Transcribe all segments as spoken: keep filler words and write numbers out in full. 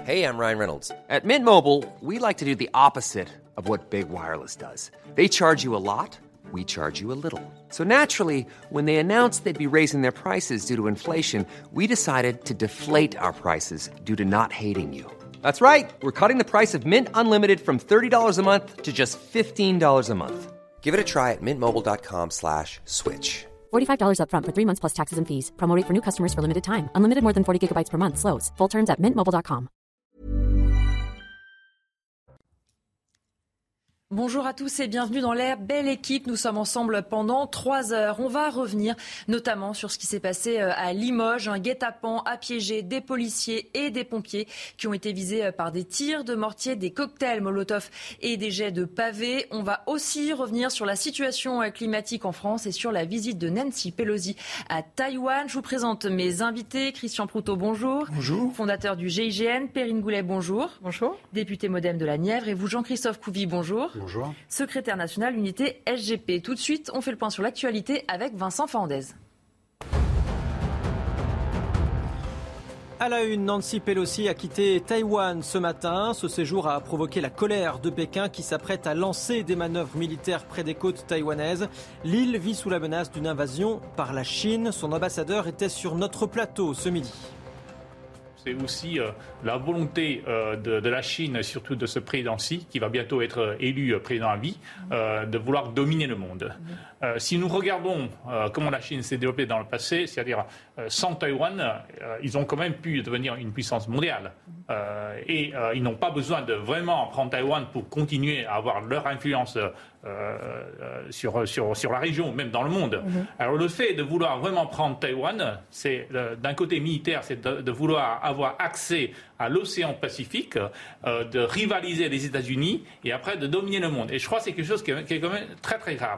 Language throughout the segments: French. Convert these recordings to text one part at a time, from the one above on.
Hey, I'm Ryan Reynolds. At Mint Mobile, we like to do the opposite of what Big Wireless does. They charge you a lot, we charge you a little. So naturally, when they announced they'd be raising their prices due to inflation, we decided to deflate our prices due to not hating you. That's right. We're cutting the price of Mint Unlimited from thirty dollars a month to just fifteen dollars a month. Give it a try at mintmobile.com slash switch. forty-five dollars up front for three months plus taxes and fees. Promo rate for new customers for limited time. Unlimited more than forty gigabytes per month. Slows full terms at mint mobile dot com. Bonjour à tous et bienvenue dans la belle équipe. Nous sommes ensemble pendant trois heures. On va revenir notamment sur ce qui s'est passé à Limoges. Un guet-apens a piégé des policiers et des pompiers qui ont été visés par des tirs de mortier, des cocktails Molotov et des jets de pavés. On va aussi revenir sur la situation climatique en France et sur la visite de Nancy Pelosi à Taïwan. Je vous présente mes invités. Christian Proutot, bonjour. Bonjour. Fondateur du G I G N. Perrine Goulet, bonjour. Bonjour. Député Modem de la Nièvre. Et vous, Jean-Christophe Couvi, bonjour. Bonjour. Secrétaire national unité S G P. Tout de suite, on fait le point sur l'actualité avec Vincent Fernandez. À la une, Nancy Pelosi a quitté Taïwan ce matin. Ce séjour a provoqué la colère de Pékin qui s'apprête à lancer des manœuvres militaires près des côtes taïwanaises. L'île vit sous la menace d'une invasion par la Chine. Son ambassadeur était sur notre plateau ce midi. C'est aussi euh, la volonté euh, de, de la Chine, surtout de ce président Xi, qui va bientôt être élu président à vie, euh, de vouloir dominer le monde. Euh, si nous regardons euh, comment la Chine s'est développée dans le passé, c'est-à-dire euh, sans Taïwan, euh, ils ont quand même pu devenir une puissance mondiale. Euh, et euh, ils n'ont pas besoin de vraiment prendre Taïwan pour continuer à avoir leur influence euh, euh, sur, sur, sur la région, même dans le monde. Mm-hmm. Alors le fait de vouloir vraiment prendre Taïwan, c'est euh, d'un côté militaire, c'est de, de vouloir avoir accès à l'océan Pacifique, euh, de rivaliser les États-Unis et après de dominer le monde. Et je crois que c'est quelque chose qui est, qui est quand même très très grave.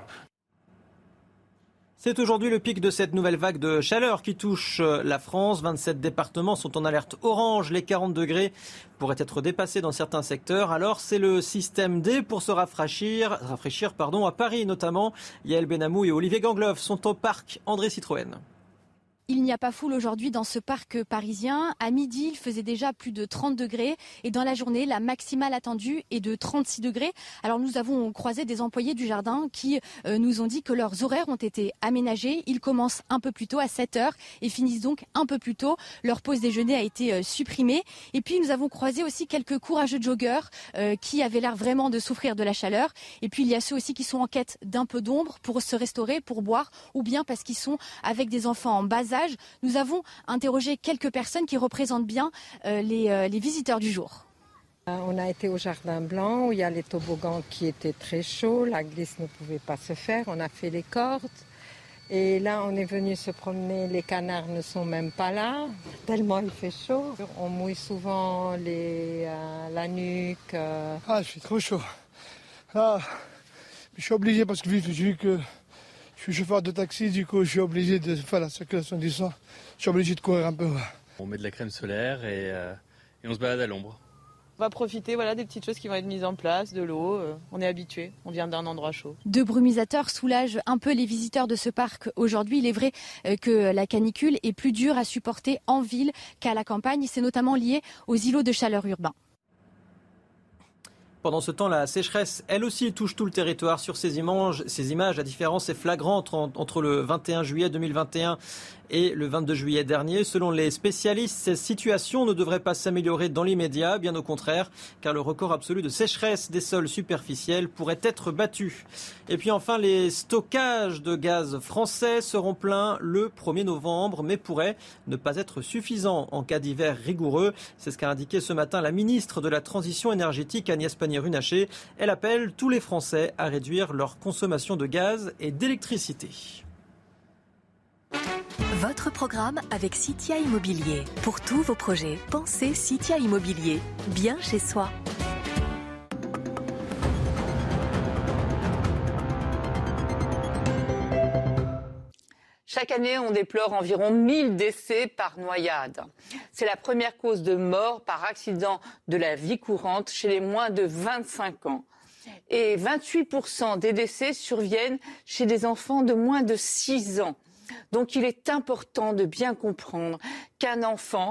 C'est aujourd'hui le pic de cette nouvelle vague de chaleur qui touche la France. vingt-sept départements sont en alerte orange. Les quarante degrés pourraient être dépassés dans certains secteurs. Alors c'est le système D pour se rafraîchir, rafraîchir pardon, à Paris notamment. Yael Benamou et Olivier Gangloff sont au parc André Citroën. Il n'y a pas foule aujourd'hui dans ce parc parisien. À midi, il faisait déjà plus de trente degrés. Et dans la journée, la maximale attendue est de trente-six degrés. Alors nous avons croisé des employés du jardin qui euh, nous ont dit que leurs horaires ont été aménagés. Ils commencent un peu plus tôt, à sept heures, et finissent donc un peu plus tôt. Leur pause déjeuner a été euh, supprimée. Et puis nous avons croisé aussi quelques courageux joggeurs euh, qui avaient l'air vraiment de souffrir de la chaleur. Et puis il y a ceux aussi qui sont en quête d'un peu d'ombre pour se restaurer, pour boire, ou bien parce qu'ils sont avec des enfants en bas âge. Nous avons interrogé quelques personnes qui représentent bien euh, les, euh, les visiteurs du jour. On a été au Jardin Blanc où il y a les toboggans qui étaient très chauds, la glisse ne pouvait pas se faire, on a fait les cordes. Et là, on est venu se promener, les canards ne sont même pas là, tellement il fait chaud. On mouille souvent les, euh, la nuque. Euh... Ah, il fait trop chaud. Ah, je suis obligé parce que vu que je suis chauffeur de taxi, du coup je suis obligé de faire la circulation du sang. Je suis obligé de courir un peu. On met de la crème solaire et, euh, et on se balade à l'ombre. On va profiter voilà, des petites choses qui vont être mises en place, de l'eau. Euh, on est habitué, on vient d'un endroit chaud. Deux brumisateurs soulagent un peu les visiteurs de ce parc aujourd'hui. Il est vrai que la canicule est plus dure à supporter en ville qu'à la campagne. C'est notamment lié aux îlots de chaleur urbains. Pendant ce temps, la sécheresse, elle aussi, touche tout le territoire. Sur ces images, ces images, la différence est flagrante entre le vingt et un juillet deux mille vingt et un et le vingt-deux juillet dernier. Selon les spécialistes, cette situation ne devrait pas s'améliorer dans l'immédiat, bien au contraire, car le record absolu de sécheresse des sols superficiels pourrait être battu. Et puis enfin, les stockages de gaz français seront pleins le premier novembre, mais pourraient ne pas être suffisants en cas d'hiver rigoureux. C'est ce qu'a indiqué ce matin la ministre de la Transition énergétique, Agnès Pannier-Runacher. Elle appelle tous les Français à réduire leur consommation de gaz et d'électricité. Votre programme avec Citia Immobilier. Pour tous vos projets, pensez Citia Immobilier. Bien chez soi. Chaque année, on déplore environ mille décès par noyade. C'est la première cause de mort par accident de la vie courante chez les moins de vingt-cinq ans. Et vingt-huit pour cent des décès surviennent chez des enfants de moins de six ans. Donc il est important de bien comprendre qu'un enfant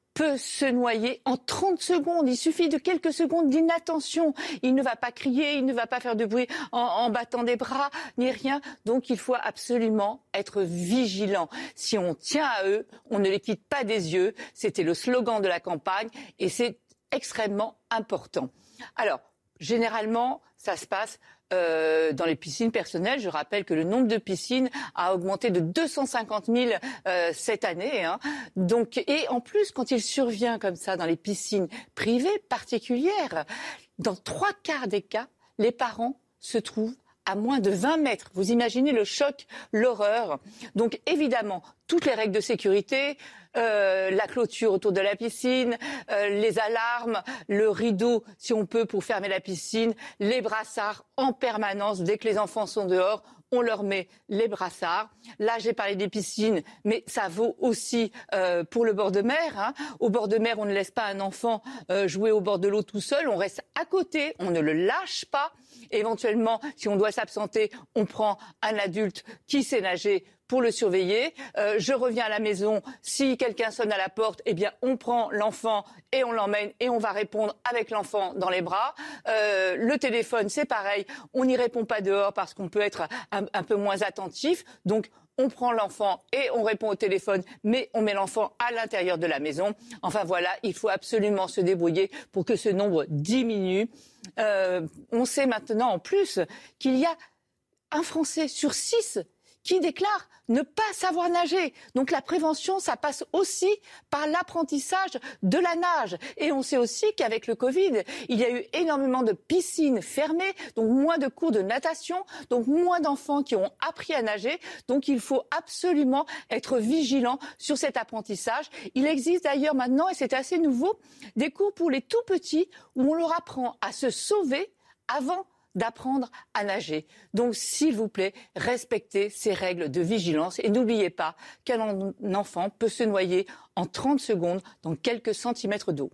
peut se noyer en trente secondes. Il suffit de quelques secondes d'inattention. Il ne va pas crier, il ne va pas faire de bruit en, en battant des bras, ni rien. Donc il faut absolument être vigilant. Si on tient à eux, on ne les quitte pas des yeux. C'était le slogan de la campagne et c'est extrêmement important. Alors, généralement, ça se passe Euh, dans les piscines personnelles. Je rappelle que le nombre de piscines a augmenté de deux cent cinquante mille euh, cette année. Hein. Donc, et en plus, quand il survient comme ça dans les piscines privées particulières, dans trois quarts des cas, les parents se trouvent à moins de vingt mètres. Vous imaginez le choc, l'horreur. Donc évidemment, toutes les règles de sécurité, euh, la clôture autour de la piscine, euh, les alarmes, le rideau, si on peut, pour fermer la piscine, les brassards en permanence. Dès que les enfants sont dehors, on leur met les brassards. Là, j'ai parlé des piscines, mais ça vaut aussi euh, pour le bord de mer. Hein. Au bord de mer, on ne laisse pas un enfant euh, jouer au bord de l'eau tout seul. On reste à côté, on ne le lâche pas. Éventuellement, si on doit s'absenter, on prend un adulte qui sait nager pour le surveiller. Euh, je reviens à la maison. Si quelqu'un sonne à la porte, eh bien, on prend l'enfant et on l'emmène et on va répondre avec l'enfant dans les bras. Euh, le téléphone, c'est pareil. On n'y répond pas dehors parce qu'on peut être un, un peu moins attentif. Donc, on prend l'enfant et on répond au téléphone, mais on met l'enfant à l'intérieur de la maison. Enfin voilà, il faut absolument se débrouiller pour que ce nombre diminue. Euh, on sait maintenant en plus qu'il y a un Français sur six qui déclare ne pas savoir nager. Donc la prévention, ça passe aussi par l'apprentissage de la nage. Et on sait aussi qu'avec le Covid, il y a eu énormément de piscines fermées, donc moins de cours de natation, donc moins d'enfants qui ont appris à nager. Donc il faut absolument être vigilant sur cet apprentissage. Il existe d'ailleurs maintenant, et c'est assez nouveau, des cours pour les tout petits où on leur apprend à se sauver avant d'apprendre à nager. Donc, s'il vous plaît, respectez ces règles de vigilance et n'oubliez pas qu'un enfant peut se noyer en trente secondes dans quelques centimètres d'eau.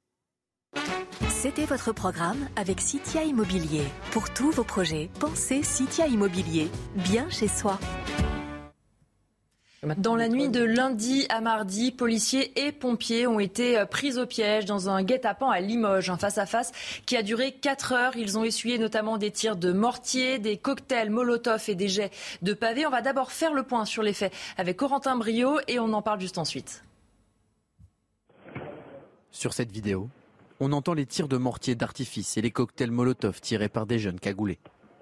C'était votre programme avec Citia Immobilier. Pour tous vos projets, pensez Citia Immobilier, bien chez soi. Dans la nuit de lundi à mardi, policiers et pompiers ont été pris au piège dans un guet-apens à Limoges, un face-à-face qui a duré quatre heures. Ils ont essuyé notamment des tirs de mortier, des cocktails Molotov et des jets de pavés. On va d'abord faire le point sur les faits avec Corentin Brio et on en parle juste ensuite. Sur cette vidéo, on entend les tirs de mortier d'artifice et les cocktails Molotov tirés par des jeunes cagoulés.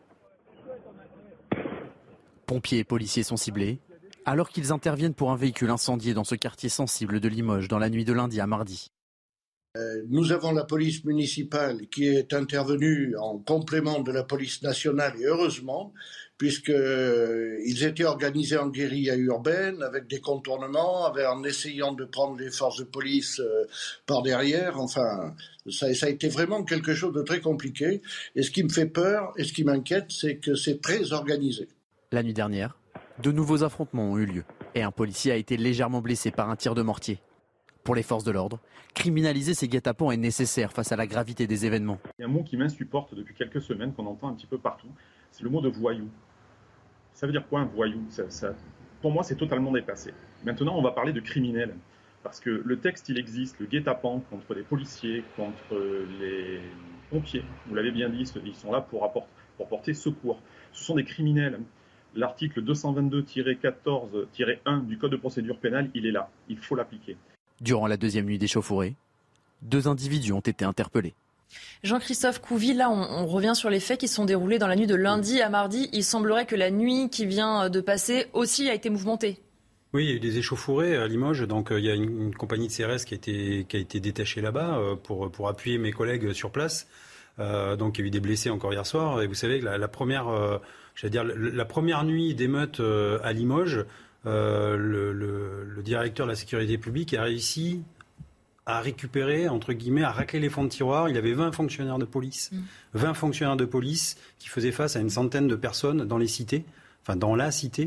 Pompiers et policiers sont ciblés alors qu'ils interviennent pour un véhicule incendié dans ce quartier sensible de Limoges dans la nuit de lundi à mardi. Euh, nous avons la police municipale qui est intervenue en complément de la police nationale et heureusement, puisqu'ils euh, étaient organisés en guérilla urbaine avec des contournements, avec, en essayant de prendre les forces de police euh, par derrière. Enfin, ça, ça a été vraiment quelque chose de très compliqué. Et ce qui me fait peur et ce qui m'inquiète, c'est que c'est très organisé. La nuit dernière, de nouveaux affrontements ont eu lieu et un policier a été légèrement blessé par un tir de mortier. Pour les forces de l'ordre, criminaliser ces guet-apens est nécessaire face à la gravité des événements. Il y a un mot qui m'insupporte depuis quelques semaines, qu'on entend un petit peu partout, c'est le mot de voyou. Ça veut dire quoi un voyou ? ça, ça, Pour moi, c'est totalement dépassé. Maintenant, on va parler de criminel. Parce que le texte, il existe, le guet-apens contre les policiers, contre les pompiers. Vous l'avez bien dit, ils sont là pour, apporter, pour porter secours. Ce sont des criminels. L'article deux cent vingt-deux tiret quatorze tiret un du Code de procédure pénale, il est là. Il faut l'appliquer. Durant la deuxième nuit d'échauffourée, deux individus ont été interpellés. Jean-Christophe Couvi, là, on, on revient sur les faits qui se sont déroulés dans la nuit de lundi à mardi. Il semblerait que la nuit qui vient de passer aussi a été mouvementée. Oui, il y a eu des échauffourées à Limoges. Donc, euh, il y a une, une compagnie de C R S qui a été, qui a été détachée là-bas euh, pour, pour appuyer mes collègues sur place. Euh, donc, il y a eu des blessés encore hier soir. Et vous savez que la, la première... Euh, J'allais dire, la première nuit d'émeute à Limoges, euh, le, le, le directeur de la sécurité publique a réussi à récupérer, entre guillemets, à racler les fonds de tiroir. Il avait vingt fonctionnaires de police, mmh. vingt fonctionnaires de police qui faisaient face à une centaine de personnes dans les cités, enfin dans la cité.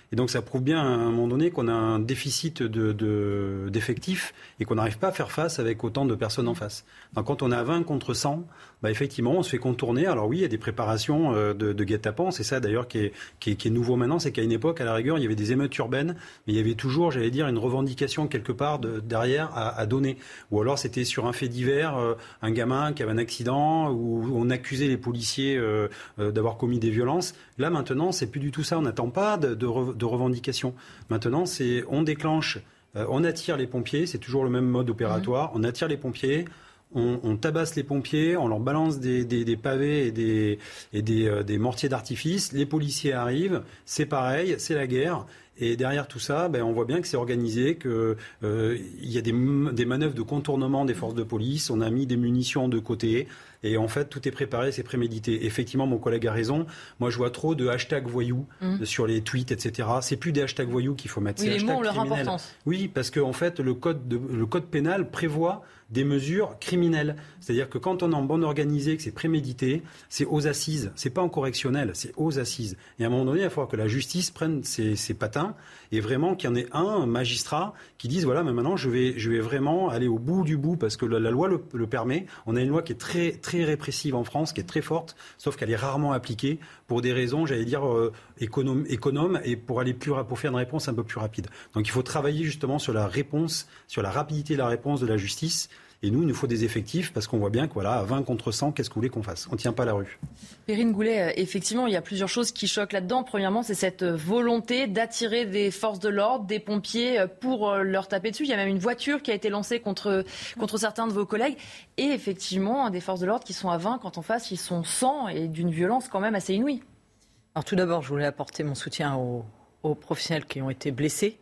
Et donc ça prouve bien à un moment donné qu'on a un déficit de, de, d'effectifs et qu'on n'arrive pas à faire face avec autant de personnes en face. Donc, quand on a vingt contre cent, bah, effectivement, on se fait contourner. Alors oui, il y a des préparations de, de guet-apens. C'est ça d'ailleurs qui est, qui, est, qui est nouveau maintenant. C'est qu'à une époque, à la rigueur, il y avait des émeutes urbaines, mais il y avait toujours, j'allais dire, une revendication quelque part de, derrière à, à donner. Ou alors c'était sur un fait divers, euh, un gamin qui avait un accident, où on accusait les policiers euh, euh, d'avoir commis des violences. Là maintenant, c'est plus du tout ça. On n'attend pas de, de, re, de revendication. Maintenant, c'est on déclenche, euh, on attire les pompiers. C'est toujours le même mode opératoire. Mmh. On attire les pompiers. On, on tabasse les pompiers, on leur balance des, des, des pavés et des, et des, euh, des mortiers d'artifice. Les policiers arrivent, c'est pareil, c'est la guerre. Et derrière tout ça, ben, on voit bien que c'est organisé, qu'il euh, y a des, des manœuvres de contournement des forces de police. On a mis des munitions de côté. Et en fait, tout est préparé, c'est prémédité. Effectivement, mon collègue a raison. Moi, je vois trop de hashtags voyous mmh. sur les tweets, et cetera. C'est plus des hashtags voyous qu'il faut mettre. Oui, c'est les mots ont leur importance. Oui, parce que en fait, le code, de, le code pénal prévoit des mesures criminelles. C'est-à-dire que quand on est en bande organisée, que c'est prémédité, c'est aux assises. C'est pas en correctionnel, c'est aux assises. Et à un moment donné, il va falloir que la justice prenne ses, ses patins et vraiment qu'il y en ait un, un magistrat qui dise voilà, mais maintenant je vais, je vais vraiment aller au bout du bout parce que la, la loi le, le permet. On a une loi qui est très, très répressive en France, qui est très forte, sauf qu'elle est rarement appliquée pour des raisons, j'allais dire, euh, économe, économe et pour aller plus, pour faire une réponse un peu plus rapide. Donc il faut travailler justement sur la réponse, sur la rapidité de la réponse de la justice. Et nous, il nous faut des effectifs parce qu'on voit bien que voilà, à vingt contre cent, qu'est-ce que vous voulez qu'on fasse ? On ne tient pas la rue. Perrine Goulet, effectivement, il y a plusieurs choses qui choquent là-dedans. Premièrement, c'est cette volonté d'attirer des forces de l'ordre, des pompiers pour leur taper dessus. Il y a même une voiture qui a été lancée contre, contre certains de vos collègues. Et effectivement, des forces de l'ordre qui sont à vingt quand en face, ils sont cent et d'une violence quand même assez inouïe. Alors tout d'abord, je voulais apporter mon soutien aux, aux professionnels qui ont été blessés.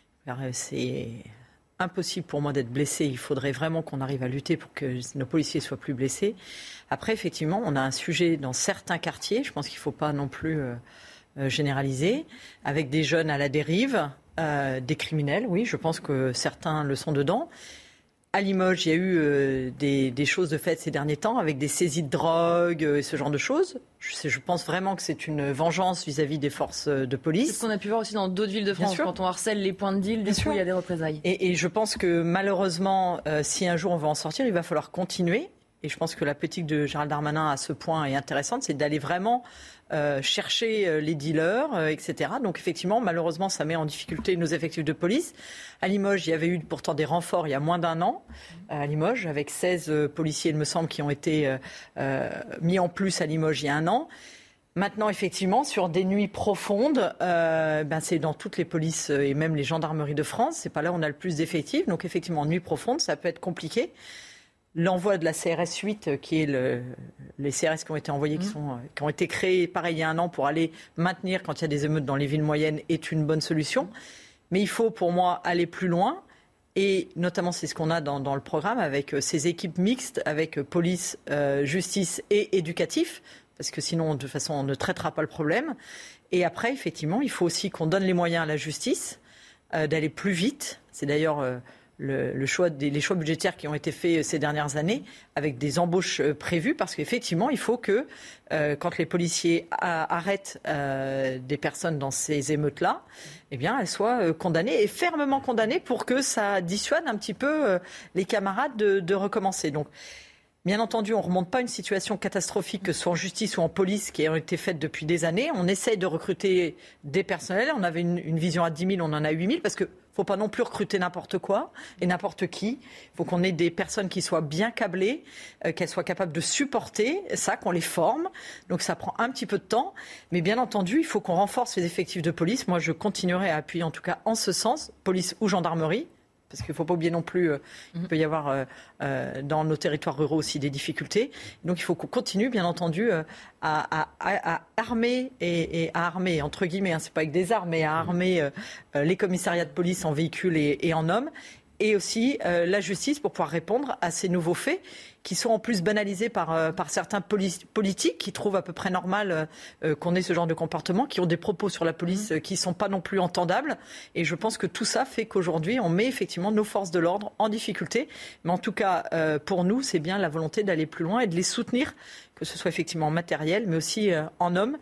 C'est impossible pour moi d'être blessé. Il faudrait vraiment qu'on arrive à lutter pour que nos policiers soient plus blessés. Après, effectivement, on a un sujet dans certains quartiers, je pense qu'il ne faut pas non plus euh, euh, généraliser, avec des jeunes à la dérive, euh, des criminels, oui, je pense que certains le sont dedans. À Limoges, il y a eu euh, des, des choses de fait ces derniers temps, avec des saisies de drogue euh, et ce genre de choses. Je, je pense vraiment que c'est une vengeance vis-à-vis des forces de police. C'est ce qu'on a pu voir aussi dans d'autres villes de France, quand on harcèle les points de deal, du coup, il y a des représailles. Et, et je pense que malheureusement, euh, si un jour on veut en sortir, il va falloir continuer. Et je pense que la politique de Gérald Darmanin à ce point est intéressante, c'est d'aller vraiment euh, chercher euh, les dealers, euh, et cetera. Donc effectivement, malheureusement, ça met en difficulté nos effectifs de police. À Limoges, il y avait eu pourtant des renforts il y a moins d'un an, euh, à Limoges, avec seize euh, policiers, il me semble, qui ont été euh, euh, mis en plus à Limoges il y a un an. Maintenant, effectivement, sur des nuits profondes, euh, ben c'est dans toutes les polices et même les gendarmeries de France. C'est pas là où on a le plus d'effectifs. Donc effectivement, nuit profonde, ça peut être compliqué. L'envoi de la C R S huit, qui est le, les C R S qui ont été envoyés, mmh. qui, sont, qui ont été créés pareil il y a un an pour aller maintenir quand il y a des émeutes dans les villes moyennes, est une bonne solution. Mais il faut pour moi aller plus loin. Et notamment, c'est ce qu'on a dans, dans le programme avec ces équipes mixtes, avec police, euh, justice et éducatif. Parce que sinon, de toute façon, on ne traitera pas le problème. Et après, effectivement, il faut aussi qu'on donne les moyens à la justice euh, d'aller plus vite. C'est d'ailleurs euh, le, le choix des, les choix budgétaires qui ont été faits ces dernières années, avec des embauches euh, prévues. Parce qu'effectivement, il faut que, euh, quand les policiers a, arrêtent euh, des personnes dans ces émeutes-là, eh bien, elles soient euh, condamnées, et fermement condamnées, pour que ça dissuade un petit peu euh, les camarades de, de recommencer. Donc, bien entendu, on ne remonte pas une situation catastrophique, que ce soit en justice ou en police, qui a été faite depuis des années. On essaye de recruter des personnels. On avait une, une vision à dix mille, on en a huit mille, parce qu'il ne faut pas non plus recruter n'importe quoi et n'importe qui. Il faut qu'on ait des personnes qui soient bien câblées, euh, qu'elles soient capables de supporter ça, qu'on les forme. Donc ça prend un petit peu de temps. Mais bien entendu, il faut qu'on renforce les effectifs de police. Moi, je continuerai à appuyer, en tout cas en ce sens, police ou gendarmerie. Parce qu'il ne faut pas oublier non plus, euh, il peut y avoir euh, euh, dans nos territoires ruraux aussi des difficultés. Donc il faut qu'on continue, bien entendu, euh, à, à, à, à armer, et, et à armer, entre guillemets, hein, c'est pas avec des armes, mais à armer euh, les commissariats de police en véhicules et, et en hommes. Et aussi euh, la justice pour pouvoir répondre à ces nouveaux faits qui sont en plus banalisés par, euh, par certains poli- politiques qui trouvent à peu près normal euh, qu'on ait ce genre de comportement, qui ont des propos sur la police euh, qui ne sont pas non plus entendables. Et je pense que tout ça fait qu'aujourd'hui, on met effectivement nos forces de l'ordre en difficulté. Mais en tout cas, euh, pour nous, c'est bien la volonté d'aller plus loin et de les soutenir, que ce soit effectivement en matériel, mais aussi euh, en hommes,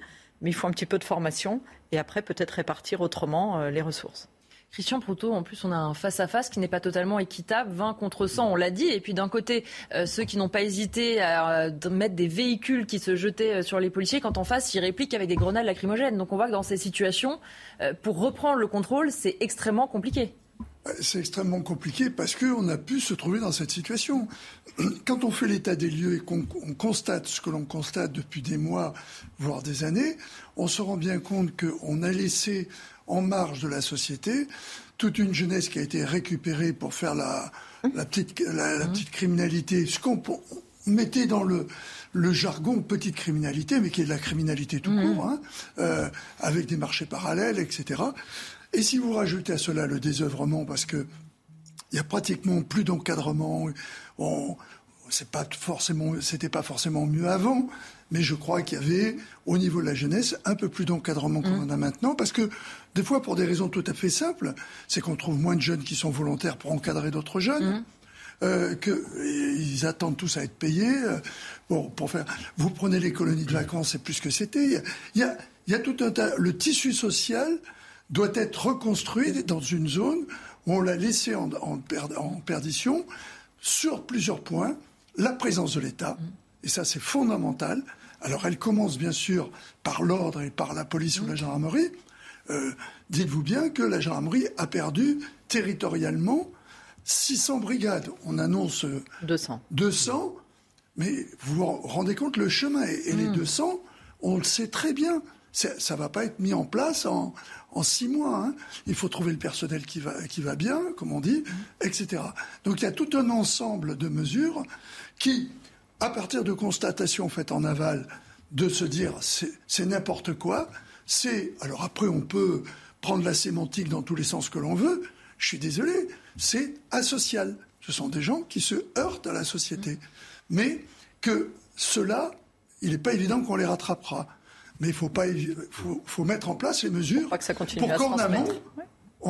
mais il faut un petit peu de formation et après peut-être répartir autrement euh, les ressources. Christian Proutot, en plus, on a un face-à-face qui n'est pas totalement équitable, vingt contre cent, on l'a dit. Et puis d'un côté, euh, ceux qui n'ont pas hésité à euh, mettre des véhicules qui se jetaient sur les policiers, quand en face, ils répliquent avec des grenades lacrymogènes. Donc on voit que dans ces situations, euh, pour reprendre le contrôle, c'est extrêmement compliqué. C'est extrêmement compliqué parce qu'on a pu se trouver dans cette situation. Quand on fait l'état des lieux et qu'on on constate ce que l'on constate depuis des mois, voire des années, on se rend bien compte qu'on a laissé en marge de la société toute une jeunesse qui a été récupérée pour faire la, la, petite, la, la petite criminalité, ce qu'on mettait dans le, le jargon petite criminalité, mais qui est de la criminalité tout court, hein, euh, avec des marchés parallèles, et cetera. Et si vous rajoutez à cela le désœuvrement, parce que il y a pratiquement plus d'encadrement, on, c'est pas forcément, c'était pas forcément mieux avant, mais je crois qu'il y avait, au niveau de la jeunesse, un peu plus d'encadrement qu'on en a maintenant, parce que des fois, pour des raisons tout à fait simples, c'est qu'on trouve moins de jeunes qui sont volontaires pour encadrer d'autres jeunes. Mmh. Euh, qu'ils attendent tous à être payés. Euh, bon, pour faire, vous prenez les colonies de vacances, c'est plus ce que c'était. Il y a, il y a, il y a tout un tas. Le tissu social doit être reconstruit dans une zone où on l'a laissé en, en, per, en perdition sur plusieurs points. La présence de l'État, et ça c'est fondamental. Alors elle commence bien sûr par l'ordre et par la police ou la gendarmerie. Euh, dites-vous bien que la gendarmerie a perdu territorialement six cents brigades. On annonce deux cents. deux cents, mais vous vous rendez compte le chemin. Et, et mmh. les deux cents, on le sait très bien. C'est, ça ne va pas être mis en place en, en six mois. Hein. Il faut trouver le personnel qui va, qui va bien, comme on dit, mmh. et cetera. Donc il y a tout un ensemble de mesures qui, à partir de constatations faites en aval, de se dire c'est, c'est n'importe quoi, c'est... Alors après, on peut prendre la sémantique dans tous les sens que l'on veut. Je suis désolé, c'est asocial. Ce sont des gens qui se heurtent à la société. Mais que ceux-là, il n'est pas évident qu'on les rattrapera. Mais il faut, pas, faut, faut mettre en place les mesures que ça continue pour à qu'en amont, ouais.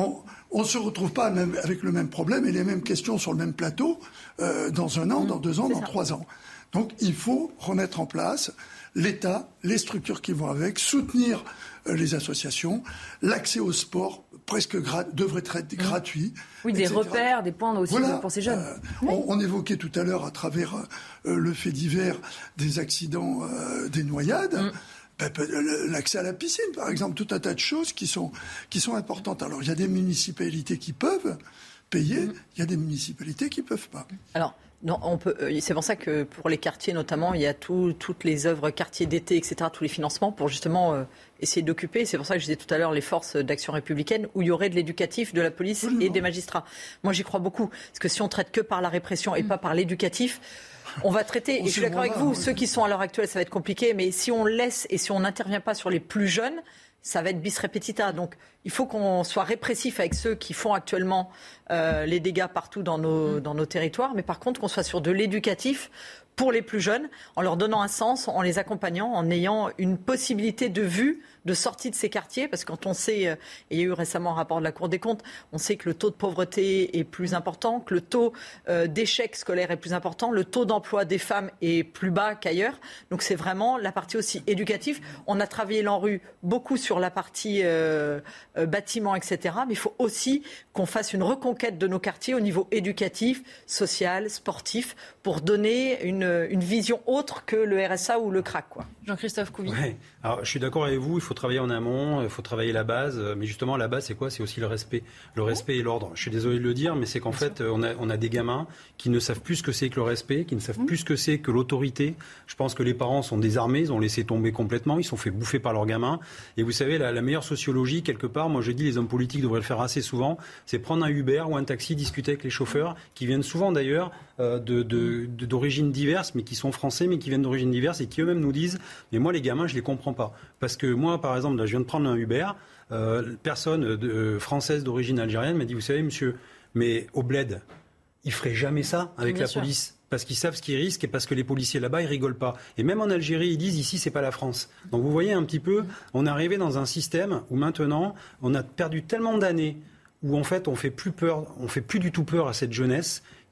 on ne se retrouve pas même avec le même problème et les mêmes questions sur le même plateau euh, dans un an, mmh, dans deux ans, dans ça. trois ans. Donc il faut remettre en place l'État, les structures qui vont avec, soutenir euh, les associations, l'accès au sport presque gra- devrait être mmh. gratuit. Oui, des et cetera. Repères, des points aussi voilà, pour ces jeunes. Euh, oui. on, on évoquait tout à l'heure à travers euh, le fait divers des accidents, euh, des noyades. Mmh. L'accès à la piscine, par exemple, tout un tas de choses qui sont, qui sont importantes. Alors, il y a des municipalités qui peuvent payer, mmh. il y a des municipalités qui ne peuvent pas. Alors, non, on peut, c'est pour ça que pour les quartiers notamment, il y a tout, toutes les œuvres quartiers d'été, et cetera, tous les financements pour justement euh, essayer d'occuper. C'est pour ça que je disais tout à l'heure les forces d'action républicaine où il y aurait de l'éducatif, de la police oui, et des magistrats. Moi, j'y crois beaucoup. Parce que si on traite que par la répression et mmh. pas par l'éducatif, on va traiter, et je suis d'accord avec vous, ceux qui sont à l'heure actuelle, ça va être compliqué, mais si on laisse et si on n'intervient pas sur les plus jeunes, ça va être bis repetita. Donc il faut qu'on soit répressif avec ceux qui font actuellement euh, les dégâts partout dans nos, dans nos territoires, mais par contre qu'on soit sur de l'éducatif pour les plus jeunes, en leur donnant un sens, en les accompagnant, en ayant une possibilité de vue, de sortie de ces quartiers, parce que quand on sait, et il y a eu récemment un rapport de la Cour des comptes, on sait que le taux de pauvreté est plus important, que le taux euh, d'échec scolaire est plus important, le taux d'emploi des femmes est plus bas qu'ailleurs. Donc c'est vraiment la partie aussi éducative. On a travaillé l'ANRU beaucoup sur la partie euh, euh, bâtiment, et cetera. Mais il faut aussi qu'on fasse une reconquête de nos quartiers au niveau éducatif, social, sportif, pour donner une, une vision autre que le R S A ou le crack, quoi. Jean-Christophe Couvi. Ouais. Alors, je suis d'accord avec vous, il faut travailler en amont, il faut travailler la base, mais justement la base c'est quoi ? C'est aussi le respect, le respect et l'ordre. Je suis désolé de le dire, mais c'est qu'en fait on a, on a des gamins qui ne savent plus ce que c'est que le respect, qui ne savent plus ce que c'est que l'autorité. Je pense que les parents sont désarmés, ils ont laissé tomber complètement, ils sont fait bouffer par leurs gamins. Et vous savez, la, la meilleure sociologie, quelque part, moi je dis les hommes politiques devraient le faire assez souvent, c'est prendre un Uber ou un taxi, discuter avec les chauffeurs, qui viennent souvent d'ailleurs euh, de, de, de, d'origines diverses, mais qui sont français, mais qui viennent d'origines diverses et qui eux-mêmes nous disent, mais moi les gamins je les comprends pas. Parce que moi, par exemple, là, je viens de prendre un Uber, euh, personne de, euh, française d'origine algérienne m'a dit, vous savez, monsieur, mais au bled, ils feraient jamais ça avec Bien la sûr. police. Parce qu'ils savent ce qu'ils risquent et parce que les policiers là-bas, ils rigolent pas. Et même en Algérie, ils disent, ici, c'est pas la France. Donc vous voyez un petit peu, on est arrivé dans un système où maintenant, on a perdu tellement d'années où en fait, on fait plus peur, on fait plus du tout peur à cette jeunesse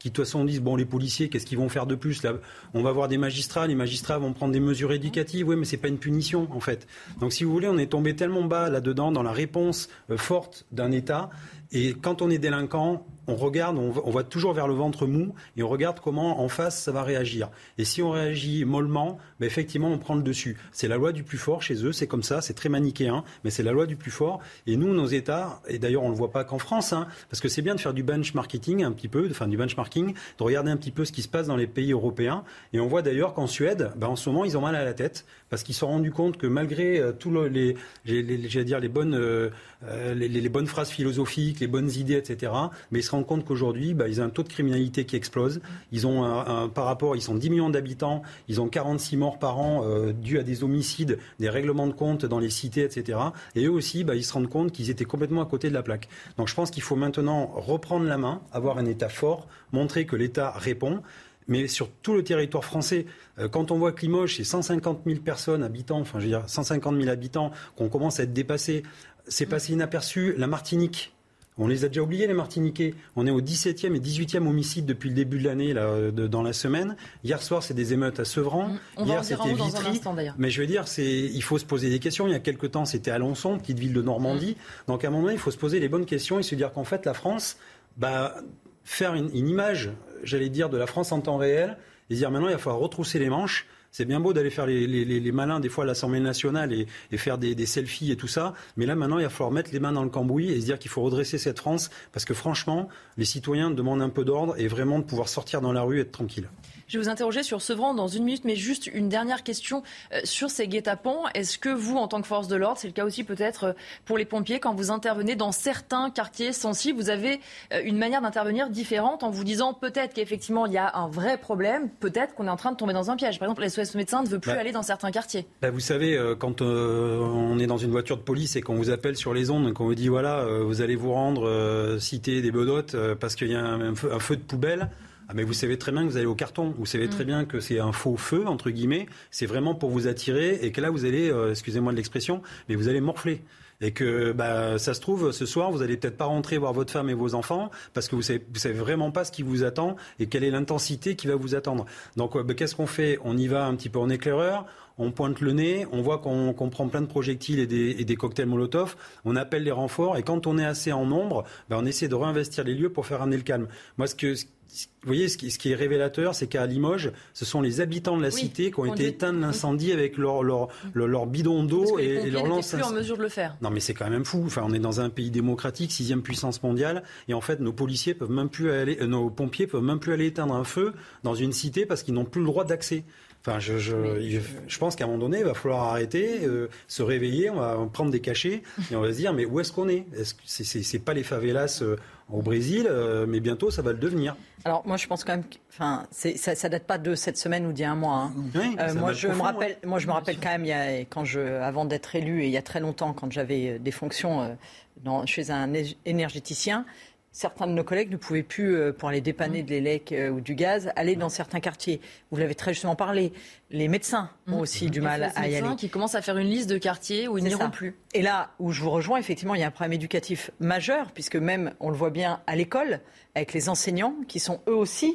qui de toute façon disent bon, les policiers, qu'est-ce qu'ils vont faire de plus là? On va voir des magistrats, les magistrats vont prendre des mesures éducatives. Oui, mais c'est pas une punition en fait. Donc si vous voulez, on est tombé tellement bas là-dedans dans la réponse euh, forte d'un État. Et quand on est délinquant, on regarde, on va, on va toujours vers le ventre mou et on regarde comment en face ça va réagir. Et si on réagit mollement, ben effectivement on prend le dessus. C'est la loi du plus fort chez eux, c'est comme ça, c'est très manichéen, mais c'est la loi du plus fort. Et nous, nos États, et d'ailleurs on ne le voit pas qu'en France, hein, parce que c'est bien de faire du benchmarking un petit peu, enfin du benchmarking, de regarder un petit peu ce qui se passe dans les pays européens. Et on voit d'ailleurs qu'en Suède, ben en ce moment ils ont mal à la tête parce qu'ils se sont rendus compte que malgré euh, tous les, les, les, j'allais dire les bonnes, euh, les, les bonnes phrases philosophiques, les bonnes idées, et cetera, mais ils se rendent compte qu'aujourd'hui, bah, ils ont un taux de criminalité qui explose. Ils ont un, un, par rapport, ils sont dix millions d'habitants, ils ont quarante-six morts par an euh, dus à des homicides, des règlements de compte dans les cités, et cetera. Et eux aussi, bah, ils se rendent compte qu'ils étaient complètement à côté de la plaque. Donc je pense qu'il faut maintenant reprendre la main, avoir un État fort, montrer que l'État répond. Mais sur tout le territoire français, euh, quand on voit que Limoges, c'est cent cinquante mille personnes, habitants, enfin je veux dire cent cinquante mille habitants, qu'on commence à être dépassés, c'est passé inaperçu. La Martinique, on les a déjà oubliés, les Martiniquais. On est au dix-septième et dix-huitième homicide depuis le début de l'année, là, de, dans la semaine. Hier soir, c'est des émeutes à Sevran. Mmh. On Hier, va en dire c'était un mot Vitry. dans un instant, d'ailleurs. Mais je veux dire, c'est, il faut se poser des questions. Il y a quelques temps, c'était Alençon, petite ville de Normandie. Mmh. Donc à un moment donné, il faut se poser les bonnes questions et se dire qu'en fait, la France, bah, faire une, une image, j'allais dire, de la France en temps réel, et dire maintenant, il va falloir retrousser les manches. C'est bien beau d'aller faire les, les, les malins des fois à l'Assemblée nationale et, et faire des, des selfies et tout ça, mais là maintenant il va falloir mettre les mains dans le cambouis et se dire qu'il faut redresser cette France parce que franchement les citoyens demandent un peu d'ordre et vraiment de pouvoir sortir dans la rue et être tranquille. Je vais vous interroger sur Sevran dans une minute, mais juste une dernière question euh, sur ces guet-apens. Est-ce que vous, en tant que force de l'ordre, c'est le cas aussi peut-être euh, pour les pompiers, quand vous intervenez dans certains quartiers sensibles, vous avez euh, une manière d'intervenir différente en vous disant peut-être qu'effectivement il y a un vrai problème, peut-être qu'on est en train de tomber dans un piège. Par exemple, l'S O S Médecins ne veut plus bah, aller dans certains quartiers. Bah vous savez, euh, quand euh, on est dans une voiture de police et qu'on vous appelle sur les ondes et qu'on vous dit voilà, euh, vous allez vous rendre euh, cité des Bedottes euh, parce qu'il y a un, un, feu, un feu de poubelle. Ah mais vous savez très bien que vous allez au carton. Vous savez très bien que c'est un faux feu, entre guillemets. C'est vraiment pour vous attirer et que là, vous allez, euh, excusez-moi de l'expression, mais vous allez morfler. Et que bah, ça se trouve, ce soir, vous allez peut-être pas rentrer voir votre femme et vos enfants parce que vous savez, vous savez vraiment pas ce qui vous attend et quelle est l'intensité qui va vous attendre. Donc bah, qu'est-ce qu'on fait? On y va un petit peu en éclaireur. On pointe le nez, on voit qu'on, qu'on prend plein de projectiles et des, et des cocktails Molotov, on appelle les renforts et quand on est assez en nombre, ben on essaie de réinvestir les lieux pour faire ramener le calme. Moi, ce que, ce, vous voyez, ce qui, ce qui est révélateur, c'est qu'à Limoges, ce sont les habitants de la oui, cité qui ont été dit... éteints de l'incendie avec leur, leur, leur, leur bidon d'eau et, et leur lance. Ils n'étaient plus en mesure de le faire. Non, mais c'est quand même fou. Enfin, on est dans un pays démocratique, sixième puissance mondiale, et en fait, nos policiers peuvent même plus aller, euh, nos pompiers peuvent même plus aller éteindre un feu dans une cité parce qu'ils n'ont plus le droit d'accès. Enfin, je, je, je, je pense qu'à un moment donné, il va falloir arrêter, euh, se réveiller, on va prendre des cachets et on va se dire, mais où est-ce qu'on est, est-ce que c'est, c'est, c'est pas les favelas euh, au Brésil, euh, mais bientôt ça va le devenir. Alors moi je pense quand même, enfin c'est, ça, ça date pas de cette semaine ou d'il y a un mois. Hein. Oui, euh, moi je profond, me rappelle, ouais. moi je me rappelle quand même, il y a, quand je, avant d'être élu et il y a très longtemps, quand j'avais des fonctions euh, dans, chez un énergéticien. Certains de nos collègues ne pouvaient plus, euh, pour aller dépanner de l'élec euh, ou du gaz, aller dans certains quartiers. Vous l'avez très justement parlé. Les médecins ont aussi mmh. du mal à y aller. Qui commencent à faire une liste de quartiers où ils n'iront plus. Et là où je vous rejoins, effectivement, il y a un problème éducatif majeur, puisque même, on le voit bien à l'école, avec les enseignants, qui sont eux aussi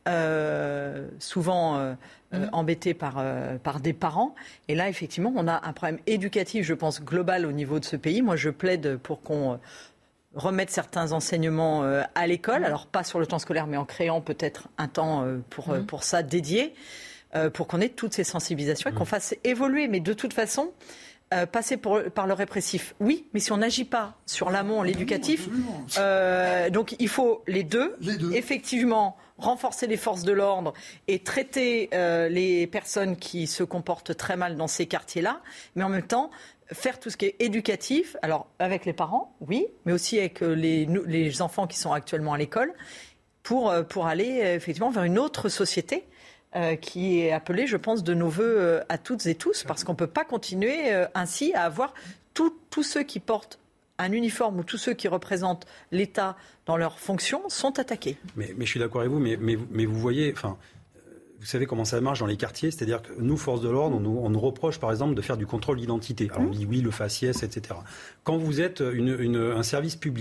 euh, souvent euh, mmh. euh, embêtés par, euh, par des parents. Et là, effectivement, on a un problème éducatif, je pense, global au niveau de ce pays. Moi, je plaide pour qu'on... Euh, remettre certains enseignements euh, à l'école, alors pas sur le temps scolaire, mais en créant peut-être un temps euh, pour, euh, pour ça dédié, euh, pour qu'on ait toutes ces sensibilisations et qu'on fasse évoluer. Mais de toute façon, euh, passer pour, par le répressif, oui, mais si on n'agit pas sur l'amont, l'éducatif, euh, donc il faut les deux, les deux. Effectivement, renforcer les forces de l'ordre et traiter euh, les personnes qui se comportent très mal dans ces quartiers-là, mais en même temps, faire tout ce qui est éducatif, alors avec les parents, oui, mais aussi avec les, les enfants qui sont actuellement à l'école, pour, pour aller effectivement vers une autre société euh, qui est appelée, je pense, de nos voeux euh, à toutes et tous, parce qu'on ne peut pas continuer euh, ainsi à avoir tous ceux qui portent un uniforme ou tous ceux qui représentent l'État dans leurs fonctions sont attaqués. Mais, mais je suis d'accord avec vous, mais, mais, mais vous voyez... enfin. Vous savez comment ça marche dans les quartiers, c'est-à-dire que nous, forces de l'ordre, on nous, on nous reproche par exemple de faire du contrôle d'identité. Alors on dit oui, le faciès, et cetera. Quand vous êtes une, une, un service public,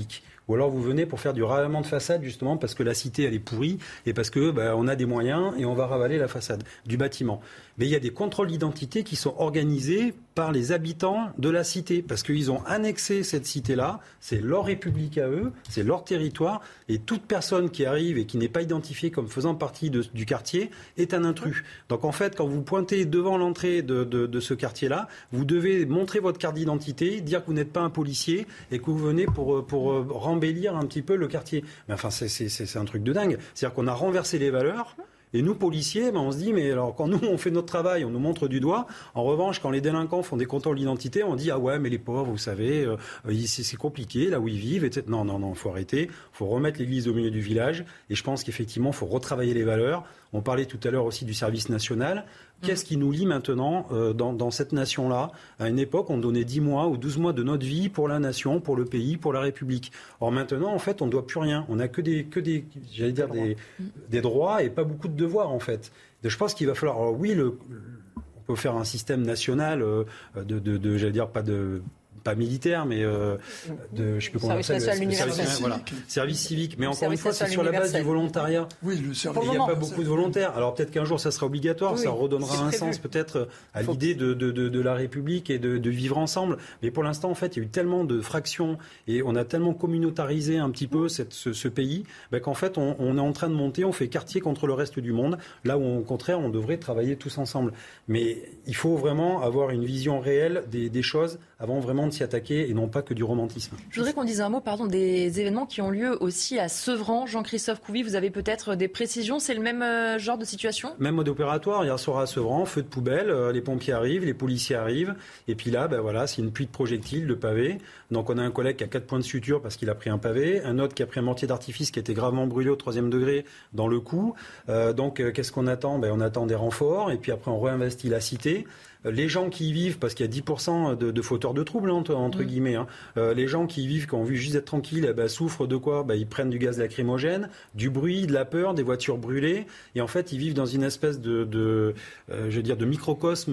ou alors vous venez pour faire du ravalement de façade justement parce que la cité elle est pourrie et parce que bah, on a des moyens et on va ravaler la façade du bâtiment. Mais il y a des contrôles d'identité qui sont organisés par les habitants de la cité parce qu'ils ont annexé cette cité-là, c'est leur république à eux, c'est leur territoire et toute personne qui arrive et qui n'est pas identifiée comme faisant partie de, du quartier est un intrus. Donc en fait, quand vous pointez devant l'entrée de, de, de ce quartier-là, vous devez montrer votre carte d'identité, dire que vous n'êtes pas un policier et que vous venez pour, pour rembellir un petit peu le quartier. Mais enfin, c'est, c'est, c'est un truc de dingue. C'est-à-dire qu'on a renversé les valeurs. Et nous, policiers, ben, on se dit, mais alors quand nous, on fait notre travail, on nous montre du doigt. En revanche, quand les délinquants font des contrôles d'identité, on dit, ah ouais, mais les pauvres, vous savez, euh, c'est, c'est compliqué, là où ils vivent, et cetera. Non, non, non, il faut arrêter. Il faut remettre l'église au milieu du village. Et je pense qu'effectivement, il faut retravailler les valeurs. On parlait tout à l'heure aussi du service national. Qu'est-ce qui nous lie maintenant euh, dans, dans cette nation-là ? À une époque, on donnait dix mois ou douze mois de notre vie pour la nation, pour le pays, pour la République. Or maintenant, en fait, on ne doit plus rien. On n'a que des, que des, j'allais dire, des, des droits et pas beaucoup de devoirs, en fait. Donc, je pense qu'il va falloir... Alors, oui, le, on peut faire un système national euh, de, de, de, j'allais dire, pas de... pas militaire, mais euh, de, je sais plus comment on appelle ça, le service, voilà, service civique. Mais encore une fois, c'est sur la base du volontariat. Oui, le service. Il n'y a pas beaucoup de volontaires. Alors peut-être qu'un jour, ça sera obligatoire, oui, ça redonnera un sens peut-être à Faut... l'idée de, de, de, de la République et de, de vivre ensemble. Mais pour l'instant, en fait, il y a eu tellement de fractions et on a tellement communautarisé un petit peu cette, ce, ce pays ben, qu'en fait, on, on est en train de monter, on fait quartier contre le reste du monde, là où au contraire, on devrait travailler tous ensemble. Mais il faut vraiment avoir une vision réelle des, des choses avant vraiment de s'y attaquer et non pas que du romantisme. Je voudrais qu'on dise un mot pardon, des événements qui ont lieu aussi à Sevran. Jean-Christophe Couvi, vous avez peut-être des précisions. C'est le même euh, genre de situation ? Même mode opératoire. Hier soir à Sevran, feu de poubelle, euh, les pompiers arrivent, les policiers arrivent. Et puis là, ben voilà, c'est une pluie de projectiles, de pavés. Donc on a un collègue qui a quatre points de suture parce qu'il a pris un pavé. Un autre qui a pris un mortier d'artifice qui a été gravement brûlé au troisième degré dans le cou. Euh, donc euh, qu'est-ce qu'on attend ? Ben, on attend des renforts. Et puis après, on réinvestit la cité. Les gens qui y vivent, parce qu'il y a dix pour cent de, de fauteurs de troubles, hein, entre, entre mmh. guillemets, hein, euh, les gens qui y vivent, qui ont envie juste d'être tranquilles, eh ben, souffrent de quoi ? Ben, ils prennent du gaz lacrymogène, du bruit, de la peur, des voitures brûlées, et en fait, ils vivent dans une espèce de, de euh, je veux dire, de microcosme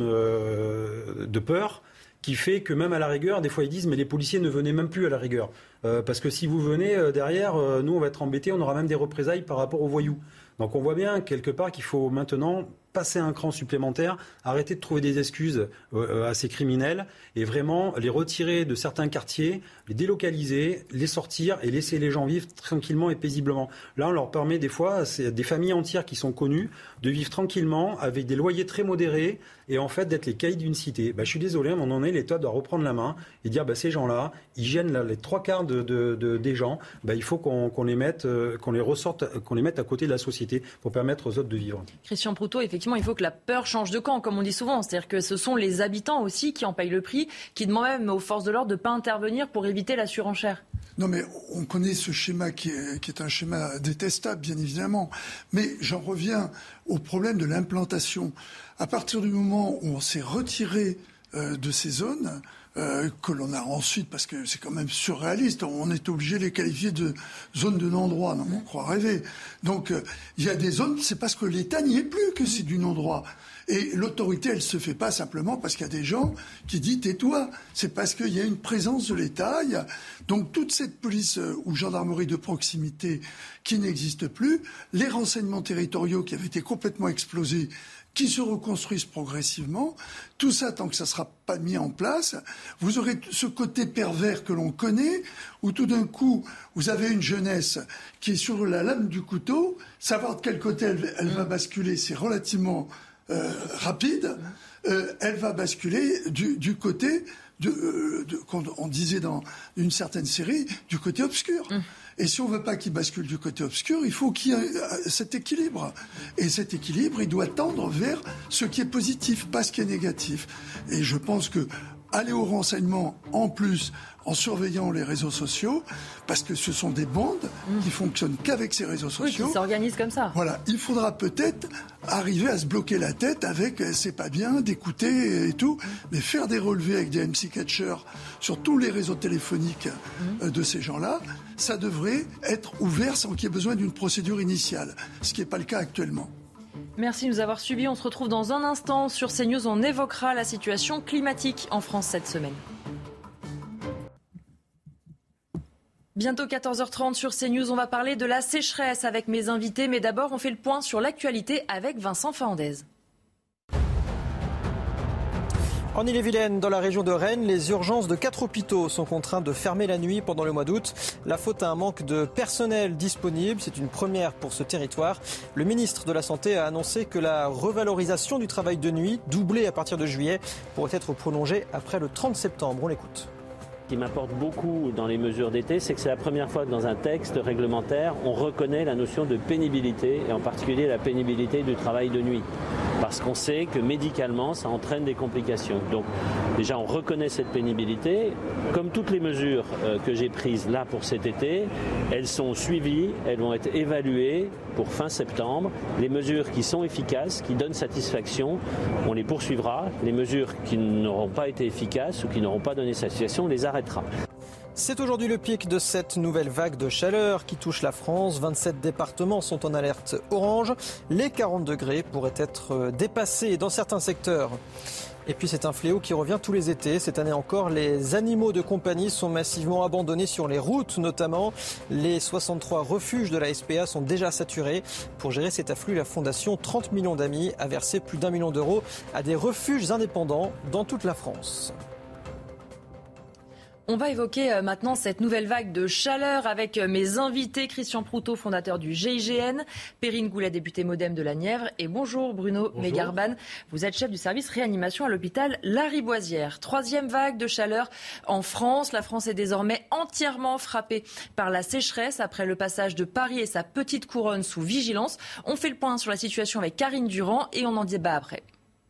euh, de peur, qui fait que même à la rigueur, des fois ils disent, mais les policiers ne venaient même plus à la rigueur. Euh, parce que si vous venez euh, derrière, euh, nous on va être embêtés, on aura même des représailles par rapport aux voyous. Donc on voit bien quelque part qu'il faut maintenant passer un cran supplémentaire, arrêter de trouver des excuses euh, à ces criminels et vraiment les retirer de certains quartiers, les délocaliser, les sortir et laisser les gens vivre tranquillement et paisiblement. Là, on leur permet des fois, c'est des familles entières qui sont connues, de vivre tranquillement avec des loyers très modérés et en fait d'être les caïds d'une cité. Bah, je suis désolé, à un moment donné, l'État doit reprendre la main et dire bah, ces gens-là, ils gênent là, les trois quarts de, de, de, des gens, bah, il faut qu'on, qu'on les mette, euh, qu'on les ressorte, qu'on les mette à côté de la société pour permettre aux autres de vivre. Christian Proutot, effectivement, il faut que la peur change de camp, comme on dit souvent. C'est-à-dire que ce sont les habitants aussi qui en payent le prix, qui demandent même aux forces de l'ordre de ne pas intervenir pour éviter la surenchère. Non, mais on connaît ce schéma qui est, qui est un schéma détestable, bien évidemment. Mais j'en reviens au problème de l'implantation. À partir du moment où on s'est retiré euh, de ces zones, Euh, que l'on a ensuite, parce que c'est quand même surréaliste, on est obligé de les qualifier de zones de non-droit, non, on croit rêver. Donc il euh, y a des zones, c'est parce que l'État n'y est plus que c'est du non-droit. Et l'autorité, elle se fait pas simplement parce qu'il y a des gens qui disent tais-toi. C'est parce qu'il y a une présence de l'État. Il y a donc toute cette police euh, ou gendarmerie de proximité qui n'existe plus, les renseignements territoriaux qui avaient été complètement explosés, qui se reconstruisent progressivement. Tout ça, tant que ça ne sera pas mis en place, vous aurez ce côté pervers que l'on connaît, où tout d'un coup, vous avez une jeunesse qui est sur la lame du couteau, savoir de quel côté elle, elle va basculer, c'est relativement euh, rapide, euh, elle va basculer du, du côté, de, euh, de, qu'on on disait dans une certaine série, du côté obscur. Mmh. Et si on ne veut pas qu'il bascule du côté obscur, il faut qu'il y ait cet équilibre. Et cet équilibre, il doit tendre vers ce qui est positif, pas ce qui est négatif. Et je pense que aller au renseignement, en plus, en surveillant les réseaux sociaux, parce que ce sont des bandes mmh. qui fonctionnent qu'avec ces réseaux sociaux. Oui, qui s'organisent comme ça. Voilà, il faudra peut-être arriver à se bloquer la tête avec « c'est pas bien d'écouter et tout », mais faire des relevés avec des M C catchers sur tous les réseaux téléphoniques mmh. de ces gens-là, ça devrait être ouvert sans qu'il y ait besoin d'une procédure initiale, ce qui n'est pas le cas actuellement. Merci de nous avoir suivis. On se retrouve dans un instant sur CNews. On évoquera la situation climatique en France cette semaine. Bientôt quatorze heures trente sur CNews, on va parler de la sécheresse avec mes invités. Mais d'abord, on fait le point sur l'actualité avec Vincent Fernandez. En Ille-et-Vilaine, dans la région de Rennes, les urgences de quatre hôpitaux sont contraints de fermer la nuit pendant le mois d'août. La faute à un manque de personnel disponible. C'est une première pour ce territoire. Le ministre de la Santé a annoncé que la revalorisation du travail de nuit, doublée à partir de juillet, pourrait être prolongée après le trente septembre. On l'écoute. Ce qui m'importe beaucoup dans les mesures d'été, c'est que c'est la première fois que dans un texte réglementaire, on reconnaît la notion de pénibilité, et en particulier la pénibilité du travail de nuit. Parce qu'on sait que médicalement, ça entraîne des complications. Donc déjà, on reconnaît cette pénibilité. Comme toutes les mesures euh, que j'ai prises là pour cet été, elles sont suivies, elles vont être évaluées pour fin septembre. Les mesures qui sont efficaces, qui donnent satisfaction, on les poursuivra. Les mesures qui n'auront pas été efficaces ou qui n'auront pas donné satisfaction, on les arrêtera. C'est aujourd'hui le pic de cette nouvelle vague de chaleur qui touche la France. vingt-sept départements sont en alerte orange. Les quarante degrés pourraient être dépassés dans certains secteurs. Et puis c'est un fléau qui revient tous les étés. Cette année encore, les animaux de compagnie sont massivement abandonnés sur les routes notamment. Les soixante-trois refuges de la S P A sont déjà saturés. Pour gérer cet afflux, la fondation trente millions d'amis a versé plus d'un million d'euros à des refuges indépendants dans toute la France. On va évoquer maintenant cette nouvelle vague de chaleur avec mes invités. Christian Proutot, fondateur du G I G N, Perrine Goulet, députée Modem de la Nièvre, et bonjour Bruno Megarban, vous êtes chef du service réanimation à l'hôpital Lariboisière. Troisième vague de chaleur en France. La France est désormais entièrement frappée par la sécheresse après le passage de Paris et sa petite couronne sous vigilance. On fait le point sur la situation avec Karine Durand et on en débat après.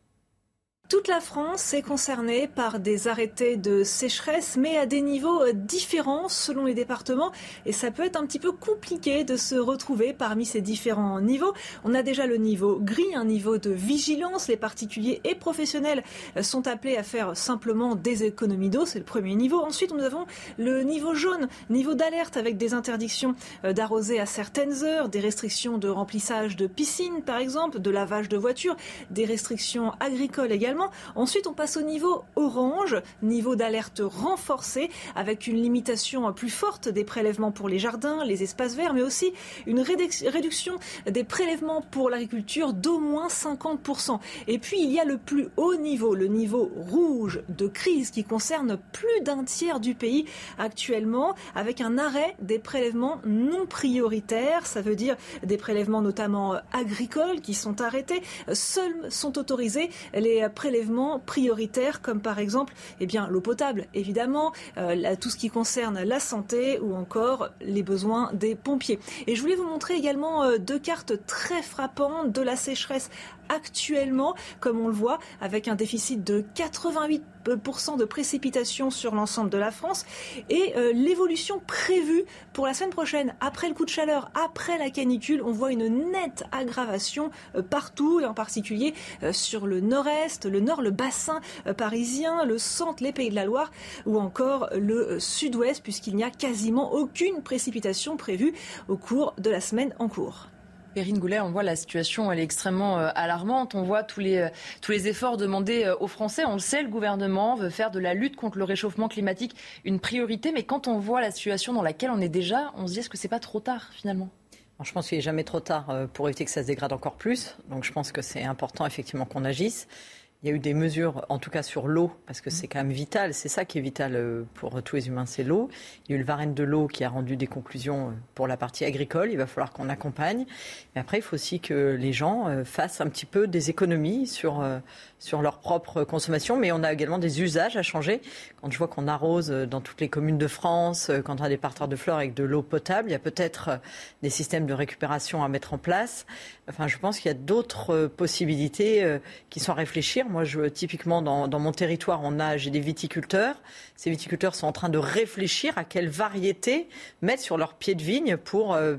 Toute la France est concernée par des arrêtés de sécheresse, mais à des niveaux différents selon les départements. Et ça peut être un petit peu compliqué de se retrouver parmi ces différents niveaux. On a déjà le niveau gris, un niveau de vigilance. Les particuliers et professionnels sont appelés à faire simplement des économies d'eau. C'est le premier niveau. Ensuite, nous avons le niveau jaune, niveau d'alerte avec des interdictions d'arroser à certaines heures, des restrictions de remplissage de piscines, par exemple, de lavage de voitures, des restrictions agricoles également. Ensuite, on passe au niveau orange, niveau d'alerte renforcé, avec une limitation plus forte des prélèvements pour les jardins, les espaces verts, mais aussi une réduction des prélèvements pour l'agriculture d'au moins cinquante pour cent. Et puis, il y a le plus haut niveau, le niveau rouge de crise, qui concerne plus d'un tiers du pays actuellement, avec un arrêt des prélèvements non prioritaires. Ça veut dire des prélèvements notamment agricoles qui sont arrêtés. Seuls sont autorisés les prélèvements prélèvements prioritaires comme par exemple eh bien, l'eau potable évidemment, euh, tout ce qui concerne la santé ou encore les besoins des pompiers. Et je voulais vous montrer également euh, deux cartes très frappantes de la sécheresse actuellement, comme on le voit, avec un déficit de quatre-vingt-huit pour cent de précipitations sur l'ensemble de la France et euh, l'évolution prévue pour la semaine prochaine, après le coup de chaleur, après la canicule, on voit une nette aggravation euh, partout et en particulier euh, sur le nord-est, le nord, le bassin euh, parisien, le centre, les Pays de la Loire ou encore le euh, sud-ouest puisqu'il n'y a quasiment aucune précipitation prévue au cours de la semaine en cours. Perrine Goulet, on voit la situation, elle est extrêmement euh, alarmante. On voit tous les, euh, tous les efforts demandés euh, aux Français. On le sait, le gouvernement veut faire de la lutte contre le réchauffement climatique une priorité. Mais quand on voit la situation dans laquelle on est déjà, on se dit est-ce que c'est pas trop tard finalement ? Je pense qu'il n'est jamais trop tard pour éviter que ça se dégrade encore plus. Donc je pense que c'est important effectivement qu'on agisse. Il y a eu des mesures, en tout cas sur l'eau, parce que c'est quand même vital. C'est ça qui est vital pour tous les humains, c'est l'eau. Il y a eu le Varenne de l'eau qui a rendu des conclusions pour la partie agricole. Il va falloir qu'on accompagne. Mais après, il faut aussi que les gens fassent un petit peu des économies sur, sur leur propre consommation. Mais on a également des usages à changer. Quand je vois qu'on arrose dans toutes les communes de France, quand on a des parterres de fleurs avec de l'eau potable, il y a peut-être des systèmes de récupération à mettre en place. Enfin, je pense qu'il y a d'autres possibilités qui sont à réfléchir. Moi, je, typiquement, dans, dans mon territoire, on a, j'ai des viticulteurs. Ces viticulteurs sont en train de réfléchir à quelle variété mettre sur leur pied de vigne pour euh,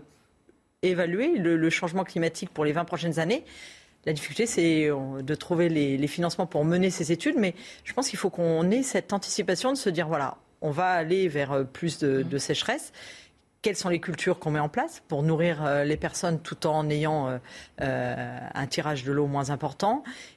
évaluer le, le changement climatique pour les vingt prochaines années. La difficulté, c'est de trouver les, les financements pour mener ces études. Mais je pense qu'il faut qu'on ait cette anticipation de se dire, voilà, on va aller vers plus de, de sécheresse. Quelles sont les cultures qu'on met en place pour nourrir les personnes tout en ayant euh, un tirage de l'eau moins important ?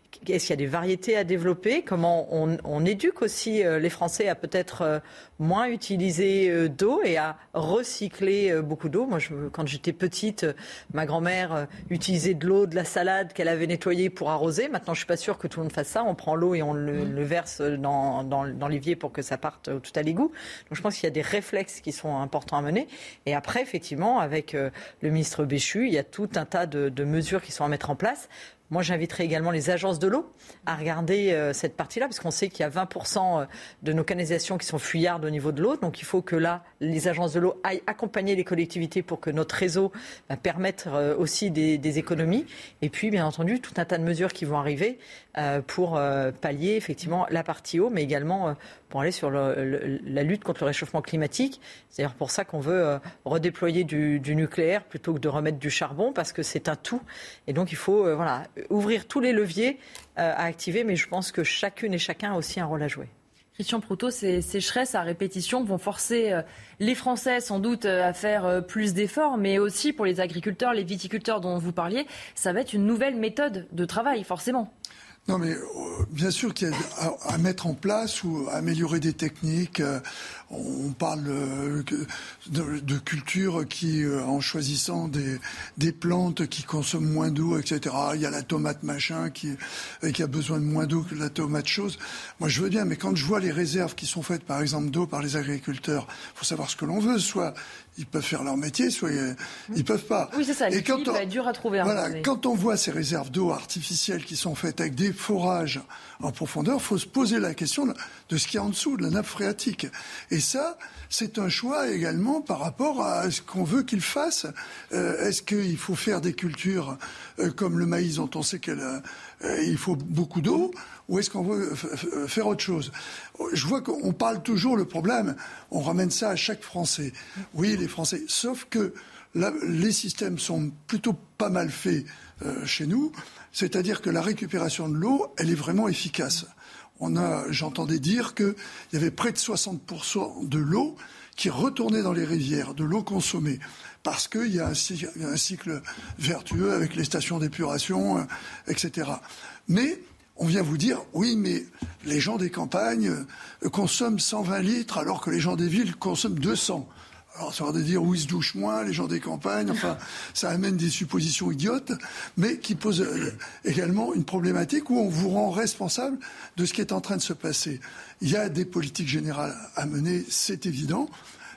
Est-ce qu'il y a des variétés à développer? Comment on, on éduque aussi les Français à peut-être moins utiliser d'eau et à recycler beaucoup d'eau? Moi, je, quand j'étais petite, ma grand-mère utilisait de l'eau de la salade qu'elle avait nettoyée pour arroser. Maintenant, je suis pas sûre que tout le monde fasse ça. On prend l'eau et on le, le verse dans, dans, dans l'évier pour que ça parte tout à l'égout. Donc, je pense qu'il y a des réflexes qui sont importants à mener. Et après, effectivement, avec le ministre Béchu, il y a tout un tas de, de mesures qui sont à mettre en place. Moi, j'inviterai également les agences de l'eau à regarder euh, cette partie-là, parce qu'on sait qu'il y a vingt pour cent de nos canalisations qui sont fuyardes au niveau de l'eau. Donc, il faut que là, les agences de l'eau aillent accompagner les collectivités pour que notre réseau bah, permette euh, aussi des, des économies. Et puis, bien entendu, tout un tas de mesures qui vont arriver euh, pour euh, pallier effectivement la partie eau, mais également euh, pour aller sur le, le, la lutte contre le réchauffement climatique. C'est d'ailleurs pour ça qu'on veut euh, redéployer du, du nucléaire plutôt que de remettre du charbon, parce que c'est un tout. Et donc, il faut euh, voilà, ouvrir tous les leviers euh, à activer, mais je pense que chacune et chacun a aussi un rôle à jouer. Christian Proutot, ces sécheresses à répétition vont forcer euh, les Français sans doute euh, à faire euh, plus d'efforts, mais aussi pour les agriculteurs, les viticulteurs dont vous parliez, ça va être une nouvelle méthode de travail, forcément. Non, mais euh, bien sûr qu'il y a à, à mettre en place ou à améliorer des techniques. Euh, on parle euh, de, de cultures qui, euh, en choisissant des, des plantes qui consomment moins d'eau, et cetera. Il y a la tomate machin qui, euh, qui a besoin de moins d'eau que la tomate chose. Moi, je veux bien, mais quand je vois les réserves qui sont faites, par exemple, d'eau par les agriculteurs, il faut savoir ce que l'on veut. Soit ils peuvent faire leur métier, soit ils, ils peuvent pas. Oui, c'est ça. L'équilibre va être dur à trouver. Voilà, hein, mais... quand on voit ces réserves d'eau artificielles qui sont faites avec des forages en profondeur, il faut se poser la question de ce qu'il y a en dessous, de la nappe phréatique. Et ça, c'est un choix également par rapport à ce qu'on veut qu'ils fassent. Euh, est-ce qu'il faut faire des cultures euh, comme le maïs dont on sait qu'il euh, faut beaucoup d'eau, ou est-ce qu'on veut f- faire autre chose? Je vois qu'on parle toujours le problème, on ramène ça à chaque Français. Oui, les Français, sauf que là, les systèmes sont plutôt pas mal faits euh, chez nous, c'est-à-dire que la récupération de l'eau, elle est vraiment efficace. On a, j'entendais dire qu'il y avait près de soixante pour cent de l'eau qui retournait dans les rivières, de l'eau consommée, parce qu'il y a un cycle, un cycle vertueux avec les stations d'épuration, euh, et cetera. Mais on vient vous dire, oui, mais les gens des campagnes euh, consomment cent vingt litres alors que les gens des villes consomment deux cents. Alors, ça veut dire où ils se douchent moins, les gens des campagnes, enfin, ça amène des suppositions idiotes, mais qui posent également une problématique où on vous rend responsable de ce qui est en train de se passer. Il y a des politiques générales à mener, c'est évident.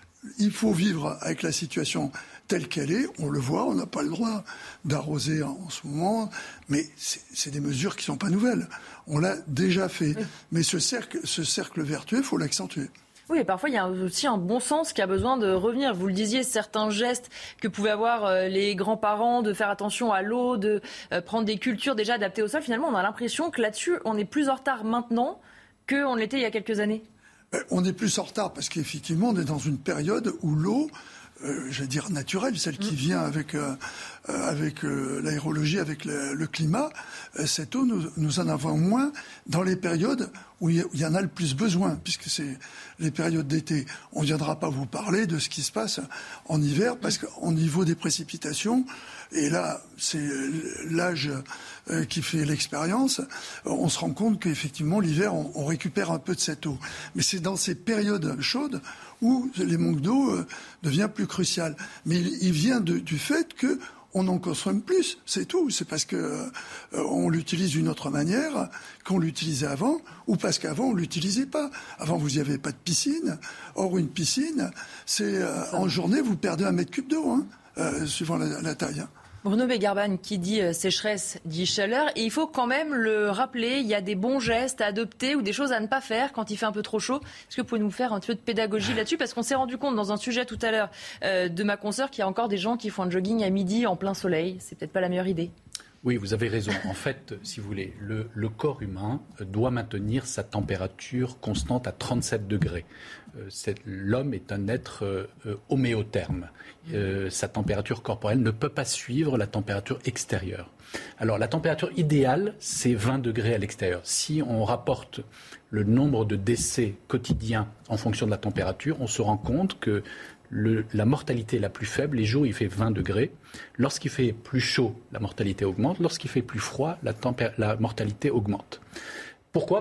Il faut vivre avec la situation telle qu'elle est. On le voit, on n'a pas le droit d'arroser en ce moment, mais c'est, c'est des mesures qui ne sont pas nouvelles. On l'a déjà fait. Mais ce cercle, ce cercle vertueux, il faut l'accentuer. Oui, et parfois, il y a aussi un bon sens qui a besoin de revenir. Vous le disiez, certains gestes que pouvaient avoir les grands-parents, de faire attention à l'eau, de prendre des cultures déjà adaptées au sol, finalement, on a l'impression que là-dessus, on est plus en retard maintenant qu'on l'était il y a quelques années. On est plus en retard parce qu'effectivement, on est dans une période où l'eau, euh, j'allais dire naturelle, celle qui vient avec, euh, avec euh, l'aérologie, avec le, le climat, euh, cette eau, nous, nous en avons moins dans les périodes où il y en a le plus besoin, puisque c'est les périodes d'été. On ne viendra pas vous parler de ce qui se passe en hiver, parce qu'au niveau des précipitations, et là, c'est l'âge qui fait l'expérience, on se rend compte qu'effectivement, l'hiver, on, on récupère un peu de cette eau. Mais c'est dans ces périodes chaudes où les manques d'eau euh, devient plus crucial. Mais il, il vient de, du fait que on en consomme plus, c'est tout. C'est parce que euh, on l'utilise d'une autre manière qu'on l'utilisait avant, ou parce qu'avant on l'utilisait pas. Avant vous n'y avez pas de piscine. Or une piscine, c'est euh, en journée vous perdez un mètre cube d'eau, hein, euh, suivant la, la taille. Hein. Bruno Begarban, qui dit euh, sécheresse, dit chaleur. Et il faut quand même le rappeler, il y a des bons gestes à adopter ou des choses à ne pas faire quand il fait un peu trop chaud. Est-ce que vous pouvez nous faire un peu de pédagogie là-dessus? Parce qu'on s'est rendu compte dans un sujet tout à l'heure euh, de ma consoeur qu'il y a encore des gens qui font un jogging à midi en plein soleil. C'est peut-être pas la meilleure idée. Oui, vous avez raison. En fait, si vous voulez, le, le corps humain doit maintenir sa température constante à trente-sept degrés. Euh, c'est, l'homme est un être euh, homéotherme. Euh, sa température corporelle ne peut pas suivre la température extérieure. Alors, la température idéale, c'est vingt degrés à l'extérieur. Si on rapporte le nombre de décès quotidiens en fonction de la température, on se rend compte que le, la mortalité la plus faible les jours où il fait vingt degrés. Lorsqu'il fait plus chaud, la mortalité augmente. Lorsqu'il fait plus froid, la, tempé- la mortalité augmente. Pourquoi ?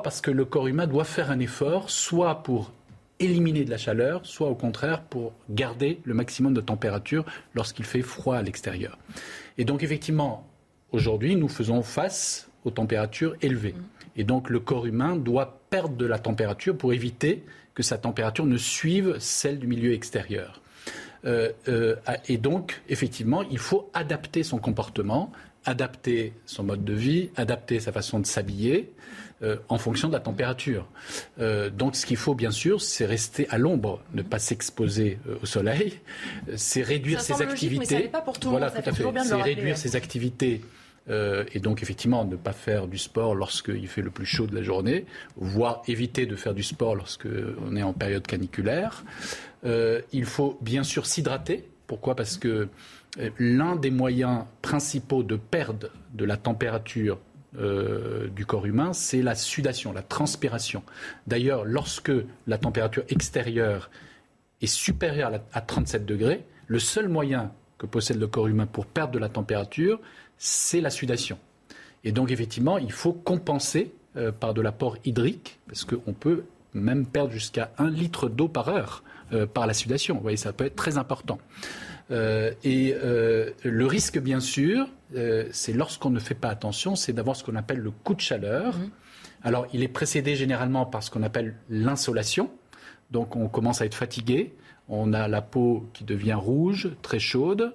Parce que le corps humain doit faire un effort, soit pour éliminer de la chaleur, soit au contraire pour garder le maximum de température lorsqu'il fait froid à l'extérieur. Et donc effectivement, aujourd'hui, nous faisons face aux températures élevées. Et donc le corps humain doit perdre de la température pour éviter que sa température ne suive celle du milieu extérieur. Euh, euh, et donc, effectivement, il faut adapter son comportement, adapter son mode de vie, adapter sa façon de s'habiller euh, en fonction de la température. Euh, donc ce qu'il faut bien sûr, c'est rester à l'ombre, ne pas s'exposer euh, au soleil, euh, c'est réduire ses activités. Logique, mais ça n'est pas pour tout le voilà, monde, ça tout à fait fait. bien de C'est le réduire rappeler. ses activités. Euh, et donc effectivement ne pas faire du sport lorsqu'il fait le plus chaud de la journée, voire éviter de faire du sport lorsqu'on est en période caniculaire. Euh, il faut bien sûr s'hydrater. Pourquoi ? Parce que euh, l'un des moyens principaux de perdre de la température euh, du corps humain, c'est la sudation, la transpiration. D'ailleurs, lorsque la température extérieure est supérieure à, la, à trente-sept degrés, le seul moyen que possède le corps humain pour perdre de la température, c'est la sudation. Et donc, effectivement, il faut compenser euh, par de l'apport hydrique, parce qu'on peut même perdre jusqu'à un litre d'eau par heure euh, par la sudation. Vous voyez, ça peut être très important. Euh, et euh, le risque, bien sûr, euh, c'est lorsqu'on ne fait pas attention, c'est d'avoir ce qu'on appelle le coup de chaleur. Mmh. Alors, il est précédé généralement par ce qu'on appelle l'insolation. Donc, on commence à être fatigué. On a la peau qui devient rouge, très chaude,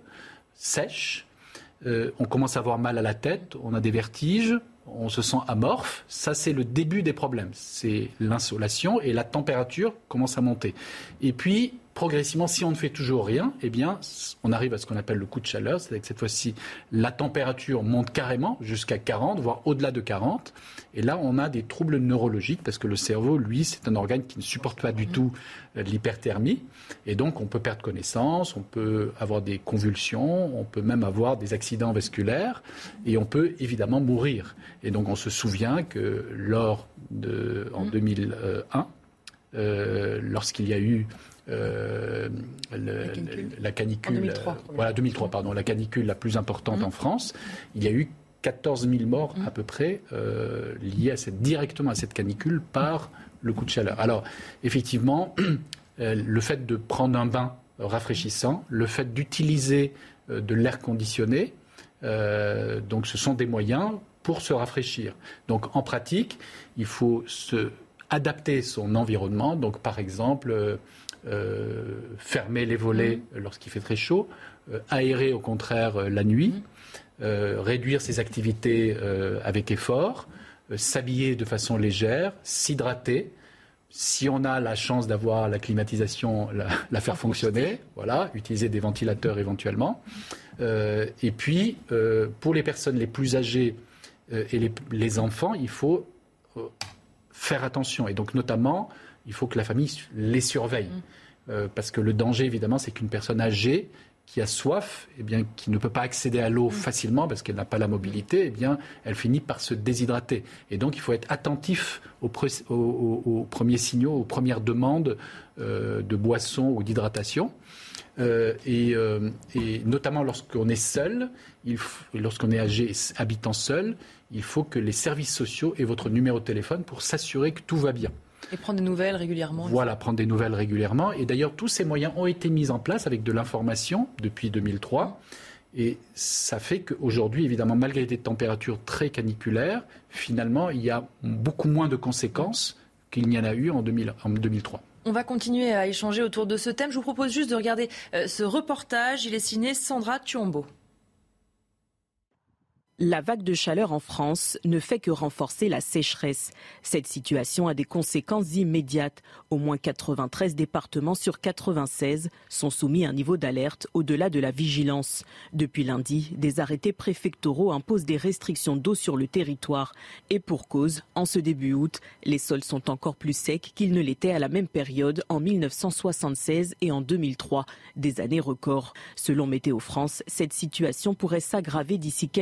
sèche. Euh, on commence à avoir mal à la tête, on a des vertiges, on se sent amorphe. Ça, c'est le début des problèmes. C'est l'insolation et la température commence à monter. Et puis, progressivement, si on ne fait toujours rien, eh bien, on arrive à ce qu'on appelle le coup de chaleur. C'est-à-dire que cette fois-ci, la température monte carrément jusqu'à quarante, voire au-delà de quarante. Et là, on a des troubles neurologiques parce que le cerveau, lui, c'est un organe qui ne supporte pas du tout l'hyperthermie. Et donc, on peut perdre connaissance, on peut avoir des convulsions, on peut même avoir des accidents vasculaires et on peut évidemment mourir. Et donc, on se souvient que lors de, en deux mille un, euh, lorsqu'il y a eu Euh, le, canicule. la canicule, en deux mille trois, euh, voilà deux mille trois pardon, la canicule la plus importante mmh. en France, il y a eu quatorze mille morts mmh. à peu près euh, liés à cette, directement à cette canicule par le coup de chaleur. Alors effectivement, euh, le fait de prendre un bain rafraîchissant, le fait d'utiliser euh, de l'air conditionné, euh, donc ce sont des moyens pour se rafraîchir. Donc en pratique, il faut se adapter son environnement. Donc par exemple euh, Euh, fermer les volets mmh. lorsqu'il fait très chaud, euh, aérer au contraire euh, la nuit, euh, réduire ses activités euh, avec effort, euh, s'habiller de façon légère, s'hydrater. Si on a la chance d'avoir la climatisation, la, la faire fonctionner, voilà, utiliser des ventilateurs éventuellement. Euh, et puis, euh, pour les personnes les plus âgées euh, et les, les enfants, il faut euh, faire attention. Et donc notamment, il faut que la famille les surveille. Mmh. Euh, parce que le danger, évidemment, c'est qu'une personne âgée qui a soif, eh bien, qui ne peut pas accéder à l'eau mmh. facilement parce qu'elle n'a pas la mobilité, eh bien, elle finit par se déshydrater. Et donc, il faut être attentif aux, pre- aux, aux, aux premiers signaux, aux premières demandes euh, de boissons ou d'hydratation. Euh, et, euh, et notamment lorsqu'on est seul, il f- lorsqu'on est âgé et habitant seul, il faut que les services sociaux aient votre numéro de téléphone pour s'assurer que tout va bien. Et prendre des nouvelles régulièrement. Voilà, prendre des nouvelles régulièrement. Et d'ailleurs, tous ces moyens ont été mis en place avec de l'information depuis deux mille trois. Et ça fait qu'aujourd'hui, évidemment, malgré des températures très caniculaires, finalement, il y a beaucoup moins de conséquences qu'il n'y en a eu en, deux mille, en deux mille trois. On va continuer à échanger autour de ce thème. Je vous propose juste de regarder euh, ce reportage. Il est signé Sandra Tuombo. La vague de chaleur en France ne fait que renforcer la sécheresse. Cette situation a des conséquences immédiates. Au moins quatre-vingt-treize départements sur quatre-vingt-seize sont soumis à un niveau d'alerte au-delà de la vigilance. Depuis lundi, des arrêtés préfectoraux imposent des restrictions d'eau sur le territoire. Et pour cause, en ce début août, les sols sont encore plus secs qu'ils ne l'étaient à la même période en mille neuf cent soixante-seize et en deux mille trois, des années records. Selon Météo France, cette situation pourrait s'aggraver d'ici quelques jours.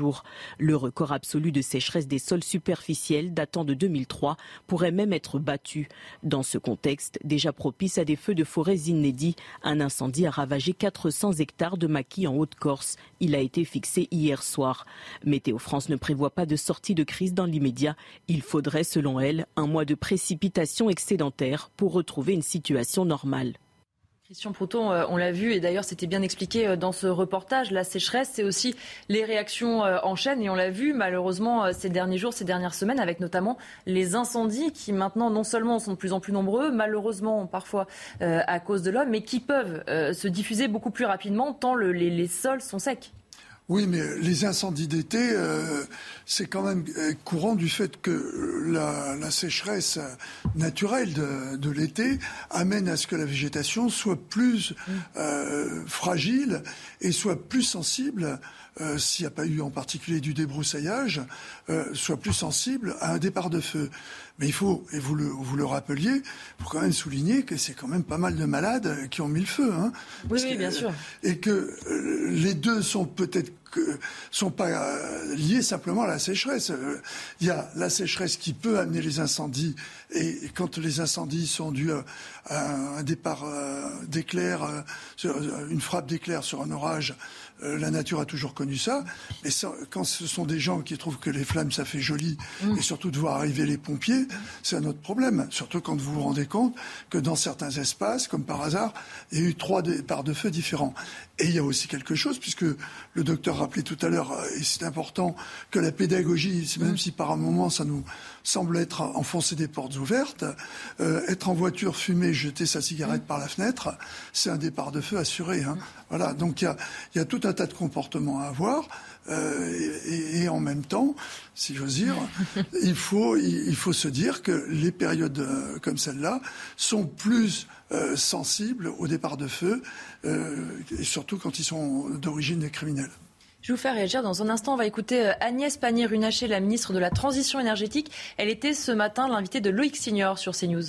jours. Le record absolu de sécheresse des sols superficiels datant de deux mille trois pourrait même être battu. Dans ce contexte, déjà propice à des feux de forêt inédits, un incendie a ravagé quatre cents hectares de maquis en Haute-Corse. Il a été fixé hier soir. Météo France ne prévoit pas de sortie de crise dans l'immédiat. Il faudrait, selon elle, un mois de précipitations excédentaires pour retrouver une situation normale. Christian Prouton, on l'a vu et d'ailleurs c'était bien expliqué dans ce reportage, la sécheresse c'est aussi les réactions en chaîne et on l'a vu malheureusement ces derniers jours, ces dernières semaines avec notamment les incendies qui maintenant non seulement sont de plus en plus nombreux, malheureusement parfois euh, à cause de l'homme, mais qui peuvent euh, se diffuser beaucoup plus rapidement tant le, les, les sols sont secs. Oui, mais les incendies d'été, euh, c'est quand même courant du fait que la, la sécheresse naturelle de, de l'été amène à ce que la végétation soit plus euh, fragile et soit plus sensible, euh, s'il n'y a pas eu en particulier du débroussaillage, euh, soit plus sensible à un départ de feu. Mais il faut, et vous le, vous le rappeliez, il faut quand même souligner que c'est quand même pas mal de malades qui ont mis le feu. Hein, oui, oui, bien sûr. Et que euh, les deux sont peut-être que, sont pas euh, liés simplement à la sécheresse. Il y a la sécheresse qui peut amener les incendies, et, et quand les incendies sont dus à, à un départ euh, d'éclair, euh, sur, une frappe d'éclair sur un orage, euh, la nature a toujours connu ça. Mais ça, quand ce sont des gens qui trouvent que les flammes ça fait joli, mmh. et surtout de voir arriver les pompiers, c'est un autre problème. Surtout quand vous vous rendez compte que dans certains espaces, comme par hasard, il y a eu trois départs de feu différents. Et il y a aussi quelque chose, puisque le docteur rappelait tout à l'heure, et c'est important, que la pédagogie, même si par un moment ça nous semble être enfoncer des portes ouvertes, euh, être en voiture, fumer, jeter sa cigarette mmh. par la fenêtre, c'est un départ de feu assuré. Hein. Mmh. Voilà, donc il y a, il y a tout un tas de comportements à avoir. Euh, et, et en même temps, si j'ose dire, il faut, il, il faut se dire que les périodes euh, comme celle-là sont plus euh, sensibles au départ de feu, euh, et surtout quand ils sont d'origine criminelle. Je vais vous faire réagir dans un instant. On va écouter Agnès Pannier-Runacher, la ministre de la Transition énergétique. Elle était ce matin l'invitée de Loïc Signor sur CNews.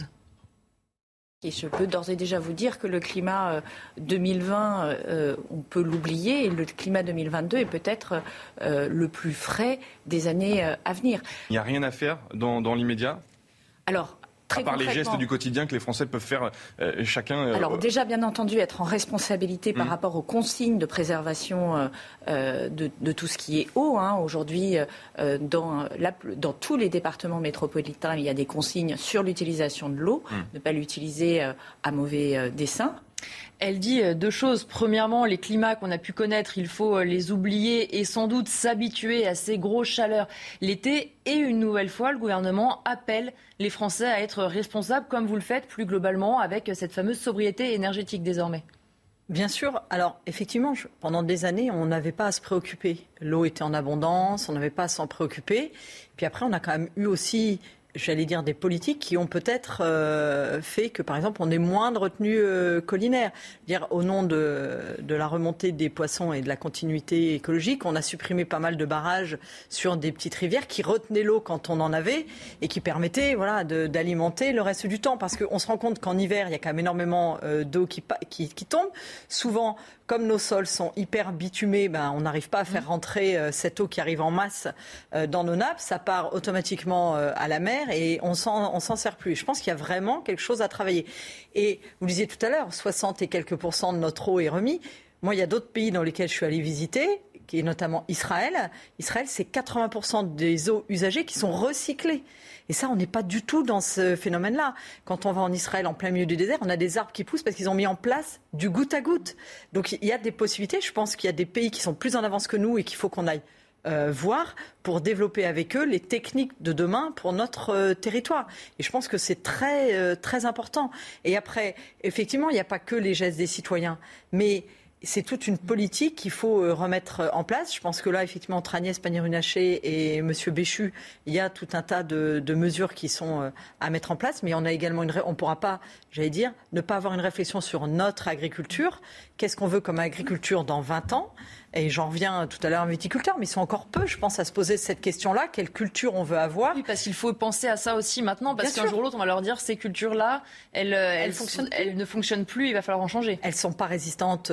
Et je peux d'ores et déjà vous dire que le climat deux mille vingt, euh, on peut l'oublier, et le climat deux mille vingt-deux est peut-être euh, le plus frais des années euh, à venir. Il n'y a rien à faire dans, dans l'immédiat ? Alors, très à part les gestes du quotidien que les Français peuvent faire euh, chacun. Euh, Alors déjà, bien entendu, être en responsabilité par mmh. rapport aux consignes de préservation euh, de, de tout ce qui est eau. Hein. Aujourd'hui, euh, dans, la, dans tous les départements métropolitains, il y a des consignes sur l'utilisation de l'eau, mmh. ne pas l'utiliser euh, à mauvais euh, dessein. Elle dit deux choses. Premièrement, les climats qu'on a pu connaître, il faut les oublier et sans doute s'habituer à ces grosses chaleurs l'été. Et une nouvelle fois, le gouvernement appelle les Français à être responsables, comme vous le faites plus globalement avec cette fameuse sobriété énergétique désormais. Bien sûr. Alors, effectivement, je, pendant des années, on n'avait pas à se préoccuper. L'eau était en abondance, on n'avait pas à s'en préoccuper. Puis après, on a quand même eu aussi... j'allais dire des politiques qui ont peut-être euh, fait que, par exemple, on ait moins de retenues euh, collinaires. Dire, au nom de, de la remontée des poissons et de la continuité écologique, on a supprimé pas mal de barrages sur des petites rivières qui retenaient l'eau quand on en avait et qui permettaient voilà, de, d'alimenter le reste du temps. Parce qu'on se rend compte qu'en hiver, il y a quand même énormément euh, d'eau qui, qui, qui tombe. Souvent, comme nos sols sont hyper bitumés, ben, on n'arrive pas à faire rentrer euh, cette eau qui arrive en masse euh, dans nos nappes. Ça part automatiquement euh, à la mer et on s'en, on s'en sert plus. Je pense qu'il y a vraiment quelque chose à travailler. Et vous le disiez tout à l'heure, soixante et quelques pourcents de notre eau est remis. Moi, il y a d'autres pays dans lesquels je suis allée visiter, qui est notamment Israël. Israël, c'est quatre-vingts pour cent des eaux usagées qui sont recyclées. Et ça, on n'est pas du tout dans ce phénomène-là. Quand on va en Israël, en plein milieu du désert, on a des arbres qui poussent parce qu'ils ont mis en place du goutte à goutte. Donc il y a des possibilités. Je pense qu'il y a des pays qui sont plus en avance que nous et qu'il faut qu'on aille euh, voir pour développer avec eux les techniques de demain pour notre euh, territoire. Et je pense que c'est très, euh, très important. Et après, effectivement, il n'y a pas que les gestes des citoyens, mais... c'est toute une politique qu'il faut remettre en place. Je pense que là, effectivement, entre Agnès Pannier-Runacher et M. Béchu, il y a tout un tas de, de mesures qui sont à mettre en place. Mais on a également une, on ne pourra pas, j'allais dire, ne pas avoir une réflexion sur notre agriculture. Qu'est-ce qu'on veut comme agriculture dans vingt ans ? Et j'en reviens tout à l'heure aux viticulteurs, mais ils sont encore peu, je pense, à se poser cette question-là. Quelle culture on veut avoir ? Oui, parce qu'il faut penser à ça aussi maintenant, parce Bien qu'un sûr. jour ou l'autre, on va leur dire ces cultures-là, elles, elles, elles, elles ne fonctionnent plus, il va falloir en changer. Elles ne sont pas résistantes à la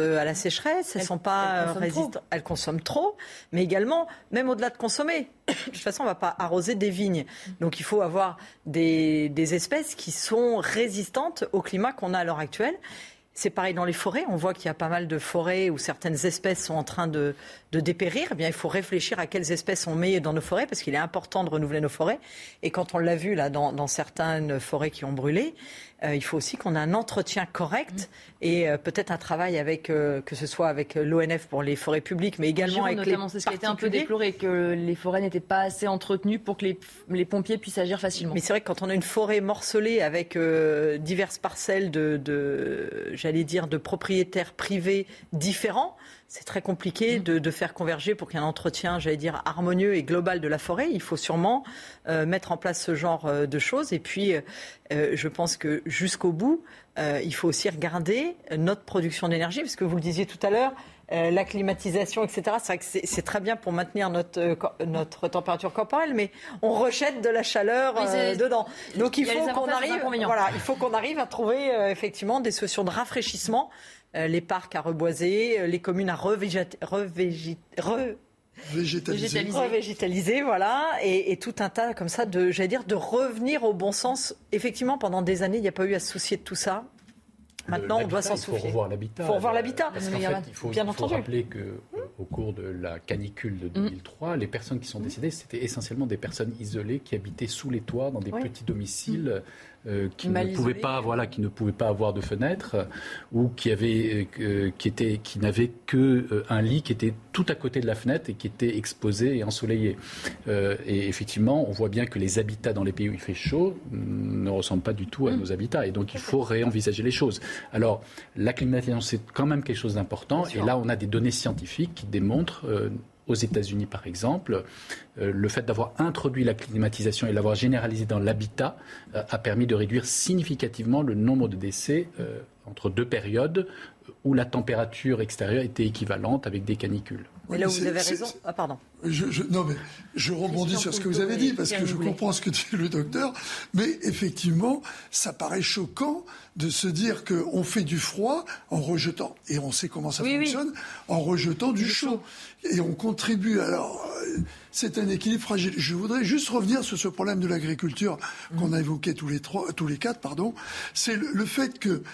sécheresse, elles, elles sont pas elles résistantes, elles consomment trop, mais également, même au-delà de consommer, de toute façon, on ne va pas arroser des vignes. Donc il faut avoir des, des espèces qui sont résistantes au climat qu'on a à l'heure actuelle. C'est pareil dans les forêts. On voit qu'il y a pas mal de forêts où certaines espèces sont en train de, de dépérir. Eh bien, il faut réfléchir à quelles espèces on met dans nos forêts parce qu'il est important de renouveler nos forêts. Et quand on l'a vu là dans, dans certaines forêts qui ont brûlé, euh, il faut aussi qu'on ait un entretien correct mmh. et euh, peut-être un travail avec, euh, que ce soit avec l'O N F pour les forêts publiques, mais également Jérôme, avec notamment, les c'est ce qui a été un peu particuliers. déploré, que les forêts n'étaient pas assez entretenues pour que les, les pompiers puissent agir facilement. Mais c'est vrai que quand on a une forêt morcelée avec euh, diverses parcelles de, de, j'allais dire, de propriétaires privés différents, c'est très compliqué de, de faire converger pour qu'il y ait un entretien, j'allais dire, harmonieux et global de la forêt. Il faut sûrement euh, mettre en place ce genre euh, de choses. Et puis, euh, je pense que jusqu'au bout, euh, il faut aussi regarder notre production d'énergie, parce que vous le disiez tout à l'heure, euh, la climatisation, et cetera. C'est vrai que c'est, c'est très bien pour maintenir notre, euh, notre température corporelle, mais on rejette de la chaleur oui, euh, dedans. Donc, il, il faut qu'on arrive, voilà, il faut qu'on arrive à trouver euh, effectivement des solutions de rafraîchissement. Euh, les parcs à reboiser, euh, les communes à revégétaliser, revégé... re... végétaliser. revégétaliser, voilà, et, et tout un tas comme ça de, j'allais dire, de revenir au bon sens. Effectivement, pendant des années, il n'y a pas eu à se soucier de tout ça. Maintenant, on doit s'en soucier. Il faut revoir l'habitat. Il faut revoir l'habitat. Parce qu'en fait, il faut, bien il faut entendu. rappeler qu'au cours de la canicule de deux mille trois, mmh. les personnes qui sont décédées, c'était essentiellement des personnes isolées qui habitaient sous les toits, dans des oui. petits domiciles. Mmh. Euh, qui Mal ne pouvaient pas, voilà, qui ne pouvaient pas avoir de fenêtre euh, ou qui avaient, euh, qui étaient, qui n'avaient que euh, un lit qui était tout à côté de la fenêtre et qui était exposé et ensoleillé. Euh, et effectivement, on voit bien que les habitats dans les pays où il fait chaud ne ressemblent pas du tout à mmh. nos habitats. Et donc, il faut réenvisager les choses. Alors, la climatisation, c'est quand même quelque chose d'important. Et là, on a des données scientifiques qui démontrent. Euh, Aux États-Unis, par exemple, euh, le fait d'avoir introduit la climatisation et l'avoir généralisée dans l'habitat euh, a permis de réduire significativement le nombre de décès euh, entre deux périodes où la température extérieure était équivalente avec des canicules. Mais là où vous avez raison. Ah, pardon. Je, je, non, mais je rebondis sur ce que vous avez dit, parce que je comprends ce que dit le docteur. Mais effectivement, ça paraît choquant de se dire qu'on fait du froid en rejetant, et on sait comment ça oui, fonctionne, oui. en rejetant du, du chaud. chaud. Et on contribue. Alors, c'est un équilibre fragile. Je voudrais juste revenir sur ce problème de l'agriculture mmh. qu'on a évoqué tous les, trois, tous les quatre. Pardon. C'est le, le fait que,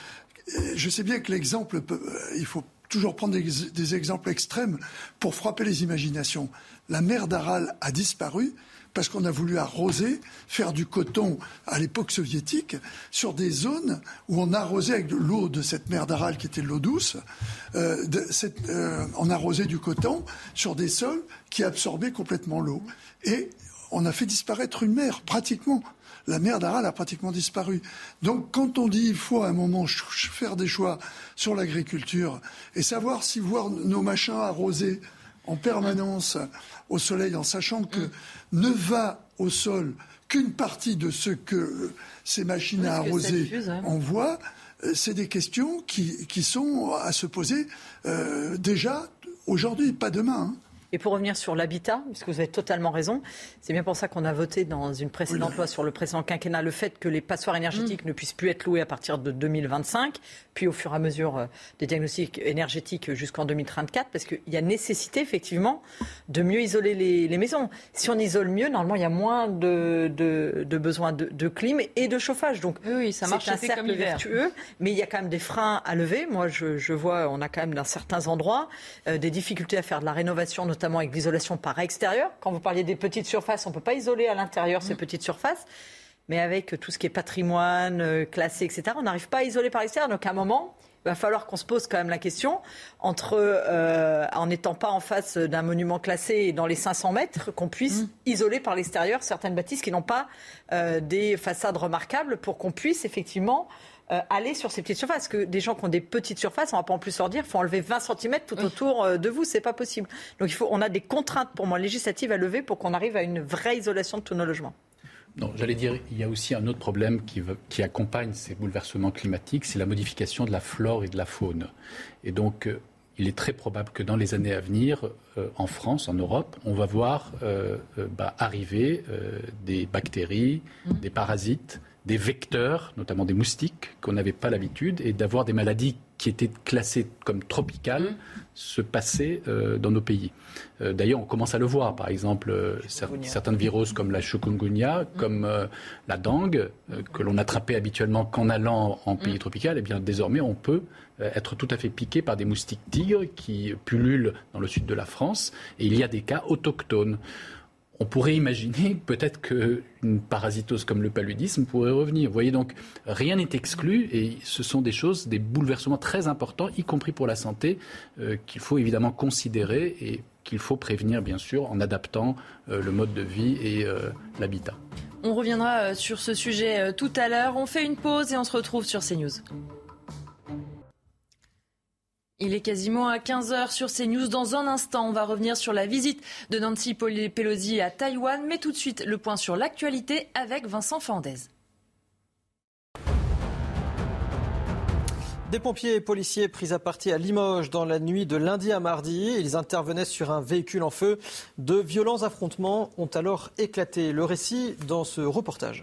je sais bien que l'exemple, peut, il faut toujours prendre des, des exemples extrêmes pour frapper les imaginations. La mer d'Aral a disparu parce qu'on a voulu arroser, faire du coton à l'époque soviétique, sur des zones où on arrosait avec de l'eau de cette mer d'Aral qui était de l'eau douce, euh, de cette, euh, on arrosait du coton sur des sols qui absorbaient complètement l'eau. Et on a fait disparaître une mer, pratiquement. La mer d'Aral a pratiquement disparu. Donc quand on dit qu'il faut à un moment faire des choix sur l'agriculture et savoir si voir nos machins arrosés en permanence au soleil en sachant que mmh. ne va au sol qu'une partie de ce que ces machines à arroser diffuse, hein. envoient, c'est des questions qui, qui sont à se poser euh, déjà aujourd'hui, pas demain. Hein. Et pour revenir sur l'habitat, puisque vous avez totalement raison, c'est bien pour ça qu'on a voté dans une précédente oui. loi sur le précédent quinquennat le fait que les passoires énergétiques mmh. ne puissent plus être louées à partir de deux mille vingt-cinq, puis au fur et à mesure des diagnostics énergétiques jusqu'en deux mille trente-quatre, parce qu'il y a nécessité effectivement de mieux isoler les, les maisons. Si on isole mieux, normalement il y a moins de, de, de besoin de, de clim et de chauffage. Donc oui, ça marche c'est un cercle comme vertueux, mais il y a quand même des freins à lever. Moi je, je vois, on a quand même dans certains endroits euh, des difficultés à faire de la rénovation, notamment avec l'isolation par extérieur. Quand vous parliez des petites surfaces, on ne peut pas isoler à l'intérieur ces mmh. petites surfaces. Mais avec tout ce qui est patrimoine, euh, classé, et cetera, on n'arrive pas à isoler par extérieur. Donc à un moment, il va falloir qu'on se pose quand même la question, entre, euh, en n'étant pas en face d'un monument classé et dans les cinq cents mètres, qu'on puisse mmh. isoler par l'extérieur certaines bâtisses qui n'ont pas euh, des façades remarquables pour qu'on puisse effectivement Euh, aller sur ces petites surfaces. Parce que des gens qui ont des petites surfaces, on ne va pas en plus leur dire, il faut enlever vingt centimètres tout oui. autour euh, de vous, c'est pas possible. Donc il faut, on a des contraintes pour moi législatives à lever pour qu'on arrive à une vraie isolation de tous nos logements. Non, j'allais dire, il y a aussi un autre problème qui, qui accompagne ces bouleversements climatiques, c'est la modification de la flore et de la faune. Et donc, euh, il est très probable que dans les années à venir, euh, en France, en Europe, on va voir euh, euh, bah, arriver euh, des bactéries, mmh. des parasites, des vecteurs, notamment des moustiques, qu'on n'avait pas l'habitude, et d'avoir des maladies qui étaient classées comme tropicales mmh. se passer euh, dans nos pays. Euh, d'ailleurs, on commence à le voir. Par exemple, euh, cer- certaines viroses comme la chikungunya, mmh. comme euh, la dengue, euh, que l'on attrapait habituellement qu'en allant en pays mmh. tropical, eh bien, désormais, on peut euh, être tout à fait piqué par des moustiques tigres qui pullulent dans le sud de la France. Et il y a des cas autochtones. On pourrait imaginer peut-être qu'une parasitose comme le paludisme pourrait revenir. Vous voyez, donc rien n'est exclu et ce sont des choses, des bouleversements très importants, y compris pour la santé, euh, qu'il faut évidemment considérer et qu'il faut prévenir bien sûr en adaptant euh, le mode de vie et euh, l'habitat. On reviendra sur ce sujet tout à l'heure. On fait une pause et on se retrouve sur CNews. Il est quasiment à quinze heures sur CNews. Dans un instant, on va revenir sur la visite de Nancy Pelosi à Taïwan. Mais tout de suite, le point sur l'actualité avec Vincent Fandez. Des pompiers et policiers pris à partie à Limoges dans la nuit de lundi à mardi. Ils intervenaient sur un véhicule en feu. De violents affrontements ont alors éclaté. Le récit dans ce reportage.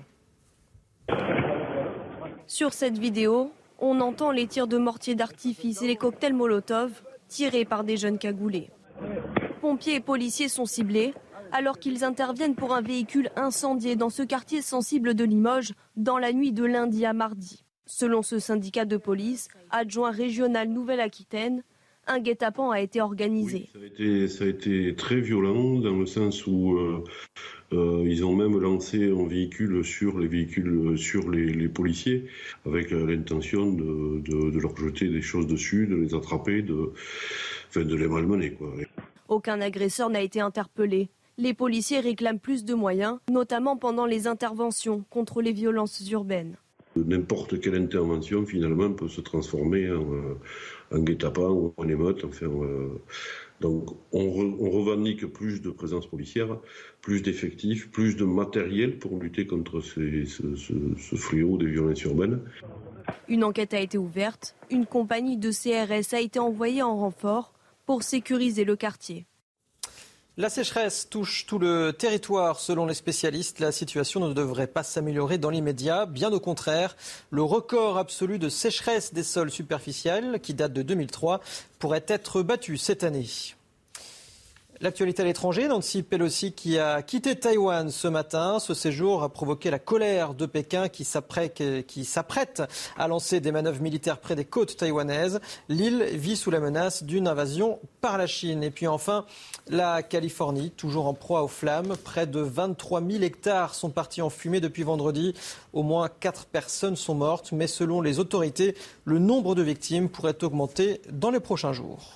Sur cette vidéo, on entend les tirs de mortier d'artifice et les cocktails Molotov tirés par des jeunes cagoulés. Pompiers et policiers sont ciblés alors qu'ils interviennent pour un véhicule incendié dans ce quartier sensible de Limoges dans la nuit de lundi à mardi. Selon ce syndicat de police, adjoint régional Nouvelle-Aquitaine, un guet-apens a été organisé. Oui, ça a été, ça a été très violent dans le sens où euh, euh, ils ont même lancé un véhicule sur les véhicules, sur les, les policiers, avec euh, l'intention de, de, de leur jeter des choses dessus, de les attraper, de, enfin, de les malmener, quoi. Aucun agresseur n'a été interpellé. Les policiers réclament plus de moyens, notamment pendant les interventions contre les violences urbaines. N'importe quelle intervention, finalement, peut se transformer en, en guet-apens ou en émeute. Enfin, euh, donc, on, re, on revendique plus de présence policière, plus d'effectifs, plus de matériel pour lutter contre ces, ce, ce, ce fléau des violences urbaines. Une enquête a été ouverte. Une compagnie de C R S a été envoyée en renfort pour sécuriser le quartier. La sécheresse touche tout le territoire. Selon les spécialistes, la situation ne devrait pas s'améliorer dans l'immédiat. Bien au contraire, le record absolu de sécheresse des sols superficiels, qui date de deux mille trois, pourrait être battu cette année. L'actualité à l'étranger, Nancy Pelosi qui a quitté Taïwan ce matin. Ce séjour a provoqué la colère de Pékin qui s'apprête, qui s'apprête à lancer des manœuvres militaires près des côtes taïwanaises. L'île vit sous la menace d'une invasion par la Chine. Et puis enfin, la Californie, toujours en proie aux flammes. Près de vingt-trois mille hectares sont partis en fumée depuis vendredi. Au moins quatre personnes sont mortes. Mais selon les autorités, le nombre de victimes pourrait augmenter dans les prochains jours.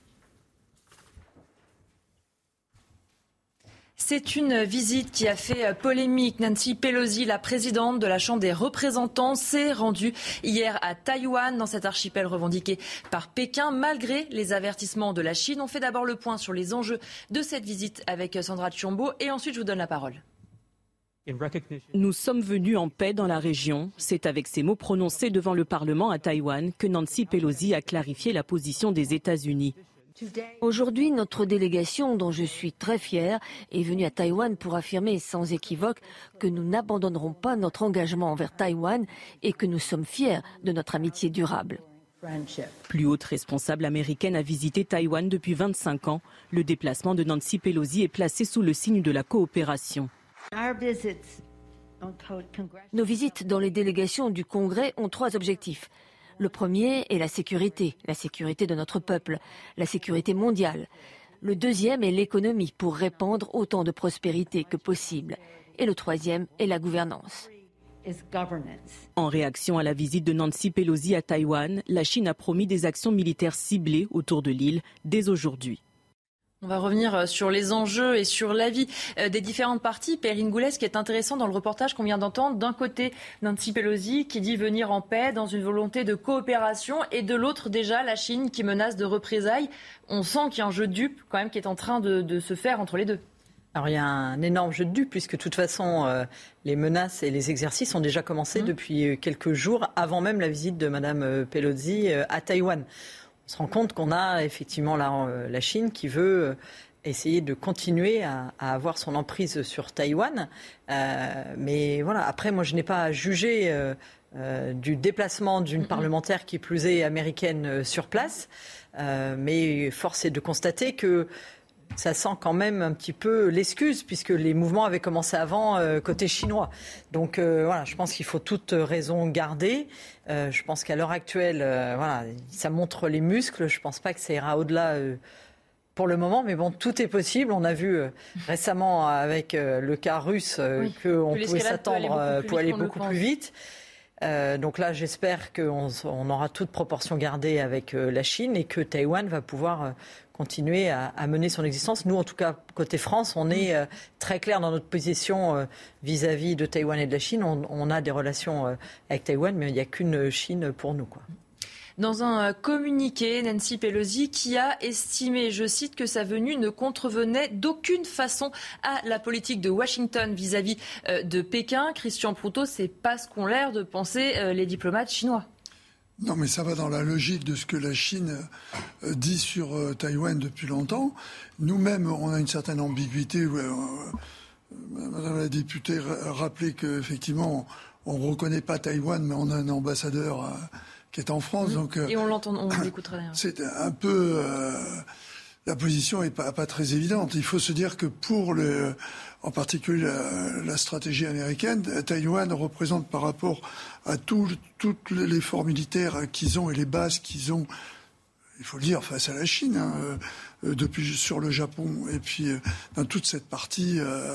C'est une visite qui a fait polémique. Nancy Pelosi, la présidente de la Chambre des représentants, s'est rendue hier à Taïwan, dans cet archipel revendiqué par Pékin, malgré les avertissements de la Chine. On fait d'abord le point sur les enjeux de cette visite avec Sandra Tchiombo et ensuite je vous donne la parole. Nous sommes venus en paix dans la région. C'est avec ces mots prononcés devant le Parlement à Taïwan que Nancy Pelosi a clarifié la position des États-Unis. Aujourd'hui, notre délégation, dont je suis très fière, est venue à Taïwan pour affirmer sans équivoque que nous n'abandonnerons pas notre engagement envers Taïwan et que nous sommes fiers de notre amitié durable. Plus haute responsable américaine a visité Taïwan depuis vingt-cinq ans. Le déplacement de Nancy Pelosi est placé sous le signe de la coopération. Nos visites dans les délégations du Congrès ont trois objectifs. Le premier est la sécurité, la sécurité de notre peuple, la sécurité mondiale. Le deuxième est l'économie pour répandre autant de prospérité que possible. Et le troisième est la gouvernance. En réaction à la visite de Nancy Pelosi à Taïwan, la Chine a promis des actions militaires ciblées autour de l'île dès aujourd'hui. On va revenir sur les enjeux et sur l'avis des différentes parties. Perrine Goulet, ce qui est intéressant dans le reportage qu'on vient d'entendre, d'un côté Nancy Pelosi qui dit venir en paix dans une volonté de coopération et de l'autre déjà la Chine qui menace de représailles. On sent qu'il y a un jeu de dupes quand même qui est en train de, de se faire entre les deux. Alors il y a un énorme jeu de dupes puisque de toute façon euh, les menaces et les exercices ont déjà commencé mmh. depuis quelques jours avant même la visite de Mme Pelosi euh, à Taïwan. On se rend compte qu'on a effectivement la, la Chine qui veut essayer de continuer à, à avoir son emprise sur Taïwan. Euh, mais voilà, après, moi, je n'ai pas à juger euh, euh, du déplacement d'une parlementaire qui plus est américaine euh, sur place. Euh, mais force est de constater que ça sent quand même un petit peu l'excuse, puisque les mouvements avaient commencé avant euh, côté chinois. Donc euh, voilà, je pense qu'il faut toute raison garder. Euh, je pense qu'à l'heure actuelle, euh, voilà, ça montre les muscles. Je ne pense pas que ça ira au-delà euh, pour le moment, mais bon, tout est possible. On a vu euh, récemment avec euh, le cas russe euh, oui, qu'on pouvait s'attendre euh, pour aller beaucoup plus vite. Euh, donc là, j'espère qu'on on aura toute proportion gardée avec euh, la Chine et que Taïwan va pouvoir euh, continuer à, à mener son existence. Nous, en tout cas, côté France, on est euh, très clair dans notre position euh, vis-à-vis de Taïwan et de la Chine. On, on a des relations euh, avec Taïwan, mais il n'y a qu'une Chine pour nous, quoi. Dans un communiqué, Nancy Pelosi qui a estimé, je cite, que sa venue ne contrevenait d'aucune façon à la politique de Washington vis-à-vis de Pékin. Christian Proutot, c'est pas ce qu'ont l'air de penser les diplomates chinois. Non, mais ça va dans la logique de ce que la Chine dit sur Taïwan depuis longtemps. Nous-mêmes, on a une certaine ambiguïté. Madame la députée rappelait qu'effectivement, on ne reconnaît pas Taïwan, mais on a un ambassadeur qui est en France. Mmh. Donc, et on l'entend, on l'écoutera d'ailleurs. C'est un peu... Euh, la position n'est pas, pas très évidente. Il faut se dire que pour, le, en particulier la, la stratégie américaine, Taïwan représente par rapport à tout, tout l'effort militaire qu'ils ont et les bases qu'ils ont, il faut le dire, face à la Chine, hein, euh, depuis sur le Japon et puis euh, dans toute cette partie euh,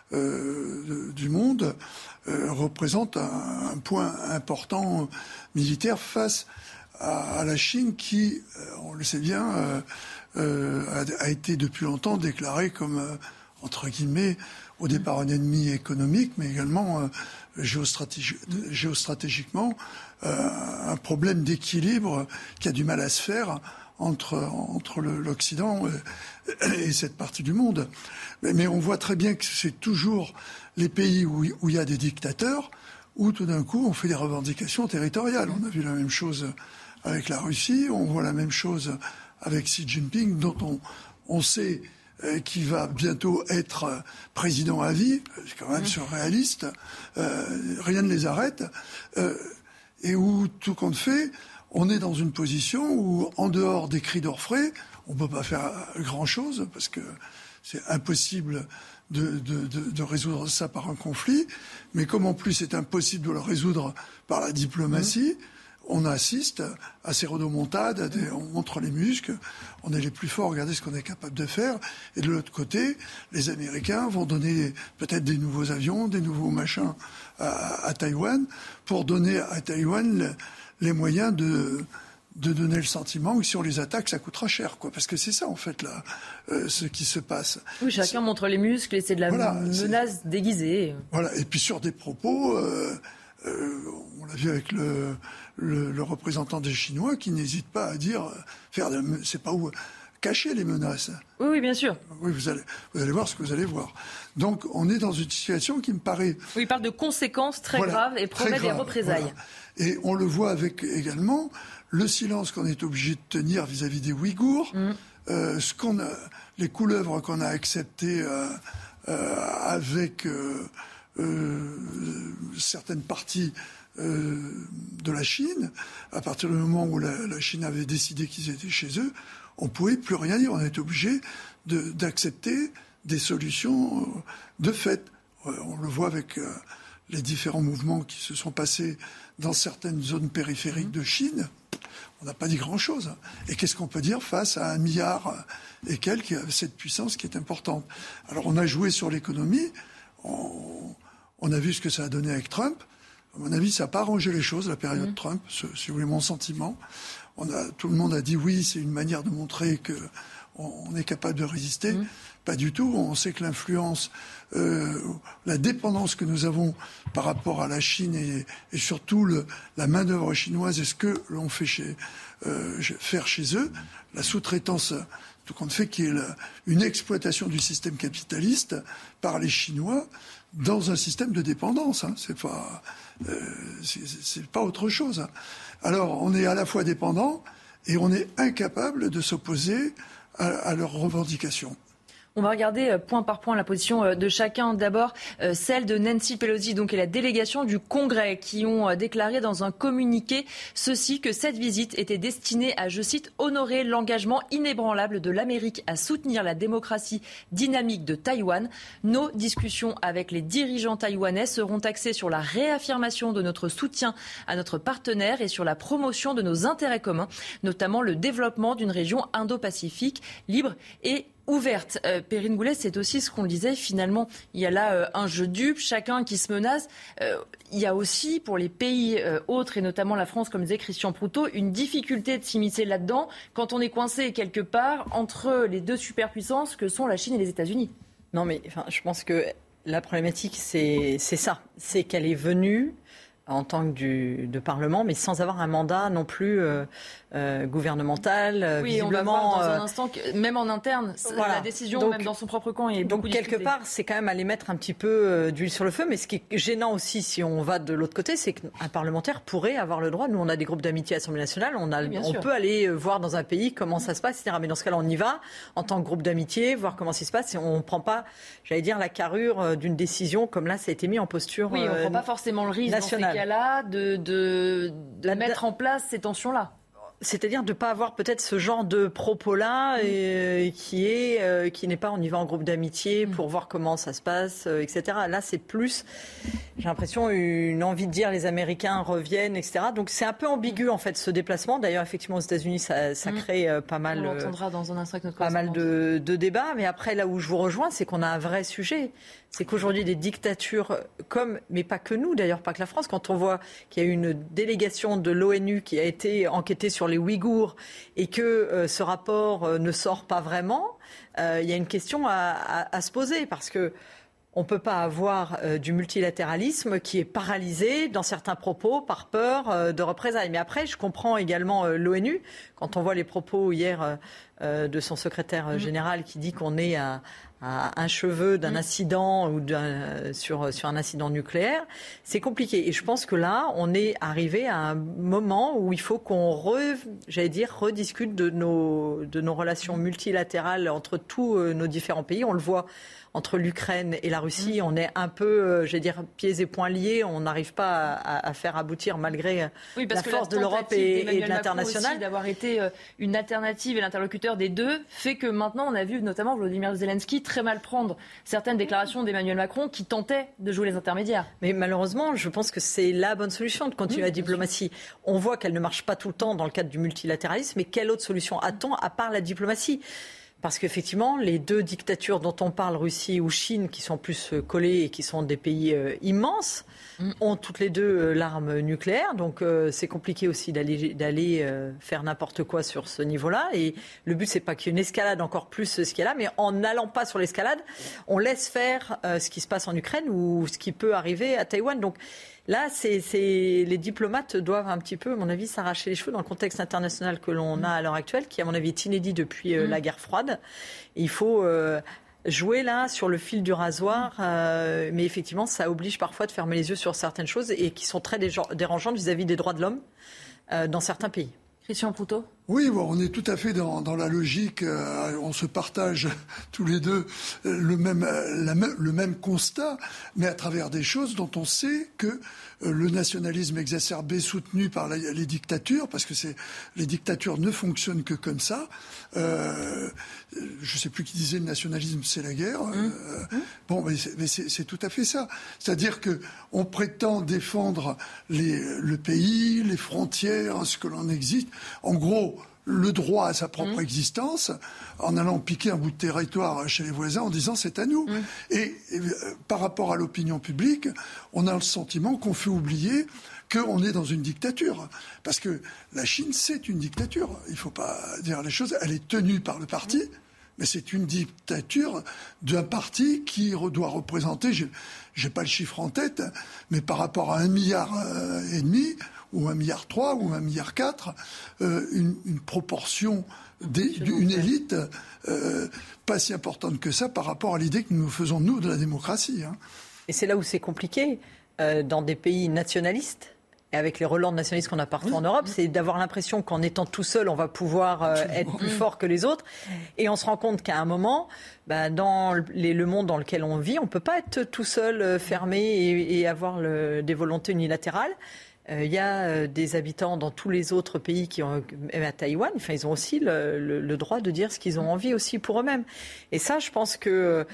euh, du monde, euh, représente un, un point important militaire face à, à la Chine qui, euh, on le sait bien, euh, euh, a, a été depuis longtemps déclarée comme, euh, entre guillemets, au départ un ennemi économique, mais également euh, géostratégi- géostratégiquement euh, un problème d'équilibre qui a du mal à se faire entre, entre le, l'Occident et, et cette partie du monde. Mais, mais on voit très bien que c'est toujours les pays où, où il y a des dictateurs où tout d'un coup on fait des revendications territoriales. On a vu la même chose avec la Russie, on voit la même chose avec Xi Jinping, dont on, on sait euh, qu'il va bientôt être euh, président à vie, c'est quand même surréaliste, euh, rien ne les arrête, euh, et où tout compte fait, on est dans une position où, en dehors des cris d'orfraie, on ne peut pas faire grand-chose, parce que c'est impossible de, de, de, de résoudre ça par un conflit, mais comme en plus c'est impossible de le résoudre par la diplomatie, mmh. on assiste à ces rodomontades, à des, on montre les muscles, on est les plus forts, regardez ce qu'on est capable de faire, et de l'autre côté, les Américains vont donner peut-être des nouveaux avions, des nouveaux machins à, à Taïwan, pour donner à Taïwan le, les moyens de... de donner le sentiment que si on les attaque, ça coûtera cher, quoi. Parce que c'est ça, en fait, là, euh, ce qui se passe. Oui, chacun c'est... montre les muscles et c'est de la voilà, menace c'est... déguisée. Voilà, et puis sur des propos, euh, euh, on l'a vu avec le, le, le représentant des Chinois qui n'hésite pas à dire, faire, de, c'est pas où, cacher les menaces. Oui, oui, bien sûr. Oui, vous allez, vous allez voir ce que vous allez voir. Donc, on est dans une situation qui me paraît... Oui, il parle de conséquences très voilà, graves et promet des représailles. Voilà. Et on le voit avec également le silence qu'on est obligé de tenir vis-à-vis des Ouïghours, mmh. euh, ce qu'on a, les couleuvres qu'on a acceptées euh, euh, avec euh, euh, certaines parties euh, de la Chine, à partir du moment où la, la Chine avait décidé qu'ils étaient chez eux, on ne pouvait plus rien dire. On était obligé de, d'accepter des solutions de fait. On le voit avec euh, les différents mouvements qui se sont passés dans certaines zones périphériques de Chine. On n'a pas dit grand-chose. Et qu'est-ce qu'on peut dire face à un milliard et quelques, cette puissance qui est importante? Alors on a joué sur l'économie, on, on a vu ce que ça a donné avec Trump. À mon avis, ça n'a pas arrangé les choses, la période mmh. Trump, ce, si vous voulez mon sentiment. On a, tout le monde a dit oui, c'est une manière de montrer que on, on est capable de résister. Mmh. Pas du tout. On sait que l'influence, euh, la dépendance que nous avons par rapport à la Chine et, et surtout le, la main-d'œuvre chinoise et ce que l'on fait chez, euh, faire chez eux, la sous-traitance, tout compte fait qu'il y ait la, une exploitation du système capitaliste par les Chinois dans un système de dépendance. Hein. C'est pas, euh, c'est, c'est pas autre chose. Hein. Alors, on est à la fois dépendant et on est incapable de s'opposer à, à leurs revendications. On va regarder point par point la position de chacun. D'abord, celle de Nancy Pelosi, donc, et la délégation du Congrès, qui ont déclaré dans un communiqué ceci, que cette visite était destinée à, je cite, honorer l'engagement inébranlable de l'Amérique à soutenir la démocratie dynamique de Taïwan. Nos discussions avec les dirigeants taïwanais seront axées sur la réaffirmation de notre soutien à notre partenaire et sur la promotion de nos intérêts communs, notamment le développement d'une région indo-pacifique libre et ouverte. Euh, Perrine Goulet, c'est aussi ce qu'on le disait, finalement, il y a là euh, un jeu dupe, chacun qui se menace. Euh, il y a aussi, pour les pays euh, autres, et notamment la France, comme disait Christian Proutot, une difficulté de s'immiscer là-dedans quand on est coincé quelque part entre les deux superpuissances que sont la Chine et les États-Unis. Non, mais enfin, je pense que la problématique, c'est, c'est ça. C'est qu'elle est venue en tant que du, de Parlement, mais sans avoir un mandat non plus euh, euh, gouvernemental. Oui, visiblement, on va voir dans euh, un instant que même en interne, voilà. La décision, donc, même dans son propre camp, est beaucoup donc quelque discutée. part, c'est quand même aller mettre un petit peu euh, d'huile sur le feu. Mais ce qui est gênant aussi, si on va de l'autre côté, c'est qu'un parlementaire pourrait avoir le droit. Nous, on a des groupes d'amitié à l'Assemblée nationale. On, a, oui, on peut aller voir dans un pays comment ça se passe, et cetera. Mais dans ce cas-là, on y va en tant que groupe d'amitié, voir comment ça se passe. Et on ne prend pas, j'allais dire, la carrure d'une décision comme là, ça a été mis en posture Oui, on ne euh, prend pas forcément le risque nationale. dans ces cas-là de, de, de mettre en place ces tensions-là. C'est-à-dire de ne pas avoir peut-être ce genre de propos-là, mmh. et, qui est euh, qui n'est pas on y va en groupe d'amitié mmh. pour voir comment ça se passe, euh, et cetera. Là, c'est plus, j'ai l'impression, une envie de dire les Américains reviennent, et cetera. Donc c'est un peu ambigu en fait ce déplacement. D'ailleurs, effectivement, aux États-Unis, ça, ça crée euh, pas mal, on l'entendra dans un instant avec notre pas mal de, de débats. Mais après, là où je vous rejoins, c'est qu'on a un vrai sujet. C'est qu'aujourd'hui, des dictatures comme, mais pas que nous d'ailleurs, pas que la France, quand on voit qu'il y a une délégation de l'ONU qui a été enquêtée sur les Ouïghours et que euh, ce rapport euh, ne sort pas vraiment, euh, il y a une question à, à, à se poser parce que on ne peut pas avoir euh, du multilatéralisme qui est paralysé dans certains propos par peur euh, de représailles. Mais après, je comprends également euh, l'ONU, quand on voit les propos hier euh, de son secrétaire euh, général qui dit qu'on est à, à un cheveu d'un incident ou d'un, sur, sur un incident nucléaire, c'est compliqué. Et je pense que là, on est arrivé à un moment où il faut qu'on, re, j'allais dire, rediscute de nos, de nos relations multilatérales entre tous euh, nos différents pays. On le voit entre l'Ukraine et la Russie, on est un peu, euh, je vais dire, pieds et poings liés. On n'arrive pas à, à faire aboutir, malgré oui, parce la que force la de l'Europe et, et de l'international. Aussi, d'avoir été euh, une alternative et l'interlocuteur des deux, fait que maintenant, on a vu notamment Volodymyr Zelensky très mal prendre certaines déclarations d'Emmanuel Macron qui tentaient de jouer les intermédiaires. Mais malheureusement, je pense que c'est la bonne solution de continuer oui, la diplomatie. On voit qu'elle ne marche pas tout le temps dans le cadre du multilatéralisme, mais quelle autre solution a-t-on à part la diplomatie ? Parce qu'effectivement, les deux dictatures dont on parle, Russie ou Chine, qui sont plus collées et qui sont des pays euh, immenses, mm. ont toutes les deux euh, l'arme nucléaire. Donc euh, c'est compliqué aussi d'aller, d'aller euh, faire n'importe quoi sur ce niveau-là. Et le but, c'est pas qu'il y ait une escalade encore plus ce qu'il y a là, mais en n'allant pas sur l'escalade, on laisse faire euh, ce qui se passe en Ukraine ou ce qui peut arriver à Taïwan. Donc là, c'est, c'est, les diplomates doivent un petit peu, à mon avis, s'arracher les cheveux dans le contexte international que l'on a à l'heure actuelle, qui, à mon avis, est inédit depuis euh, mmh. la guerre froide. Il faut euh, jouer là sur le fil du rasoir, euh, mais effectivement, ça oblige parfois de fermer les yeux sur certaines choses et qui sont très dérangeantes vis-à-vis des droits de l'homme euh, dans certains pays. Christian Proutot ? Oui, bon, on est tout à fait dans, dans la logique. Euh, on se partage tous les deux le même, la, le même constat, mais à travers des choses dont on sait que euh, le nationalisme exacerbé soutenu par la, les dictatures, parce que c'est, les dictatures ne fonctionnent que comme ça. Euh, je ne sais plus qui disait le nationalisme, c'est la guerre. Mmh. Euh, mmh. Bon, mais, c'est, mais c'est, c'est tout à fait ça. C'est-à-dire que on prétend défendre les, le pays, les frontières, ce que l'on existe. En gros, le droit à sa propre mmh. existence, en allant piquer un bout de territoire chez les voisins en disant c'est à nous. Mmh. Et, et euh, par rapport à l'opinion publique, on a le sentiment qu'on fait oublier qu'on est dans une dictature. Parce que la Chine, c'est une dictature. Il ne faut pas dire les choses. Elle est tenue par le parti, mmh. mais c'est une dictature d'un parti qui doit représenter, je n'ai pas le chiffre en tête, mais par rapport à un milliard euh, et demi, ou un milliard trois, ou un milliard quatre, euh, une, une proportion, des, d'une élite euh, pas si importante que ça par rapport à l'idée que nous nous faisons, nous, de la démocratie. Hein. Et c'est là où c'est compliqué, euh, dans des pays nationalistes, et avec les relents nationalistes qu'on a partout en Europe, c'est d'avoir l'impression qu'en étant tout seul, on va pouvoir euh, être plus fort que les autres. Et on se rend compte qu'à un moment, bah, dans les, le monde dans lequel on vit, on ne peut pas être tout seul, euh, fermé et, et avoir le, des volontés unilatérales. Il euh, y a euh, des habitants dans tous les autres pays qui ont, même à Taïwan, enfin, ils ont aussi le, le, le droit de dire ce qu'ils ont envie aussi pour eux-mêmes. Et ça, je pense que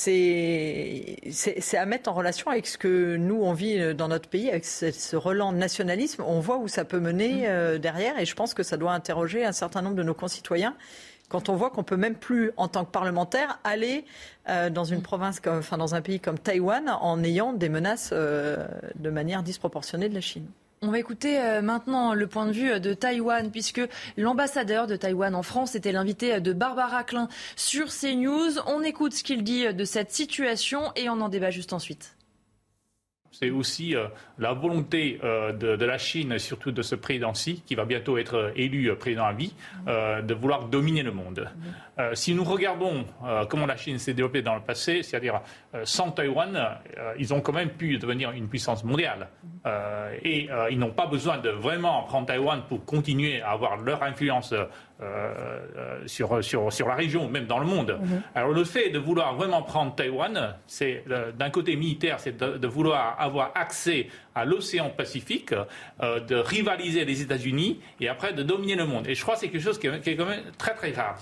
c'est, c'est, c'est à mettre en relation avec ce que nous, on vit dans notre pays, avec ce, ce relent de nationalisme. On voit où ça peut mener euh, derrière, et je pense que ça doit interroger un certain nombre de nos concitoyens. Quand on voit qu'on peut même plus, en tant que parlementaire, aller euh, dans une province, comme, enfin dans un pays comme Taïwan, en ayant des menaces euh, de manière disproportionnée de la Chine. On va écouter euh, maintenant le point de vue de Taïwan, puisque l'ambassadeur de Taïwan en France était l'invité de Barbara Klein sur CNews. On écoute ce qu'il dit de cette situation et on en débat juste ensuite. C'est aussi euh, la volonté euh, de, de la Chine, surtout de ce président-ci, qui va bientôt être élu président à vie, euh, de vouloir dominer le monde. Euh, si nous regardons euh, comment la Chine s'est développée dans le passé, c'est-à-dire euh, sans Taïwan, euh, ils ont quand même pu devenir une puissance mondiale. Euh, et euh, ils n'ont pas besoin de vraiment prendre Taïwan pour continuer à avoir leur influence euh, euh, sur, sur, sur la région, même dans le monde. Mmh. Alors le fait de vouloir vraiment prendre Taïwan, c'est euh, d'un côté militaire, c'est de, de vouloir avoir accès à l'océan Pacifique, euh, de rivaliser les États-Unis et après de dominer le monde. Et je crois que c'est quelque chose qui est, qui est quand même très très grave.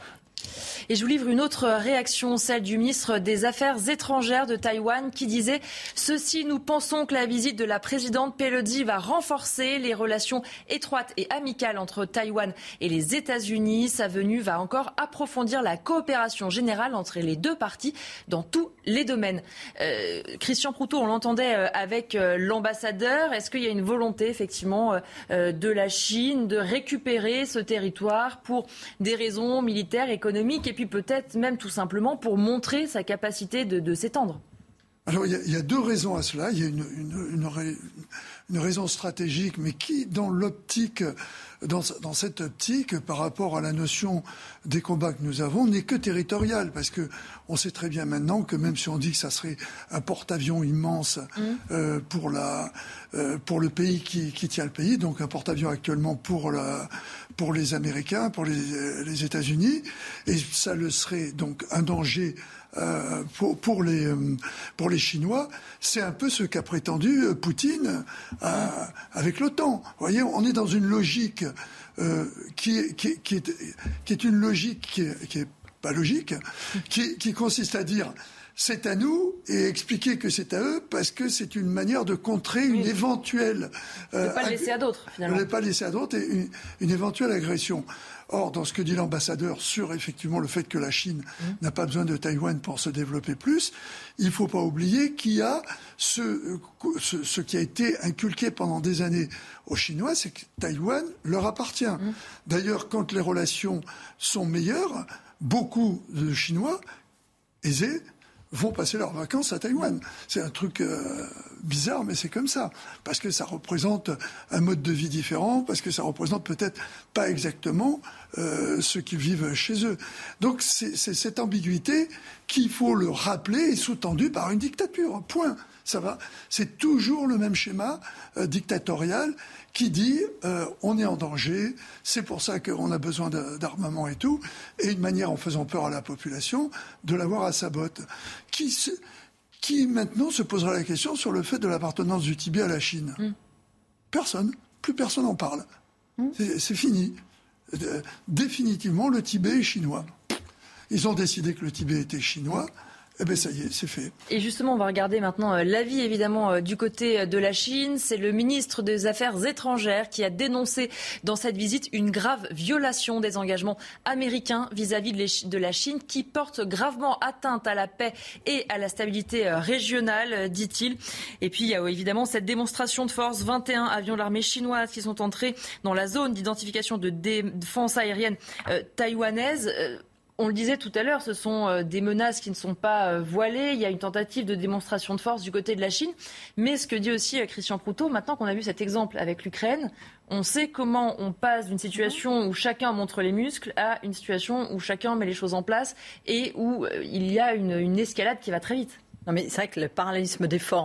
Et je vous livre une autre réaction, celle du ministre des Affaires étrangères de Taïwan qui disait « Ceci, nous pensons que la visite de la présidente Pelosi va renforcer les relations étroites et amicales entre Taïwan et les États-Unis. Sa venue va encore approfondir la coopération générale entre les deux parties dans tous les domaines. Euh, » Christian Proutot, on l'entendait avec l'ambassadeur. Est-ce qu'il y a une volonté, effectivement, de la Chine de récupérer ce territoire pour des raisons militaires, économiques et puis peut-être même tout simplement pour montrer sa capacité de, de s'étendre? Alors il y, a, il y a deux raisons à cela. Il y a une, une, une, rai, une raison stratégique, mais qui, dans l'optique, dans, dans cette optique, par rapport à la notion des combats que nous avons, n'est que territoriale, parce que on sait très bien maintenant que même si on dit que ça serait un porte-avions immense mmh. euh, pour la, euh, pour le pays qui, qui tient le pays, donc un porte-avions actuellement pour la, pour les Américains, pour les, les États-Unis, et ça le serait donc un danger. Euh, pour, pour, les, euh, pour les Chinois, c'est un peu ce qu'a prétendu euh, Poutine euh, avec l'OTAN. Vous voyez, on est dans une logique euh, qui, qui, qui, est, qui est une logique qui est, qui est pas logique, qui, qui consiste à dire c'est à nous et expliquer que c'est à eux parce que c'est une manière de contrer une oui. éventuelle... Euh, ne pas le laisser à d'autres, finalement. Ne pas le laisser à d'autres et une, une éventuelle agression. Or, dans ce que dit l'ambassadeur sur effectivement le fait que la Chine mmh. n'a pas besoin de Taïwan pour se développer plus, il ne faut pas oublier qu'il y a ce, ce, ce qui a été inculqué pendant des années aux Chinois, c'est que Taïwan leur appartient. Mmh. D'ailleurs, quand les relations sont meilleures, beaucoup de Chinois aisés vont passer leurs vacances à Taïwan. C'est un truc euh, bizarre, mais c'est comme ça. Parce que ça représente un mode de vie différent, parce que ça représente peut-être pas exactement euh, ce qu'ils vivent chez eux. Donc c'est, c'est cette ambiguïté qu'il faut le rappeler est sous-tendue par une dictature. Point. Ça va. C'est toujours le même schéma euh, dictatorial qui dit euh, on est en danger, c'est pour ça qu'on a besoin de, d'armement et tout, et une manière, en faisant peur à la population, de l'avoir à sa botte. Qui, se, qui maintenant se posera la question sur le fait de l'appartenance du Tibet à la Chine? mm. Personne. Plus personne n'en parle. Mm. C'est, c'est fini. Euh, définitivement, le Tibet est chinois. Ils ont décidé que le Tibet était chinois. Eh bien, ça y est, c'est fait. Et justement, on va regarder maintenant l'avis, évidemment, du côté de la Chine. C'est le ministre des Affaires étrangères qui a dénoncé dans cette visite une grave violation des engagements américains vis-à-vis de la Chine qui porte gravement atteinte à la paix et à la stabilité régionale, dit-il. Et puis, il y a évidemment cette démonstration de force. vingt et un avions de l'armée chinoise qui sont entrés dans la zone d'identification de défense aérienne euh, taïwanaise. Euh, On le disait tout à l'heure, ce sont des menaces qui ne sont pas voilées. Il y a une tentative de démonstration de force du côté de la Chine. Mais ce que dit aussi Christian Proutot, maintenant qu'on a vu cet exemple avec l'Ukraine, on sait comment on passe d'une situation où chacun montre les muscles à une situation où chacun met les choses en place et où il y a une, une escalade qui va très vite. Non mais c'est vrai que le parallélisme des formes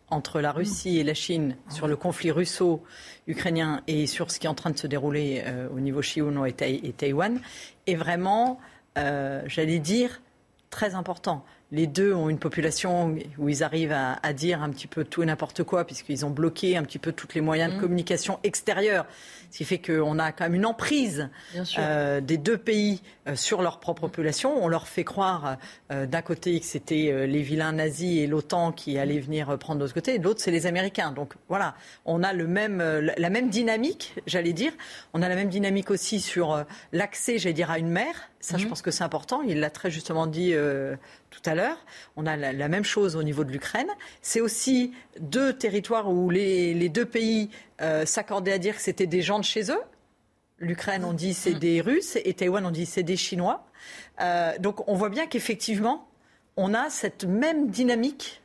entre la Russie et la Chine sur le conflit russo-ukrainien et sur ce qui est en train de se dérouler euh, au niveau Chinois et, Taï- et Taïwan est vraiment, euh, j'allais dire, très important. Les deux ont une population où ils arrivent à, à dire un petit peu tout et n'importe quoi, puisqu'ils ont bloqué un petit peu tous les moyens de communication extérieurs. Ce qui fait qu'on a quand même une emprise euh, des deux pays euh, sur leur propre population. On leur fait croire euh, d'un côté que c'était euh, les vilains nazis et l'OTAN qui allaient venir euh, prendre de l'autre côté, et de l'autre c'est les Américains. Donc voilà, on a le même, euh, la même dynamique, j'allais dire. On a la même dynamique aussi sur euh, l'accès, j'allais dire, à une mer. Ça, mmh. je pense que c'est important. Il l'a très justement dit euh, tout à l'heure. On a la, la même chose au niveau de l'Ukraine. C'est aussi deux territoires où les, les deux pays euh, s'accordaient à dire que c'était des gens de chez eux. L'Ukraine, on dit c'est mmh. des Russes, et Taïwan, on dit c'est des Chinois. Euh, donc on voit bien qu'effectivement, on a cette même dynamique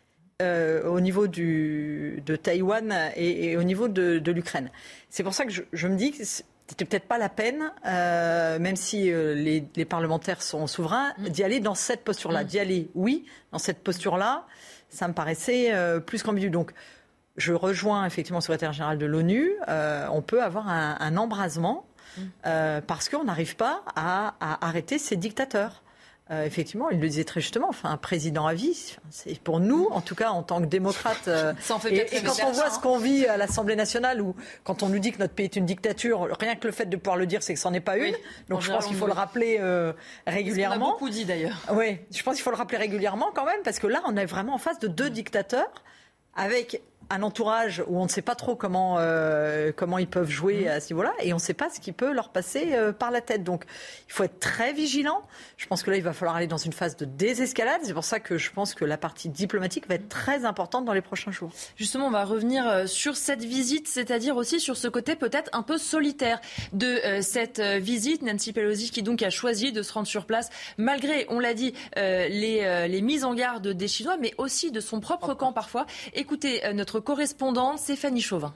euh, au niveau du, de Taïwan et, et au niveau de, de l'Ukraine. C'est pour ça que je, je me dis que c'était peut-être pas la peine, euh, même si euh, les, les parlementaires sont souverains, mmh. d'y aller dans cette posture-là. Mmh. D'y aller, oui, dans cette posture-là, ça me paraissait euh, plus qu'ambigu. Donc, je rejoins effectivement le secrétaire général de l'ONU. Euh, on peut avoir un, un embrasement mmh. euh, parce qu'on n'arrive pas à, à arrêter ces dictateurs. Euh, effectivement, il le disait très justement, enfin, un président à vie, c'est pour nous, en tout cas en tant que démocrates, euh, et, et quand on voit ce qu'on vit à l'Assemblée nationale, ou quand on nous dit que notre pays est une dictature, rien que le fait de pouvoir le dire, c'est que c'en est pas une. Oui, donc je pense qu'il faut oui. le rappeler euh, régulièrement. On a beaucoup dit d'ailleurs. Oui, je pense qu'il faut le rappeler régulièrement quand même, parce que là, on est vraiment en face de deux dictateurs avec un entourage où on ne sait pas trop comment, euh, comment ils peuvent jouer mmh. à ce niveau-là, et on ne sait pas ce qui peut leur passer euh, par la tête. Donc il faut être très vigilant. Je pense que là, il va falloir aller dans une phase de désescalade. C'est pour ça que je pense que la partie diplomatique va être très importante dans les prochains jours. Justement, on va revenir sur cette visite, c'est-à-dire aussi sur ce côté peut-être un peu solitaire de euh, cette visite. Nancy Pelosi qui donc a choisi de se rendre sur place, malgré, on l'a dit, euh, les, euh, les mises en garde des Chinois, mais aussi de son propre camp parfois. Écoutez, euh, notre correspondante Stéphanie Chauvin.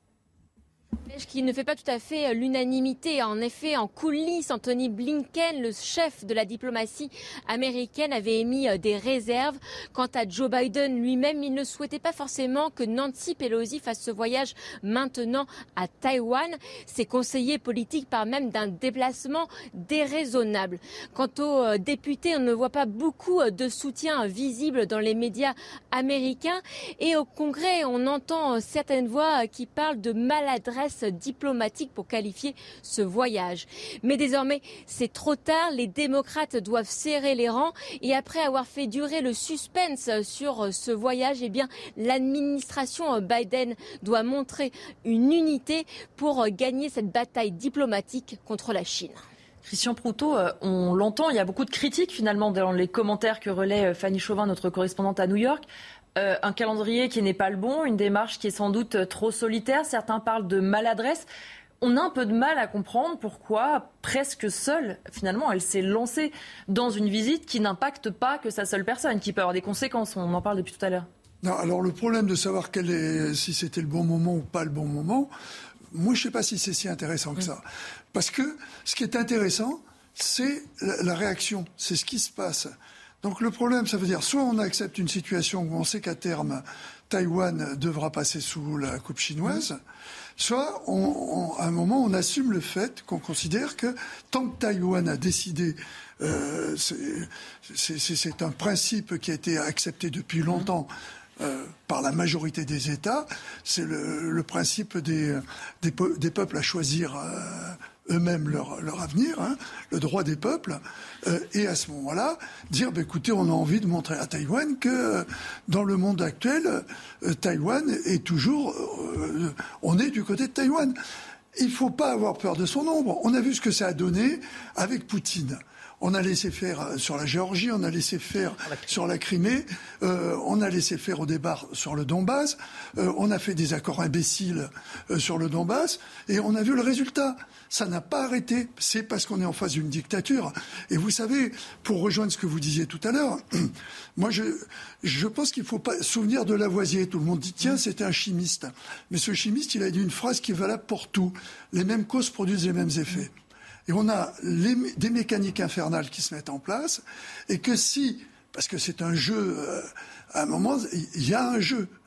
Qui ne fait pas tout à fait l'unanimité. En effet, en coulisses, Anthony Blinken, le chef de la diplomatie américaine, avait émis des réserves. Quant à Joe Biden lui-même, il ne souhaitait pas forcément que Nancy Pelosi fasse ce voyage maintenant à Taïwan. Ses conseillers politiques parlent même d'un déplacement déraisonnable. Quant aux députés, on ne voit pas beaucoup de soutien visible dans les médias américains. Et au Congrès, on entend certaines voix qui parlent de maladresse diplomatique pour qualifier ce voyage. Mais désormais, c'est trop tard. Les démocrates doivent serrer les rangs. Et après avoir fait durer le suspense sur ce voyage, eh bien, l'administration Biden doit montrer une unité pour gagner cette bataille diplomatique contre la Chine. Christian Proutot, on l'entend, il y a beaucoup de critiques finalement dans les commentaires que relaie Fanny Chauvin, notre correspondante à New York. Euh, un calendrier qui n'est pas le bon, une démarche qui est sans doute trop solitaire. Certains parlent de maladresse. On a un peu de mal à comprendre pourquoi, presque seule, finalement, elle s'est lancée dans une visite qui n'impacte pas que sa seule personne, qui peut avoir des conséquences. On en parle depuis tout à l'heure. Non, alors le problème de savoir quel est, si c'était le bon moment ou pas le bon moment, moi je ne sais pas si c'est si intéressant que ça. Parce que ce qui est intéressant, c'est la, la réaction, c'est ce qui se passe. Donc le problème, ça veut dire soit on accepte une situation où on sait qu'à terme, Taïwan devra passer sous la coupe chinoise, soit on, on, à un moment on assume le fait qu'on considère que tant que Taïwan a décidé, euh, c'est, c'est, c'est un principe qui a été accepté depuis longtemps euh, par la majorité des États, c'est le, le principe des, des, des peuples à choisir euh, eux-mêmes leur, leur avenir, hein, le droit des peuples, euh, et à ce moment-là, dire, bah, écoutez, on a envie de montrer à Taïwan que euh, dans le monde actuel, euh, Taïwan est toujours, euh, on est du côté de Taïwan. Il ne faut pas avoir peur de son ombre. On a vu ce que ça a donné avec Poutine. On a laissé faire sur la Géorgie, on a laissé faire sur la Crimée, euh, on a laissé faire au départ sur le Donbass, euh, on a fait des accords imbéciles euh, sur le Donbass, et on a vu le résultat. Ça n'a pas arrêté. C'est parce qu'on est en face d'une dictature. Et vous savez, pour rejoindre ce que vous disiez tout à l'heure, moi je, je pense qu'il ne faut pas se souvenir de Lavoisier. Tout le monde dit, tiens, c'était un chimiste. Mais ce chimiste, il a dit une phrase qui est valable pour tout. Les mêmes causes produisent les mêmes effets. Et on a les, des mécaniques infernales qui se mettent en place, et que si, parce que c'est un jeu, euh, à un moment, il y a un jeu,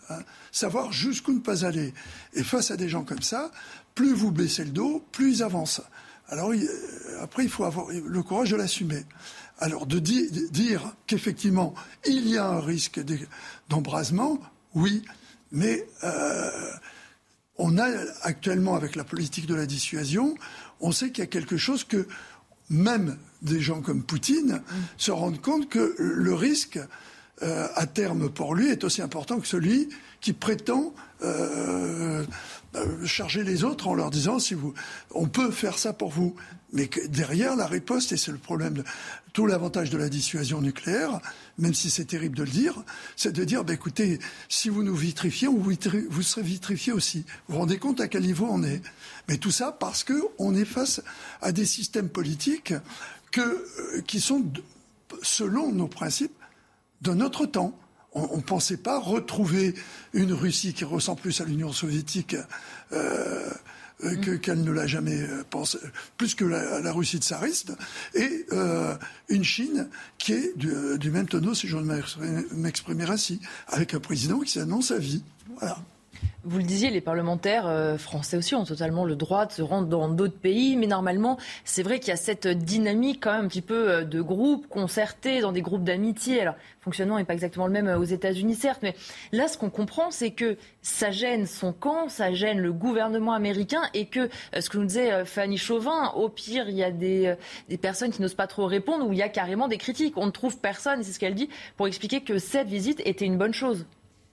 Hein, savoir jusqu'où ne pas aller. Et face à des gens comme ça, plus vous baissez le dos, plus ils avancent. Alors il, après, il faut avoir le courage de l'assumer. Alors de, di- de dire qu'effectivement, il y a un risque de, d'embrasement, oui, mais euh, on a actuellement, avec la politique de la dissuasion, on sait qu'il y a quelque chose que même des gens comme Poutine mmh. se rendent compte que le risque, euh, à terme pour lui, est aussi important que celui qui prétend euh, euh, charger les autres en leur disant si vous, on peut faire ça pour vous. Mais que derrière, la riposte, et c'est le problème, de, tout l'avantage de la dissuasion nucléaire, même si c'est terrible de le dire, c'est de dire, bah, écoutez, si vous nous vitrifiez, vous, vitri- vous serez vitrifiés aussi. Vous vous rendez compte à quel niveau on est. Mais tout ça parce qu'on est face à des systèmes politiques que, euh, qui sont, selon nos principes, de notre temps. On ne pensait pas retrouver une Russie qui ressemble plus à l'Union soviétique euh, que, mmh. qu'elle ne l'a jamais pensé, plus que la, la Russie tsariste, et euh, une Chine qui est du, du même tonneau, si je veux m'exprimer ainsi, avec un président qui s'annonce à vie. Voilà. Vous le disiez, les parlementaires euh, français aussi ont totalement le droit de se rendre dans d'autres pays, mais normalement, c'est vrai qu'il y a cette dynamique quand même un petit peu de groupe concerté, dans des groupes d'amitié. Alors, le fonctionnement n'est pas exactement le même aux États-Unis, certes, mais là, ce qu'on comprend, c'est que ça gêne son camp, ça gêne le gouvernement américain, et que, ce que nous disait Fanny Chauvin, au pire, il y a des, des personnes qui n'osent pas trop répondre, ou il y a carrément des critiques. On ne trouve personne, et c'est ce qu'elle dit, pour expliquer que cette visite était une bonne chose.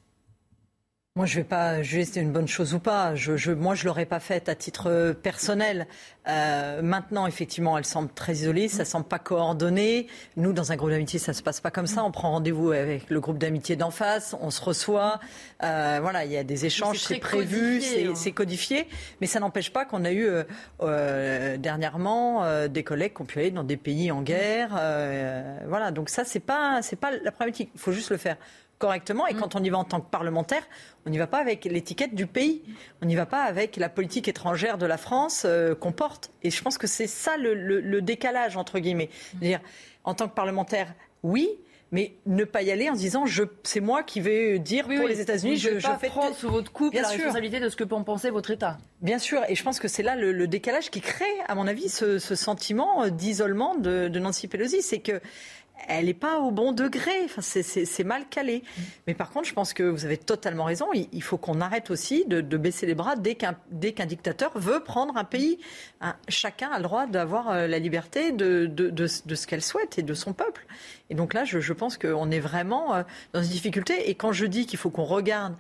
Moi, je ne vais pas juger si c'est une bonne chose ou pas. Je, je, moi, je ne l'aurais pas faite à titre personnel. Euh, maintenant, effectivement, elle semble très isolée, ça ne semble pas coordonné. Nous, dans un groupe d'amitié, ça ne se passe pas comme ça. On prend rendez-vous avec le groupe d'amitié d'en face, on se reçoit. Euh, voilà, il y a des échanges, c'est, c'est prévu, codifié, c'est, hein. c'est codifié. Mais ça n'empêche pas qu'on a eu euh, euh, dernièrement euh, des collègues qui ont pu aller dans des pays en guerre. Euh, voilà, donc ça, ce n'est pas, c'est pas la problématique. Il faut juste le faire correctement. Et quand on y va en tant que parlementaire, on n'y va pas avec l'étiquette du pays. On n'y va pas avec la politique étrangère de la France euh, qu'on porte. Et je pense que c'est ça le, le, le décalage, entre guillemets. C'est-à-dire, en tant que parlementaire, oui, mais ne pas y aller en se disant je, c'est moi qui vais dire oui, pour oui, les États-Unis. Je ne vais pas fais prendre sous votre coupe Bien la sûr. responsabilité de ce que peut en penser votre État. Bien sûr, et je pense que c'est là le, le décalage qui crée, à mon avis, ce, ce sentiment d'isolement de, de Nancy Pelosi. C'est que elle n'est pas au bon degré, enfin, c'est, c'est, c'est mal calé. Mmh. Mais par contre, je pense que vous avez totalement raison. Il, il faut qu'on arrête aussi de, de baisser les bras dès qu'un, dès qu'un dictateur veut prendre un pays. Hein, chacun a le droit d'avoir euh, la liberté de, de, de, de ce qu'elle souhaite et de son peuple. Et donc là, je, je pense qu'on est vraiment euh, dans une difficulté. Et quand je dis qu'il faut qu'on regarde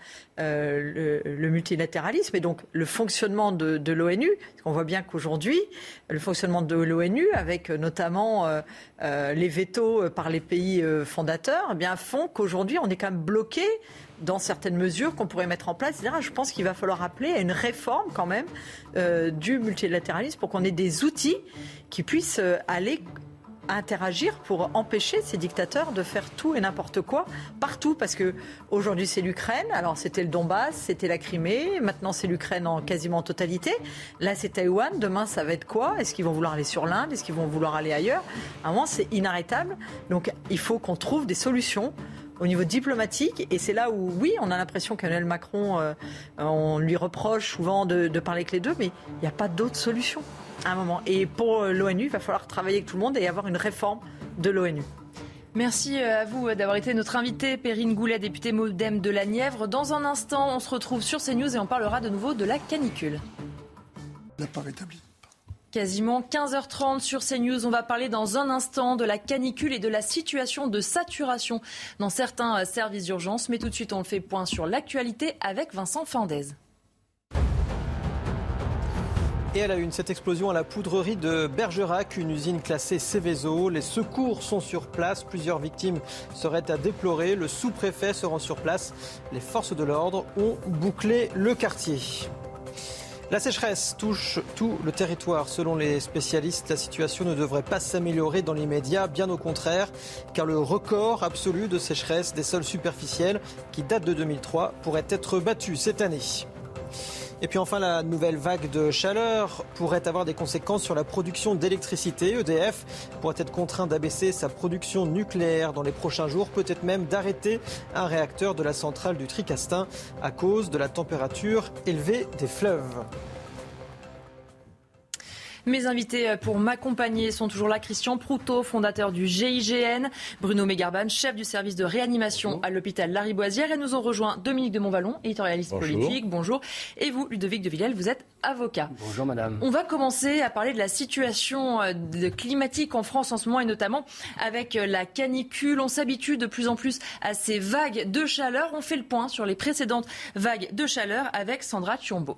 euh, le, le multilatéralisme et donc le fonctionnement de, de l'ONU, parce qu'on voit bien qu'aujourd'hui, le fonctionnement de l'ONU, avec notamment euh, euh, les vétos par les pays euh, fondateurs, eh bien, font qu'aujourd'hui, on est quand même bloqué dans certaines mesures qu'on pourrait mettre en place, et cetera. Je pense qu'il va falloir appeler à une réforme quand même euh, du multilatéralisme pour qu'on ait des outils qui puissent euh, aller interagir pour empêcher ces dictateurs de faire tout et n'importe quoi partout, parce que aujourd'hui c'est l'Ukraine, alors c'était le Donbass, c'était la Crimée, maintenant c'est l'Ukraine en quasiment totalité, là c'est Taïwan, demain ça va être quoi? Est-ce qu'ils vont vouloir aller sur l'Inde? Est-ce qu'ils vont vouloir aller ailleurs? À un moment c'est inarrêtable, donc il faut qu'on trouve des solutions au niveau diplomatique, et c'est là où, oui, on a l'impression qu'Emmanuel Macron, euh, on lui reproche souvent de, de parler avec les deux, mais il n'y a pas d'autre solution à un moment. Et pour l'ONU, il va falloir travailler avec tout le monde et avoir une réforme de l'ONU. Merci à vous d'avoir été notre invité, Perrine Goulet, députée MoDem de la Nièvre. Dans un instant, on se retrouve sur CNews et on parlera de nouveau de la canicule. Il n'a pas rétabli. Quasiment quinze heures trente sur CNews. On va parler dans un instant de la canicule et de la situation de saturation dans certains services d'urgence. Mais tout de suite, on le fait point sur l'actualité avec Vincent Fandez. Et à la une, cette explosion à la poudrerie de Bergerac, une usine classée Seveso. Les secours sont sur place. Plusieurs victimes seraient à déplorer. Le sous-préfet se rend sur place. Les forces de l'ordre ont bouclé le quartier. La sécheresse touche tout le territoire. Selon les spécialistes, la situation ne devrait pas s'améliorer dans l'immédiat, bien au contraire, car le record absolu de sécheresse des sols superficiels, qui date de deux mille trois, pourrait être battu cette année. Et puis enfin, la nouvelle vague de chaleur pourrait avoir des conséquences sur la production d'électricité. E D F pourrait être contraint d'abaisser sa production nucléaire dans les prochains jours, peut-être même d'arrêter un réacteur de la centrale du Tricastin à cause de la température élevée des fleuves. Mes invités pour m'accompagner sont toujours là. Christian Proutot, fondateur du G I G N. Bruno Megarban, chef du service de réanimation Bonjour. à l'hôpital Lariboisière. Et nous ont rejoint Dominique de Montvalon, éditorialiste Bonjour. politique. Bonjour. Et vous, Ludovic de Villèle, vous êtes avocat. Bonjour madame. On va commencer à parler de la situation climatique en France en ce moment et notamment avec la canicule. On s'habitue de plus en plus à ces vagues de chaleur. On fait le point sur les précédentes vagues de chaleur avec Sandra Thiombo.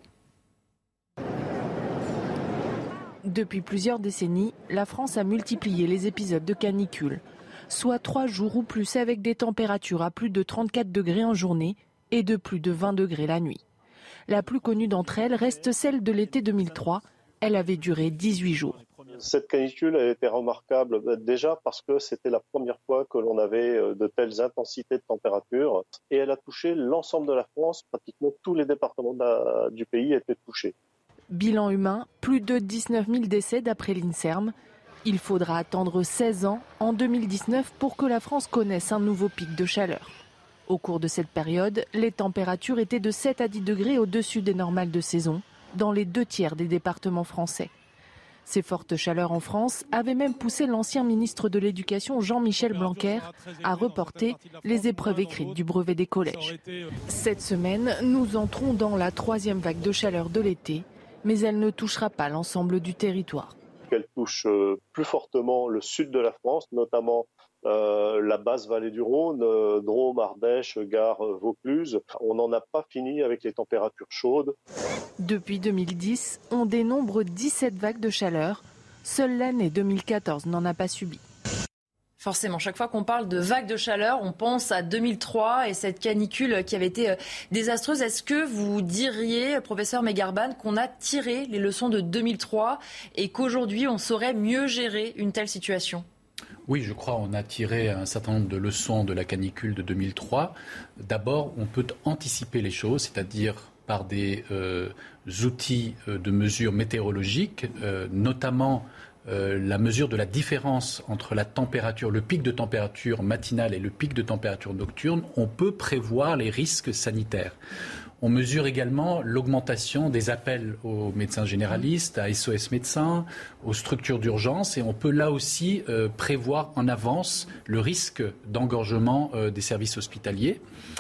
Depuis plusieurs décennies, la France a multiplié les épisodes de canicule, soit trois jours ou plus avec des températures à plus de trente-quatre degrés en journée et de plus de vingt degrés la nuit. La plus connue d'entre elles reste celle de l'été deux mille trois. Elle avait duré dix-huit jours. Cette canicule a été remarquable déjà parce que c'était la première fois que l'on avait de telles intensités de température et elle a touché l'ensemble de la France. Pratiquement tous les départements de la, du pays étaient touchés. Bilan humain, plus de dix-neuf mille décès d'après l'INSERM. Il faudra attendre seize ans, en deux mille dix-neuf, pour que la France connaisse un nouveau pic de chaleur. Au cours de cette période, les températures étaient de sept à dix degrés au-dessus des normales de saison, dans les deux tiers des départements français. Ces fortes chaleurs en France avaient même poussé l'ancien ministre de l'Éducation Jean-Michel Blanquer à reporter les épreuves écrites du brevet des collèges. Cette semaine, nous entrons dans la troisième vague de chaleur de l'été. Mais elle ne touchera pas l'ensemble du territoire. Elle touche plus fortement le sud de la France, notamment euh, la basse vallée du Rhône, euh, Drôme, Ardèche, Gare, Vaucluse. On n'en a pas fini avec les températures chaudes. Depuis deux mille dix, on dénombre dix-sept vagues de chaleur. Seule l'année deux mille quatorze n'en a pas subi. Forcément, chaque fois qu'on parle de vague de chaleur, on pense à deux mille trois et cette canicule qui avait été désastreuse. Est-ce que vous diriez, professeur Megarban, qu'on a tiré les leçons de deux mille trois et qu'aujourd'hui on saurait mieux gérer une telle situation ? Oui, je crois qu'on a tiré un certain nombre de leçons de la canicule de deux mille trois. D'abord, on peut anticiper les choses, c'est-à-dire par des euh, outils de mesure météorologiques, euh, notamment Euh, la mesure de la différence entre la température, le pic de température matinale et le pic de température nocturne, on peut prévoir les risques sanitaires. On mesure également l'augmentation des appels aux médecins généralistes, à S O S médecins, aux structures d'urgence et on peut là aussi euh, prévoir en avance le risque d'engorgement euh, des services hospitaliers.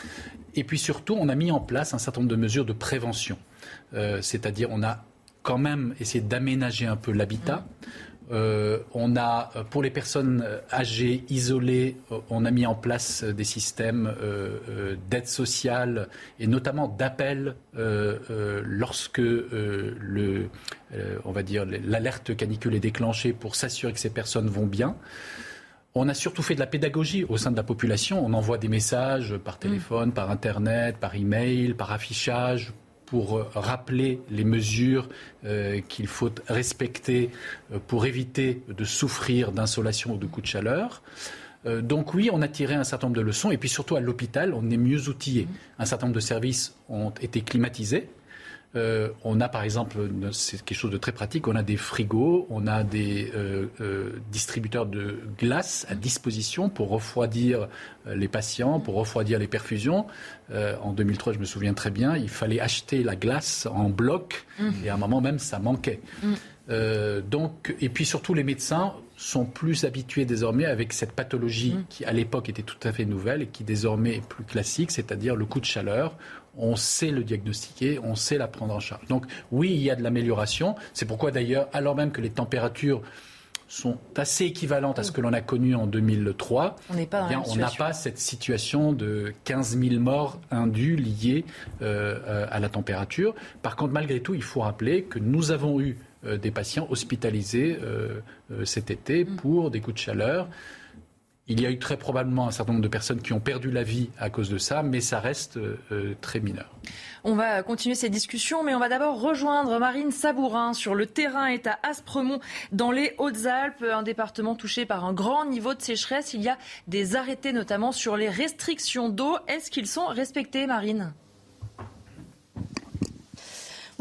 Et puis surtout, on a mis en place un certain nombre de mesures de prévention. Euh, c'est-à-dire on a quand même essayé d'aménager un peu l'habitat. Euh, on a, pour les personnes âgées, isolées, on a mis en place des systèmes euh, euh, d'aide sociale et notamment d'appel euh, euh, lorsque euh, le, euh, on va dire, l'alerte canicule est déclenchée pour s'assurer que ces personnes vont bien. On a surtout fait de la pédagogie au sein de la population. On envoie des messages par téléphone, mmh. par Internet, par email, par affichage, pour rappeler les mesures euh, qu'il faut respecter euh, pour éviter de souffrir d'insolation ou de coups de chaleur. Euh, donc oui, on a tiré un certain nombre de leçons et puis surtout à l'hôpital, on est mieux outillé. Un certain nombre de services ont été climatisés. Euh, on a par exemple, c'est quelque chose de très pratique, on a des frigos, on a des euh, euh, distributeurs de glace à disposition pour refroidir euh, les patients, pour refroidir les perfusions. Euh, en deux mille trois, je me souviens très bien, il fallait acheter la glace en bloc mmh. et à un moment même ça manquait. Mmh. Euh, donc, et puis surtout les médecins sont plus habitués désormais avec cette pathologie mmh. qui à l'époque était tout à fait nouvelle et qui désormais est plus classique, c'est-à-dire le coup de chaleur. On sait le diagnostiquer, on sait la prendre en charge. Donc oui, il y a de l'amélioration. C'est pourquoi d'ailleurs, alors même que les températures sont assez équivalentes à ce que l'on a connu en deux mille trois, on n'est pas eh bien, on n'a pas cette situation de quinze mille morts indues liées euh, à la température. Par contre, malgré tout, il faut rappeler que nous avons eu euh, des patients hospitalisés euh, euh, cet été pour des coups de chaleur. Il y a eu très probablement un certain nombre de personnes qui ont perdu la vie à cause de ça, mais ça reste euh, très mineur. On va continuer ces discussions, mais on va d'abord rejoindre Marine Sabourin. Sur le terrain est à Aspremont, dans les Hautes-Alpes, un département touché par un grand niveau de sécheresse. Il y a des arrêtés notamment sur les restrictions d'eau. Est-ce qu'ils sont respectés, Marine ?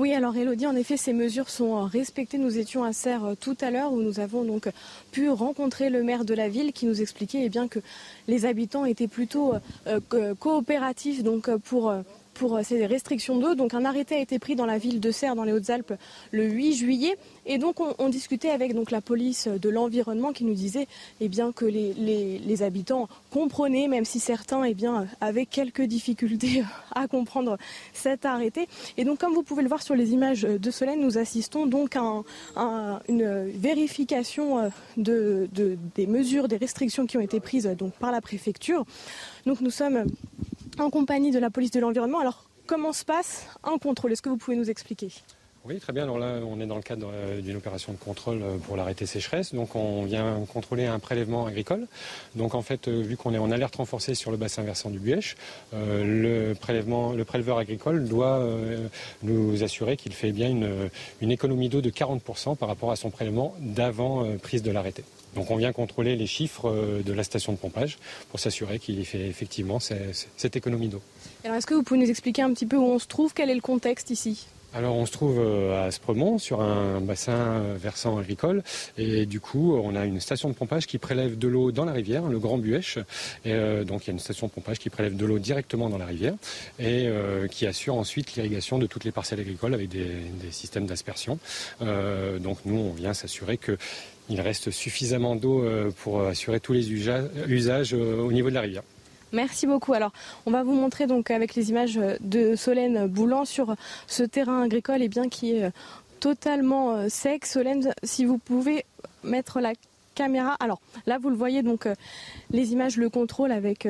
Oui, alors Élodie, en effet, ces mesures sont respectées. Nous étions à Serres tout à l'heure où nous avons donc pu rencontrer le maire de la ville qui nous expliquait eh bien, que les habitants étaient plutôt euh, coopératifs donc, pour... Euh, pour ces restrictions d'eau. Donc un arrêté a été pris dans la ville de Serres, dans les Hautes-Alpes, le huit juillet. Et donc on, on discutait avec donc, la police de l'environnement qui nous disait eh bien, que les, les, les habitants comprenaient, même si certains eh bien, avaient quelques difficultés à comprendre cet arrêté. Et donc comme vous pouvez le voir sur les images de Solène, nous assistons donc à un, un, une vérification de, de, des mesures, des restrictions qui ont été prises donc, par la préfecture. Donc nous sommes en compagnie de la police de l'environnement. Alors, comment se passe un contrôle? Est-ce que vous pouvez nous expliquer? Oui, très bien. Alors là, on est dans le cadre d'une opération de contrôle pour l'arrêté sécheresse. Donc, on vient contrôler un prélèvement agricole. Donc, en fait, vu qu'on est en alerte renforcée sur le bassin versant du Buëch, euh, le prélèvement, le préleveur agricole doit euh, nous assurer qu'il fait bien une, une économie d'eau de quarante pour cent par rapport à son prélèvement d'avant euh, prise de l'arrêté. Donc on vient contrôler les chiffres de la station de pompage pour s'assurer qu'il fait effectivement cette économie d'eau. Alors est-ce que vous pouvez nous expliquer un petit peu où on se trouve? Quel est le contexte ici? Alors on se trouve à Aspremont sur un bassin versant agricole et du coup on a une station de pompage qui prélève de l'eau dans la rivière, le Grand Buëch. Et euh, donc il y a une station de pompage qui prélève de l'eau directement dans la rivière et euh, qui assure ensuite l'irrigation de toutes les parcelles agricoles avec des, des systèmes d'aspersion. Euh, donc nous on vient s'assurer que il reste suffisamment d'eau pour assurer tous les usages au niveau de la rivière. Merci beaucoup. Alors, on va vous montrer donc avec les images de Solène Boulan sur ce terrain agricole eh bien, qui est totalement sec. Solène, si vous pouvez mettre la caméra. Alors, là, vous le voyez, donc les images, le contrôle avec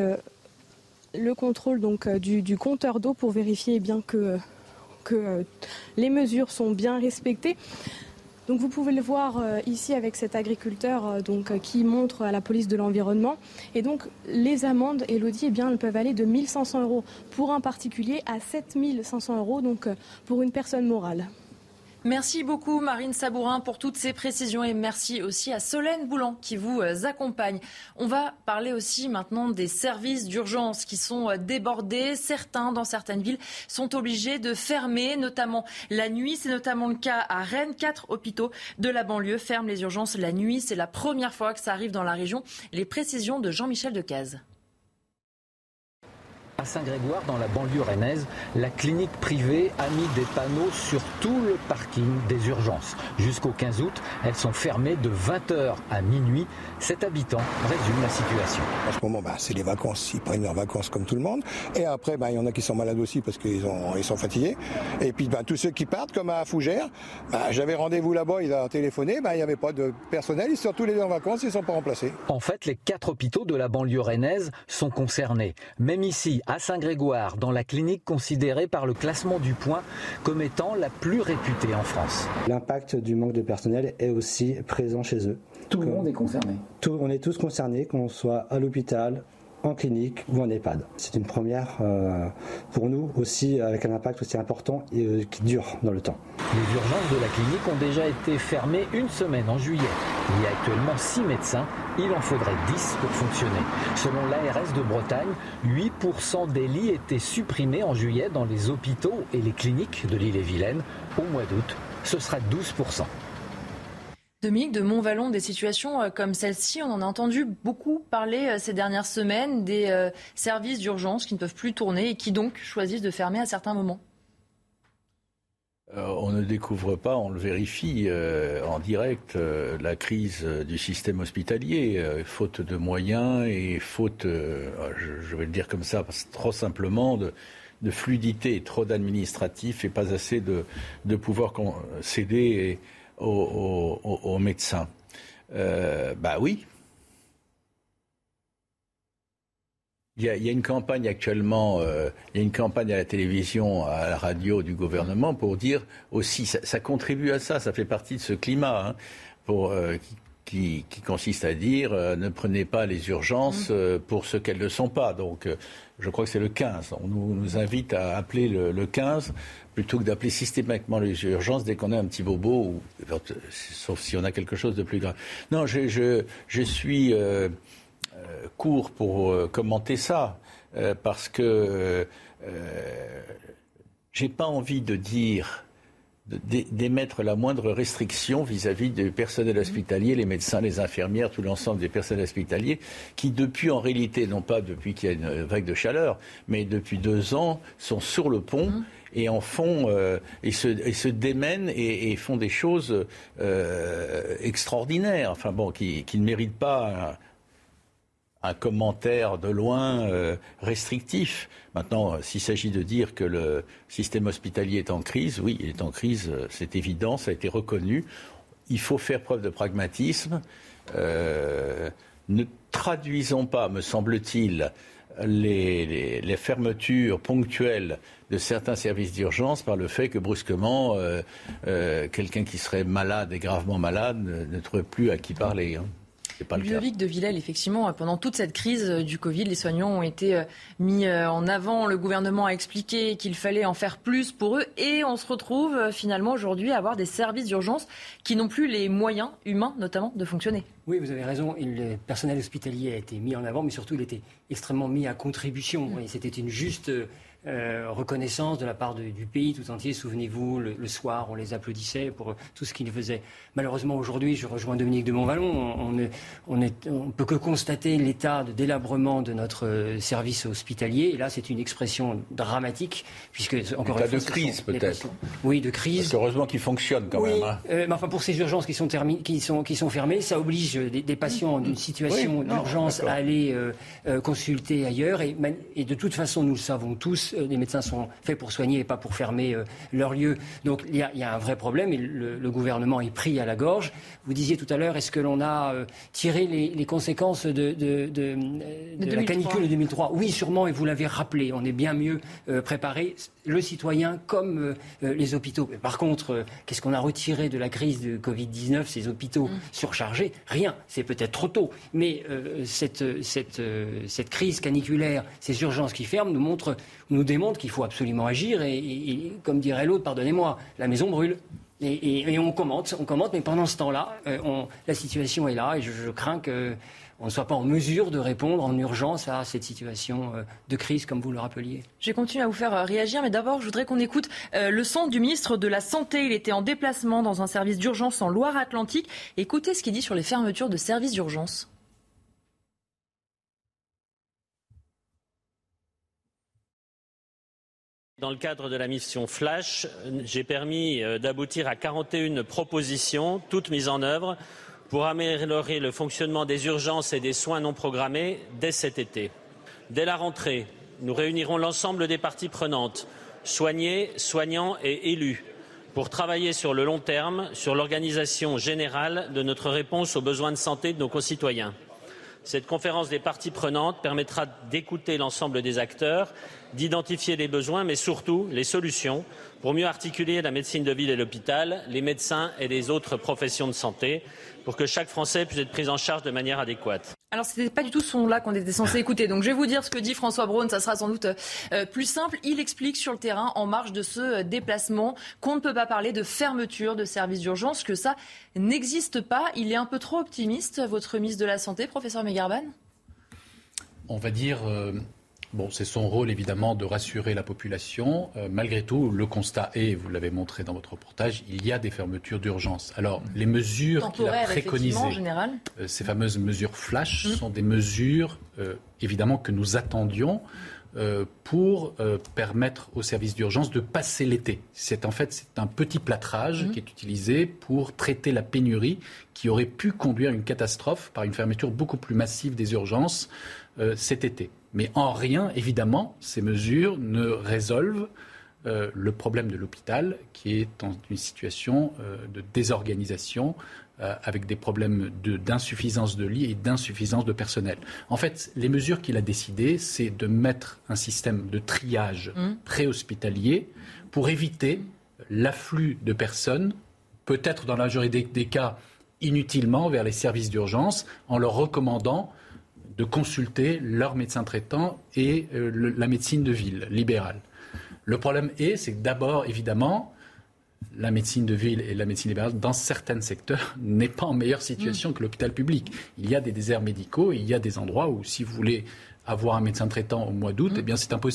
le contrôle donc du, du compteur d'eau pour vérifier eh bien, que, que les mesures sont bien respectées. Donc vous pouvez le voir euh, ici avec cet agriculteur euh, donc, euh, qui montre à la police de l'environnement. Et donc les amendes, Élodie, eh bien, elles peuvent aller de mille cinq cents euros pour un particulier à sept mille cinq cents euros donc, euh, pour une personne morale. Merci beaucoup Marine Sabourin pour toutes ces précisions et merci aussi à Solène Boulan qui vous accompagne. On va parler aussi maintenant des services d'urgence qui sont débordés. Certains, dans certaines villes, sont obligés de fermer, notamment la nuit. C'est notamment le cas à Rennes. Quatre hôpitaux de la banlieue ferment les urgences la nuit. C'est la première fois que ça arrive dans la région. Les précisions de Jean-Michel Decaze. À Saint-Grégoire, dans la banlieue rennaise, la clinique privée a mis des panneaux sur tout le parking des urgences. Jusqu'au quinze août, elles sont fermées de vingt heures à minuit. Cet habitant résume la situation. En ce moment, bah, c'est les vacances. Ils prennent leurs vacances comme tout le monde. Et après, bah, il y en a qui sont malades aussi parce qu'ils ont, ils sont fatigués. Et puis bah, tous ceux qui partent, comme à Fougères, bah, j'avais rendez-vous là-bas, ils ont téléphoné, bah, il n'y avait pas de personnel. Ils sont tous les deux en vacances, ils ne sont pas remplacés. En fait, les quatre hôpitaux de la banlieue rennaise sont concernés. Même ici, à Saint-Grégoire, dans la clinique considérée par le classement du Point comme étant la plus réputée en France. L'impact du manque de personnel est aussi présent chez eux. Tout le monde est concerné. Tout, on est tous concernés, qu'on soit à l'hôpital, en clinique ou en EHPAD. C'est une première euh, pour nous aussi, avec un impact aussi important et euh, qui dure dans le temps. Les urgences de la clinique ont déjà été fermées une semaine en juillet. Il y a actuellement six médecins, il en faudrait dix pour fonctionner. Selon l'A R S de Bretagne, huit pour cent des lits étaient supprimés en juillet dans les hôpitaux et les cliniques de l'Ille-et-Vilaine. Au mois d'août, ce sera douze pour cent. Dominique de Montvalon, des situations comme celle-ci, on en a entendu beaucoup parler ces dernières semaines, des services d'urgence qui ne peuvent plus tourner et qui donc choisissent de fermer à certains moments. Euh, on ne découvre pas, on le vérifie euh, en direct, euh, la crise du système hospitalier, euh, faute de moyens et faute, euh, je, je vais le dire comme ça, parce que trop simplement, de, de fluidité, trop d'administratifs et pas assez de, de pouvoir céder et, Aux, aux, aux médecins. Euh, bah oui. Il y a, il y a une campagne actuellement, euh, il y a une campagne à la télévision, à la radio du gouvernement pour dire aussi, ça, ça contribue à ça, ça fait partie de ce climat, hein, pour, euh, qui, qui, qui consiste à dire euh, ne prenez pas les urgences euh, pour ce qu'elles ne sont pas. Donc euh, je crois que c'est le quinze. On nous, nous invite à appeler le, le quinze plutôt que d'appeler systématiquement les urgences dès qu'on a un petit bobo, ou, sauf si on a quelque chose de plus grave. Non, je, je, je suis euh, euh, court pour euh, commenter ça, euh, parce que euh, j'ai pas envie de dire d'émettre la moindre restriction vis-à-vis du personnel hospitalier, les médecins, les infirmières, tout l'ensemble des personnels hospitaliers, qui depuis, en réalité, non pas depuis qu'il y a une vague de chaleur, mais depuis deux ans, sont sur le pont mmh. et en font, euh, et, se, et se démènent et, et font des choses euh, extraordinaires, enfin bon, qui, qui ne méritent pas un, un commentaire de loin euh, restrictif. Maintenant, s'il s'agit de dire que le système hospitalier est en crise, oui, il est en crise, c'est évident, ça a été reconnu. Il faut faire preuve de pragmatisme. Euh, ne traduisons pas, me semble-t-il, les, les, les fermetures ponctuelles de certains services d'urgence par le fait que brusquement, euh, euh, quelqu'un qui serait malade et gravement malade ne, ne trouve plus à qui parler. Hein. Ludovic de Villèle, effectivement, pendant toute cette crise du Covid, les soignants ont été mis en avant. Le gouvernement a expliqué qu'il fallait en faire plus pour eux. Et on se retrouve finalement aujourd'hui à avoir des services d'urgence qui n'ont plus les moyens humains, notamment, de fonctionner. Oui, vous avez raison. Le personnel hospitalier a été mis en avant, mais surtout, il était extrêmement mis à contribution. Mmh. C'était une juste... Euh, reconnaissance de la part de, du pays tout entier. Souvenez-vous, le, le soir, on les applaudissait pour tout ce qu'ils faisaient. Malheureusement, aujourd'hui, je rejoins Dominique de Montvalon, on ne on est, on peut que constater l'état de délabrement de notre service hospitalier. Et là, c'est une expression dramatique, puisque encore une fois, de crise peut-être. Oui, de crise. Parce qu'heureusement qu'il fonctionne quand oui, même. Hein. Euh, mais enfin, pour ces urgences qui sont, termi- qui sont, qui sont fermées, ça oblige des, des patients d'une situation oui, d'urgence non, à aller euh, euh, consulter ailleurs. Et, et de toute façon, nous le savons tous, les médecins sont faits pour soigner et pas pour fermer euh, leur lieu. Donc il y, y a un vrai problème et le, le gouvernement est pris à la gorge. Vous disiez tout à l'heure, est-ce que l'on a euh, tiré les, les conséquences de, de, de, de, de la canicule de deux mille trois ? Oui, sûrement, et vous l'avez rappelé, on est bien mieux euh, préparé, le citoyen comme euh, les hôpitaux. Mais par contre, euh, qu'est-ce qu'on a retiré de la crise de covid dix-neuf, ces hôpitaux mmh. surchargés ? Rien, c'est peut-être trop tôt. Mais euh, cette, cette, euh, cette crise caniculaire, ces urgences qui ferment, nous montrent... nous démontre qu'il faut absolument agir et, et, et comme dirait l'autre, pardonnez-moi, la maison brûle. Et, et, et on commente, on commente, mais pendant ce temps-là, euh, on, la situation est là et je, je crains qu'on ne soit pas en mesure de répondre en urgence à cette situation euh, de crise, comme vous le rappeliez. Je vais continuer à vous faire euh, réagir, mais d'abord, je voudrais qu'on écoute euh, le son du ministre de la Santé. Il était en déplacement dans un service d'urgence en Loire-Atlantique. Écoutez ce qu'il dit sur les fermetures de services d'urgence. Dans le cadre de la mission Flash, j'ai permis d'aboutir à quarante et une propositions, toutes mises en œuvre, pour améliorer le fonctionnement des urgences et des soins non programmés dès cet été. Dès la rentrée, nous réunirons l'ensemble des parties prenantes, soignés, soignants et élus, pour travailler sur le long terme, sur l'organisation générale de notre réponse aux besoins de santé de nos concitoyens. Cette conférence des parties prenantes permettra d'écouter l'ensemble des acteurs, d'identifier les besoins, mais surtout les solutions pour mieux articuler la médecine de ville et l'hôpital, les médecins et les autres professions de santé, pour que chaque Français puisse être pris en charge de manière adéquate. Alors, ce n'était pas du tout ce son-là qu'on était censé écouter. Donc, je vais vous dire ce que dit François Braun. Ça sera sans doute euh, plus simple. Il explique sur le terrain, en marge de ce déplacement, qu'on ne peut pas parler de fermeture de services d'urgence, que ça n'existe pas. Il est un peu trop optimiste, votre ministre de la Santé, professeur Megarban ? On va dire... Euh... Bon, c'est son rôle évidemment de rassurer la population. Euh, malgré tout, le constat est, vous l'avez montré dans votre reportage, il y a des fermetures d'urgence. Alors, les mesures qu'il a préconisées, euh, ces fameuses mesures flash, mmh. sont des mesures euh, évidemment que nous attendions euh, pour euh, permettre aux services d'urgence de passer l'été. C'est en fait c'est un petit plâtrage mmh. qui est utilisé pour traiter la pénurie qui aurait pu conduire à une catastrophe par une fermeture beaucoup plus massive des urgences euh, cet été. Mais en rien, évidemment, ces mesures ne résolvent euh, le problème de l'hôpital qui est dans une situation euh, de désorganisation euh, avec des problèmes de, d'insuffisance de lits et d'insuffisance de personnel. En fait, les mesures qu'il a décidées, c'est de mettre un système de triage mmh. préhospitalier pour éviter l'afflux de personnes, peut-être dans la majorité des cas inutilement, vers les services d'urgence, en leur recommandant de consulter leur médecin traitant et euh, le, la médecine de ville libérale. Le problème est, c'est que d'abord, évidemment, la médecine de ville et la médecine libérale, dans certains secteurs, n'est pas en meilleure situation mmh. que l'hôpital public. Il y a des déserts médicaux, il y a des endroits où, si vous voulez avoir un médecin traitant au mois d'août, mmh. eh bien, c'est impossible.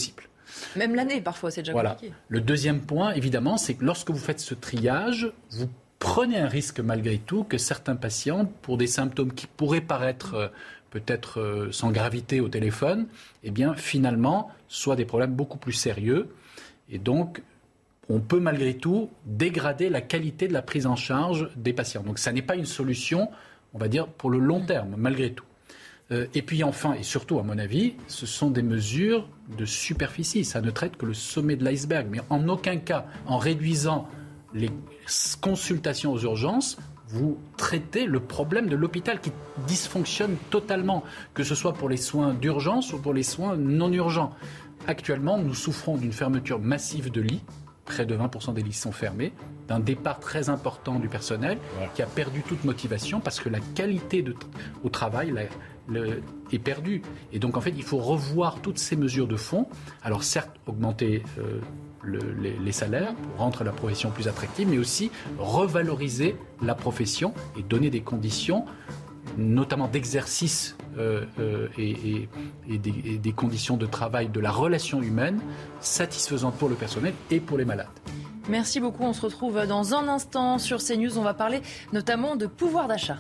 Même l'année, parfois, c'est déjà voilà. compliqué. Le deuxième point, évidemment, c'est que lorsque vous faites ce triage, vous prenez un risque malgré tout que certains patients, pour des symptômes qui pourraient paraître euh, peut-être euh, sans gravité au téléphone, eh bien, finalement, soient des problèmes beaucoup plus sérieux. Et donc, on peut malgré tout dégrader la qualité de la prise en charge des patients. Donc, ça n'est pas une solution, on va dire, pour le long terme, malgré tout. Euh, et puis enfin, et surtout à mon avis, ce sont des mesures de superficie. Ça ne traite que le sommet de l'iceberg. Mais en aucun cas, en réduisant les consultations aux urgences, vous traitez le problème de l'hôpital qui dysfonctionne totalement, que ce soit pour les soins d'urgence ou pour les soins non urgents. Actuellement, nous souffrons d'une fermeture massive de lits. Près de vingt pour cent des lits sont fermés, d'un départ très important du personnel ouais. qui a perdu toute motivation parce que la qualité de, au travail la, le, est perdue. Et donc, en fait, il faut revoir toutes ces mesures de fond. Alors, certes, augmenter euh, le, les, les salaires pour rendre la profession plus attractive, mais aussi revaloriser la profession et donner des conditions, notamment d'exercice euh, euh, et, et, et, des, et des conditions de travail de la relation humaine satisfaisantes pour le personnel et pour les malades. Merci beaucoup. On se retrouve dans un instant sur CNews. On va parler notamment de pouvoir d'achat.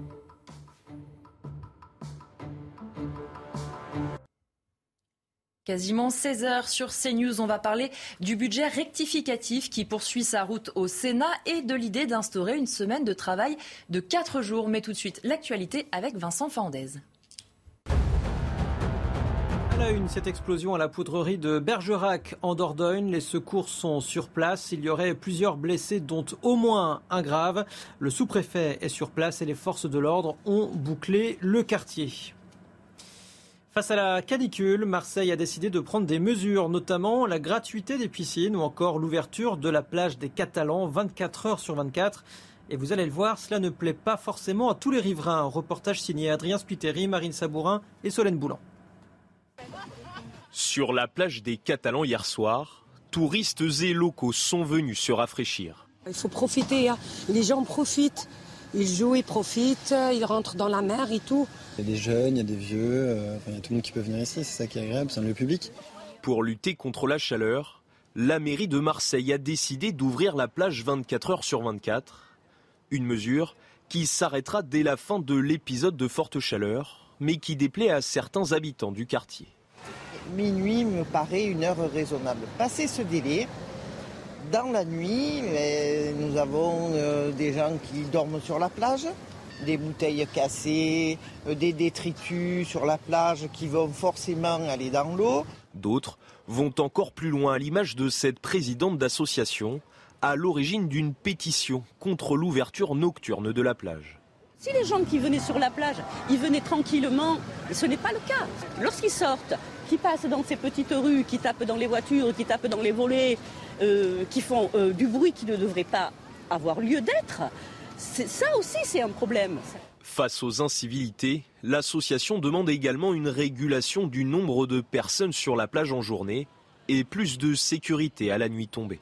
Quasiment seize heures sur CNews, on va parler du budget rectificatif qui poursuit sa route au Sénat et de l'idée d'instaurer une semaine de travail de quatre jours. Mais tout de suite, l'actualité avec Vincent Fandez. À la une, cette explosion à la poudrerie de Bergerac en Dordogne. Les secours sont sur place. Il y aurait plusieurs blessés, dont au moins un grave. Le sous-préfet est sur place et les forces de l'ordre ont bouclé le quartier. Face à la canicule, Marseille a décidé de prendre des mesures, notamment la gratuité des piscines ou encore l'ouverture de la plage des Catalans vingt-quatre heures sur vingt-quatre. Et vous allez le voir, cela ne plaît pas forcément à tous les riverains. Reportage signé Adrien Spiteri, Marine Sabourin et Solène Boulan. Sur la plage des Catalans hier soir, touristes et locaux sont venus se rafraîchir. Il faut profiter, hein. Les gens profitent. Ils jouent, ils profitent, ils rentrent dans la mer et tout. Il y a des jeunes, il y a des vieux, euh, enfin, il y a tout le monde qui peut venir ici, c'est ça qui est agréable, c'est le public. Pour lutter contre la chaleur, la mairie de Marseille a décidé d'ouvrir la plage vingt-quatre heures sur vingt-quatre. Une mesure qui s'arrêtera dès la fin de l'épisode de forte chaleur, mais qui déplaît à certains habitants du quartier. Minuit me paraît une heure raisonnable. Passé ce délai, dans la nuit, nous avons euh, des gens qui dorment sur la plage, des bouteilles cassées, euh, des détritus sur la plage qui vont forcément aller dans l'eau. D'autres vont encore plus loin, à l'image de cette présidente d'association, à l'origine d'une pétition contre l'ouverture nocturne de la plage. Si les gens qui venaient sur la plage, ils venaient tranquillement, ce n'est pas le cas. Lorsqu'ils sortent, qui passent dans ces petites rues, qui tapent dans les voitures, qui tapent dans les volets, euh, qui font euh, du bruit qui ne devrait pas avoir lieu d'être, c'est, ça aussi c'est un problème. Face aux incivilités, l'association demande également une régulation du nombre de personnes sur la plage en journée et plus de sécurité à la nuit tombée.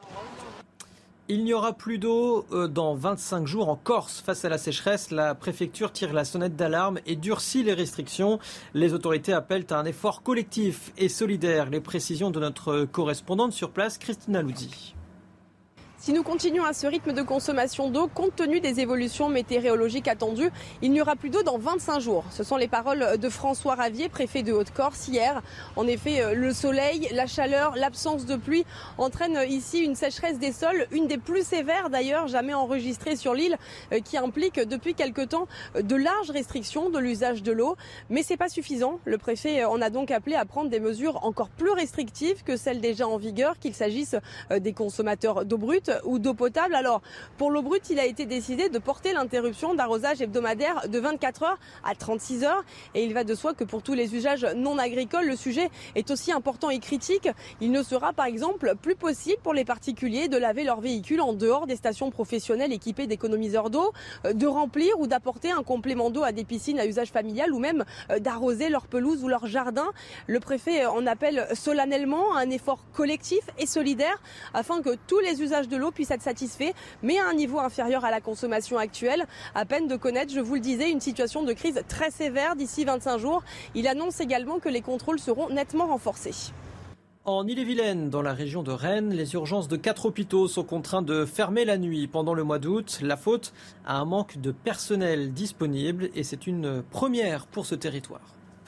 Il n'y aura plus d'eau dans vingt-cinq jours en Corse. Face à la sécheresse, la préfecture tire la sonnette d'alarme et durcit les restrictions. Les autorités appellent à un effort collectif et solidaire. Les précisions de notre correspondante sur place, Christina Loudi. Si nous continuons à ce rythme de consommation d'eau, compte tenu des évolutions météorologiques attendues, il n'y aura plus d'eau dans vingt-cinq jours. Ce sont les paroles de François Ravier, préfet de Haute-Corse, hier. En effet, le soleil, la chaleur, l'absence de pluie entraînent ici une sécheresse des sols, une des plus sévères d'ailleurs jamais enregistrée sur l'île, qui implique depuis quelque temps de larges restrictions de l'usage de l'eau. Mais c'est pas suffisant. Le préfet en a donc appelé à prendre des mesures encore plus restrictives que celles déjà en vigueur, qu'il s'agisse des consommateurs d'eau brute ou d'eau potable. Alors, pour l'eau brute, il a été décidé de porter l'interruption d'arrosage hebdomadaire de vingt-quatre heures à trente-six heures. Et il va de soi que pour tous les usages non agricoles, le sujet est aussi important et critique. Il ne sera par exemple plus possible pour les particuliers de laver leur véhicule en dehors des stations professionnelles équipées d'économiseurs d'eau, de remplir ou d'apporter un complément d'eau à des piscines à usage familial ou même d'arroser leur pelouse ou leur jardin. Le préfet en appelle solennellement à un effort collectif et solidaire afin que tous les usages de l'eau puisse être satisfait, mais à un niveau inférieur à la consommation actuelle. À peine de connaître, je vous le disais, une situation de crise très sévère d'ici vingt-cinq jours. Il annonce également que les contrôles seront nettement renforcés. En Ille-et-Vilaine, dans la région de Rennes, les urgences de quatre hôpitaux sont contraints de fermer la nuit pendant le mois d'août. La faute à un manque de personnel disponible et c'est une première pour ce territoire.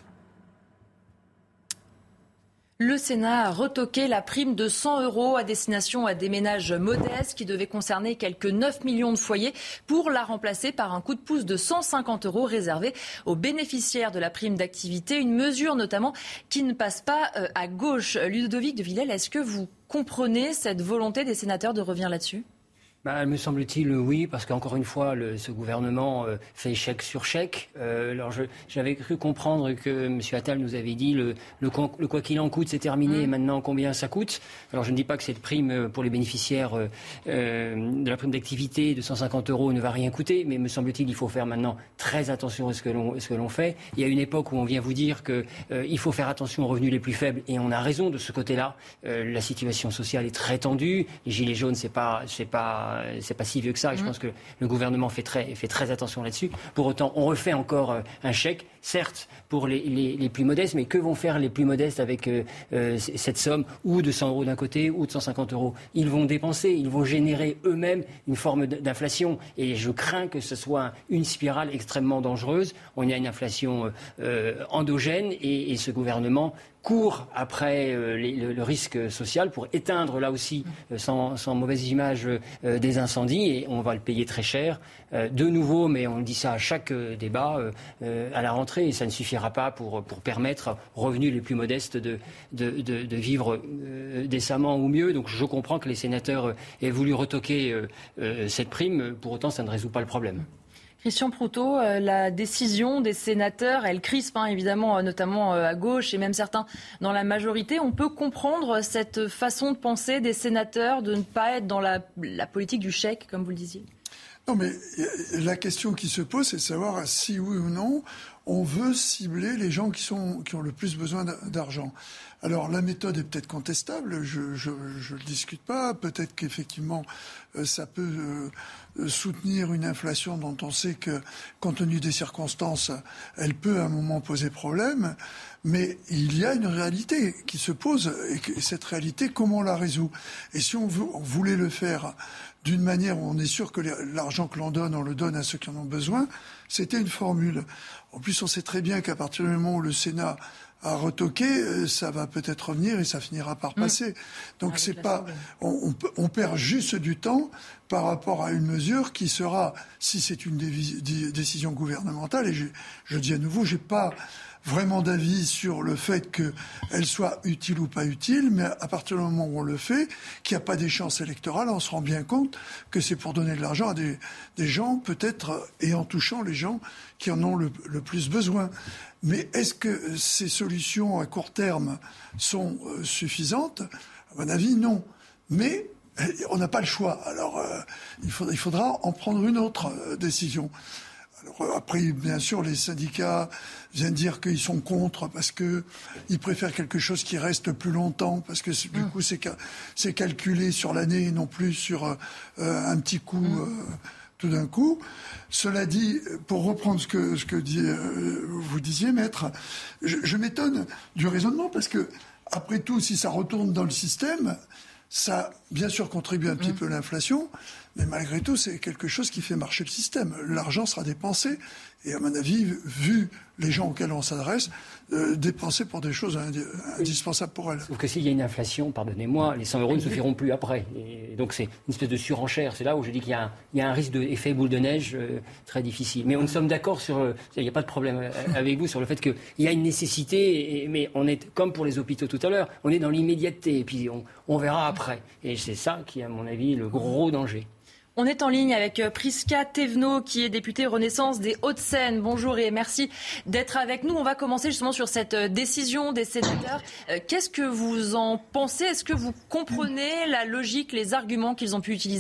Le Sénat a retoqué la prime de cent euros à destination à des ménages modestes qui devait concerner quelques neuf millions de foyers pour la remplacer par un coup de pouce de cent cinquante euros réservé aux bénéficiaires de la prime d'activité. Une mesure notamment qui ne passe pas à gauche. Ludovic de Villèle, est-ce que vous comprenez cette volonté des sénateurs de revenir là-dessus ? Bah, me semble-t-il, oui, parce qu'encore une fois, le, ce gouvernement euh, fait chèque sur chèque. Euh, alors je, j'avais cru comprendre que M. Attal nous avait dit le, le, le quoi qu'il en coûte, c'est terminé, mmh. et maintenant combien ça coûte. Alors je ne dis pas que cette prime pour les bénéficiaires euh, euh, de la prime d'activité de cent cinquante euros ne va rien coûter, mais me semble-t-il, il faut faire maintenant très attention à ce que l'on, ce que l'on fait. Il y a une époque où on vient vous dire qu'il euh, faut faire attention aux revenus les plus faibles, et on a raison de ce côté-là. Euh, la situation sociale est très tendue. Les gilets jaunes, c'est pas, c'est pas c'est pas si vieux que ça et je pense que le gouvernement fait très, fait très attention là-dessus. Pour autant, on refait encore un chèque, certes pour les, les, les plus modestes, mais que vont faire les plus modestes avec euh, cette somme, ou de cent euros d'un côté, ou de cent cinquante euros ? Ils vont dépenser, ils vont générer eux-mêmes une forme d'inflation et je crains que ce soit une spirale extrêmement dangereuse. On a une inflation euh, endogène et, et ce gouvernement court après euh, les, le, le risque social pour éteindre là aussi euh, sans, sans mauvaise image euh, des incendies et on va le payer très cher euh, de nouveau, mais on dit ça à chaque euh, débat euh, euh, à la rentrée et ça ne suffira pas pour, pour permettre aux revenus les plus modestes de, de, de, de vivre euh, décemment ou mieux. Donc je comprends que les sénateurs euh, aient voulu retoquer euh, euh, cette prime, pour autant ça ne résout pas le problème. Christian Proutot, euh, la décision des sénateurs, elle crispe hein, évidemment, euh, notamment euh, à gauche et même certains dans la majorité. On peut comprendre cette façon de penser des sénateurs de ne pas être dans la, la politique du chèque, comme vous le disiez. Non, mais la question qui se pose, c'est de savoir si oui ou non on veut cibler les gens qui, sont, qui ont le plus besoin d'argent. Alors la méthode est peut-être contestable, je ne le discute pas. Peut-être qu'effectivement euh, ça peut euh, soutenir une inflation dont on sait que, compte tenu des circonstances, elle peut à un moment poser problème. Mais il y a une réalité qui se pose et, que, et cette réalité, comment on la résout ? Et si on, veut, on voulait le faire d'une manière où on est sûr que l'argent que l'on donne, on le donne à ceux qui en ont besoin, c'était une formule. En plus, on sait très bien qu'à partir du moment où le Sénat a retoqué, ça va peut-être revenir et ça finira par passer. Donc c'est pas, on, on, on perd juste du temps par rapport à une mesure qui sera, si c'est une décision gouvernementale, et je, je dis à nouveau, j'ai pas vraiment d'avis sur le fait qu'elle soit utile ou pas utile, mais à partir du moment où on le fait, qu'il n'y a pas d'échéance électorale, on se rend bien compte que c'est pour donner de l'argent à des, des gens, peut-être, et en touchant les gens qui en ont le, le plus besoin. Mais est-ce que ces solutions à court terme sont euh, suffisantes ? À mon avis, non. Mais on n'a pas le choix. Alors, euh, il, faudra, il faudra en prendre une autre euh, décision. Alors, après, bien sûr, les syndicats viennent dire qu'ils sont contre parce qu'ils préfèrent quelque chose qui reste plus longtemps, parce que du coup, c'est, c'est calculé sur l'année et non plus sur euh, un petit coup euh, tout d'un coup. Cela dit, pour reprendre ce que, ce que dit, euh, vous disiez, maître, je, je m'étonne du raisonnement parce que, après tout, si ça retourne dans le système, ça, bien sûr, contribue un petit mmh. peu à l'inflation, mais malgré tout, c'est quelque chose qui fait marcher le système. L'argent sera dépensé, et à mon avis, vu les gens auxquels on s'adresse, euh, dépensé pour des choses indi- indispensables pour elles. Sauf que s'il y a une inflation, pardonnez-moi, les cent euros ne suffiront plus après. Et donc c'est une espèce de surenchère. C'est là où je dis qu'il y a un, il y a un risque d'effet boule de neige euh, très difficile. Mais on sommes d'accord sur... Euh, il n'y a pas de problème avec vous sur le fait qu'il y a une nécessité, et, mais on est, comme pour les hôpitaux tout à l'heure, on est dans l'immédiateté, et puis on, on verra après. Et c'est ça qui est, à mon avis, le gros danger. On est en ligne avec Prisca Thévenot, qui est députée Renaissance des Hauts-de-Seine. Bonjour et merci d'être avec nous. On va commencer justement sur cette décision des sénateurs. Qu'est-ce que vous en pensez ? Est-ce que vous comprenez la logique, les arguments qu'ils ont pu utiliser ?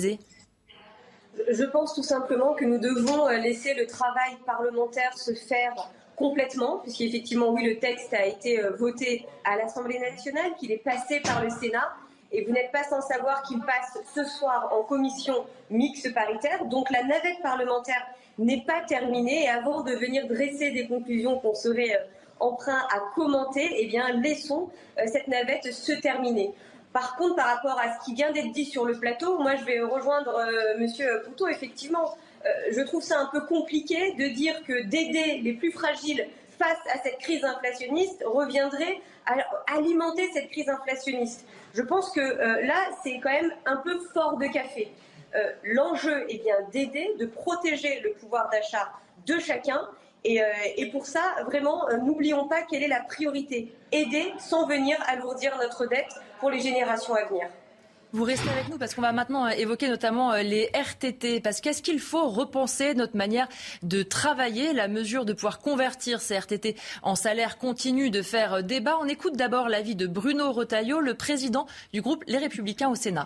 Je pense tout simplement que nous devons laisser le travail parlementaire se faire complètement, puisqu'effectivement, oui, le texte a été voté à l'Assemblée nationale, qu'il est passé par le Sénat. Et vous n'êtes pas sans savoir qu'il passe ce soir en commission mixte paritaire. Donc la navette parlementaire n'est pas terminée. Et avant de venir dresser des conclusions qu'on serait enclins à commenter, eh bien, laissons euh, cette navette se terminer. Par contre, par rapport à ce qui vient d'être dit sur le plateau, moi, je vais rejoindre euh, Monsieur Poutot, effectivement. Euh, je trouve ça un peu compliqué de dire que d'aider les plus fragiles face à cette crise inflationniste reviendrait à alimenter cette crise inflationniste. Je pense que euh, là, c'est quand même un peu fort de café. Euh, l'enjeu est bien d'aider, de protéger le pouvoir d'achat de chacun. Et, euh, et pour ça, vraiment, euh, n'oublions pas quelle est la priorité. Aider sans venir alourdir notre dette pour les générations à venir. Vous restez avec nous parce qu'on va maintenant évoquer notamment les R T T. Parce qu'est-ce qu'il faut repenser notre manière de travailler? La mesure de pouvoir convertir ces R T T en salaire continue de faire débat. On écoute d'abord l'avis de Bruno Retailleau, le président du groupe Les Républicains au Sénat.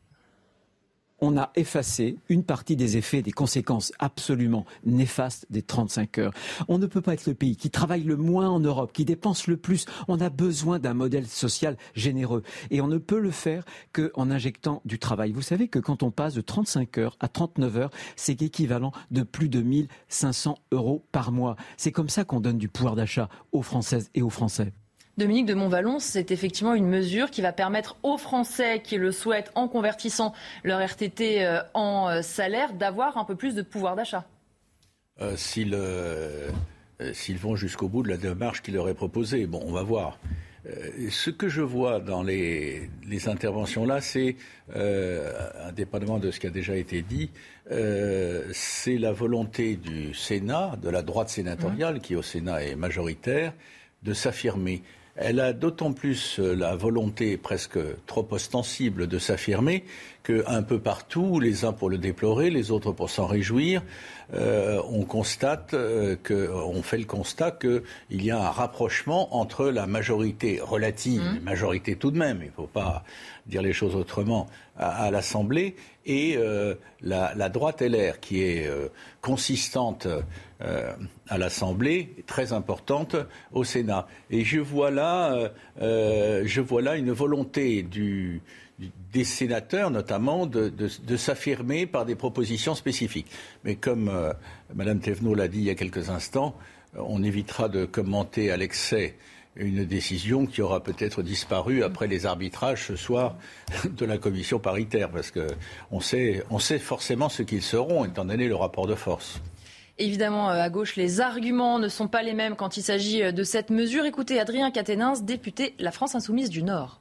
On a effacé une partie des effets, des conséquences absolument néfastes des trente-cinq heures. On ne peut pas être le pays qui travaille le moins en Europe, qui dépense le plus. On a besoin d'un modèle social généreux. Et on ne peut le faire qu'en injectant du travail. Vous savez que quand on passe de trente-cinq heures à trente-neuf heures, c'est l'équivalent de plus de mille cinq cents euros par mois. C'est comme ça qu'on donne du pouvoir d'achat aux Françaises et aux Français. Dominique de Montvalon, c'est effectivement une mesure qui va permettre aux Français qui le souhaitent, en convertissant leur R T T en salaire, d'avoir un peu plus de pouvoir d'achat. Euh, s'ils, euh, s'ils vont jusqu'au bout de la démarche qui leur est proposée, bon, on va voir. Euh, ce que je vois dans les, les interventions là, c'est, euh, indépendamment de ce qui a déjà été dit, euh, c'est la volonté du Sénat, de la droite sénatoriale, mmh. qui au Sénat est majoritaire, de s'affirmer. Elle a d'autant plus la volonté presque trop ostensible de s'affirmer qu'un peu partout, les uns pour le déplorer, les autres pour s'en réjouir, euh, on constate, euh, que, on fait le constat qu'il y a un rapprochement entre la majorité relative, mmh. majorité tout de même, il ne faut pas dire les choses autrement, à, à l'Assemblée, et euh, la, la droite L R qui est euh, consistante euh, à l'Assemblée, très importante au Sénat. Et je vois là, euh, euh, je vois là une volonté du, du, des sénateurs, notamment, de, de, de s'affirmer par des propositions spécifiques. Mais comme euh, Mme Thévenot l'a dit il y a quelques instants, on évitera de commenter à l'excès une décision qui aura peut-être disparu après les arbitrages ce soir de la commission paritaire, parce qu'on sait, on sait forcément ce qu'ils seront, étant donné le rapport de force. Évidemment, à gauche, les arguments ne sont pas les mêmes quand il s'agit de cette mesure. Écoutez Adrien Quatennens, député La France Insoumise du Nord.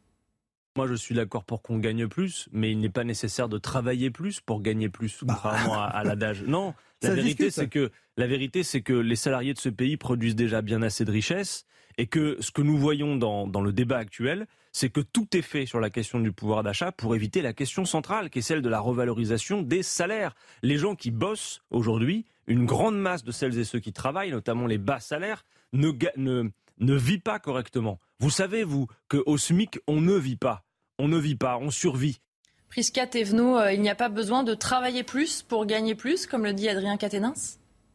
Moi, je suis d'accord pour qu'on gagne plus, mais il n'est pas nécessaire de travailler plus pour gagner plus, contrairement bah. à, à l'adage. Non, la vérité, c'est que, la vérité, c'est que les salariés de ce pays produisent déjà bien assez de richesses. Et que ce que nous voyons dans, dans le débat actuel, c'est que tout est fait sur la question du pouvoir d'achat pour éviter la question centrale, qui est celle de la revalorisation des salaires. Les gens qui bossent aujourd'hui, une grande masse de celles et ceux qui travaillent, notamment les bas salaires, ne, ne, ne vit pas correctement. Vous savez, vous, qu'au SMIC, on ne vit pas. On ne vit pas, on survit. Prisca Thévenot, euh, il n'y a pas besoin de travailler plus pour gagner plus, comme le dit Adrien Quatennens ?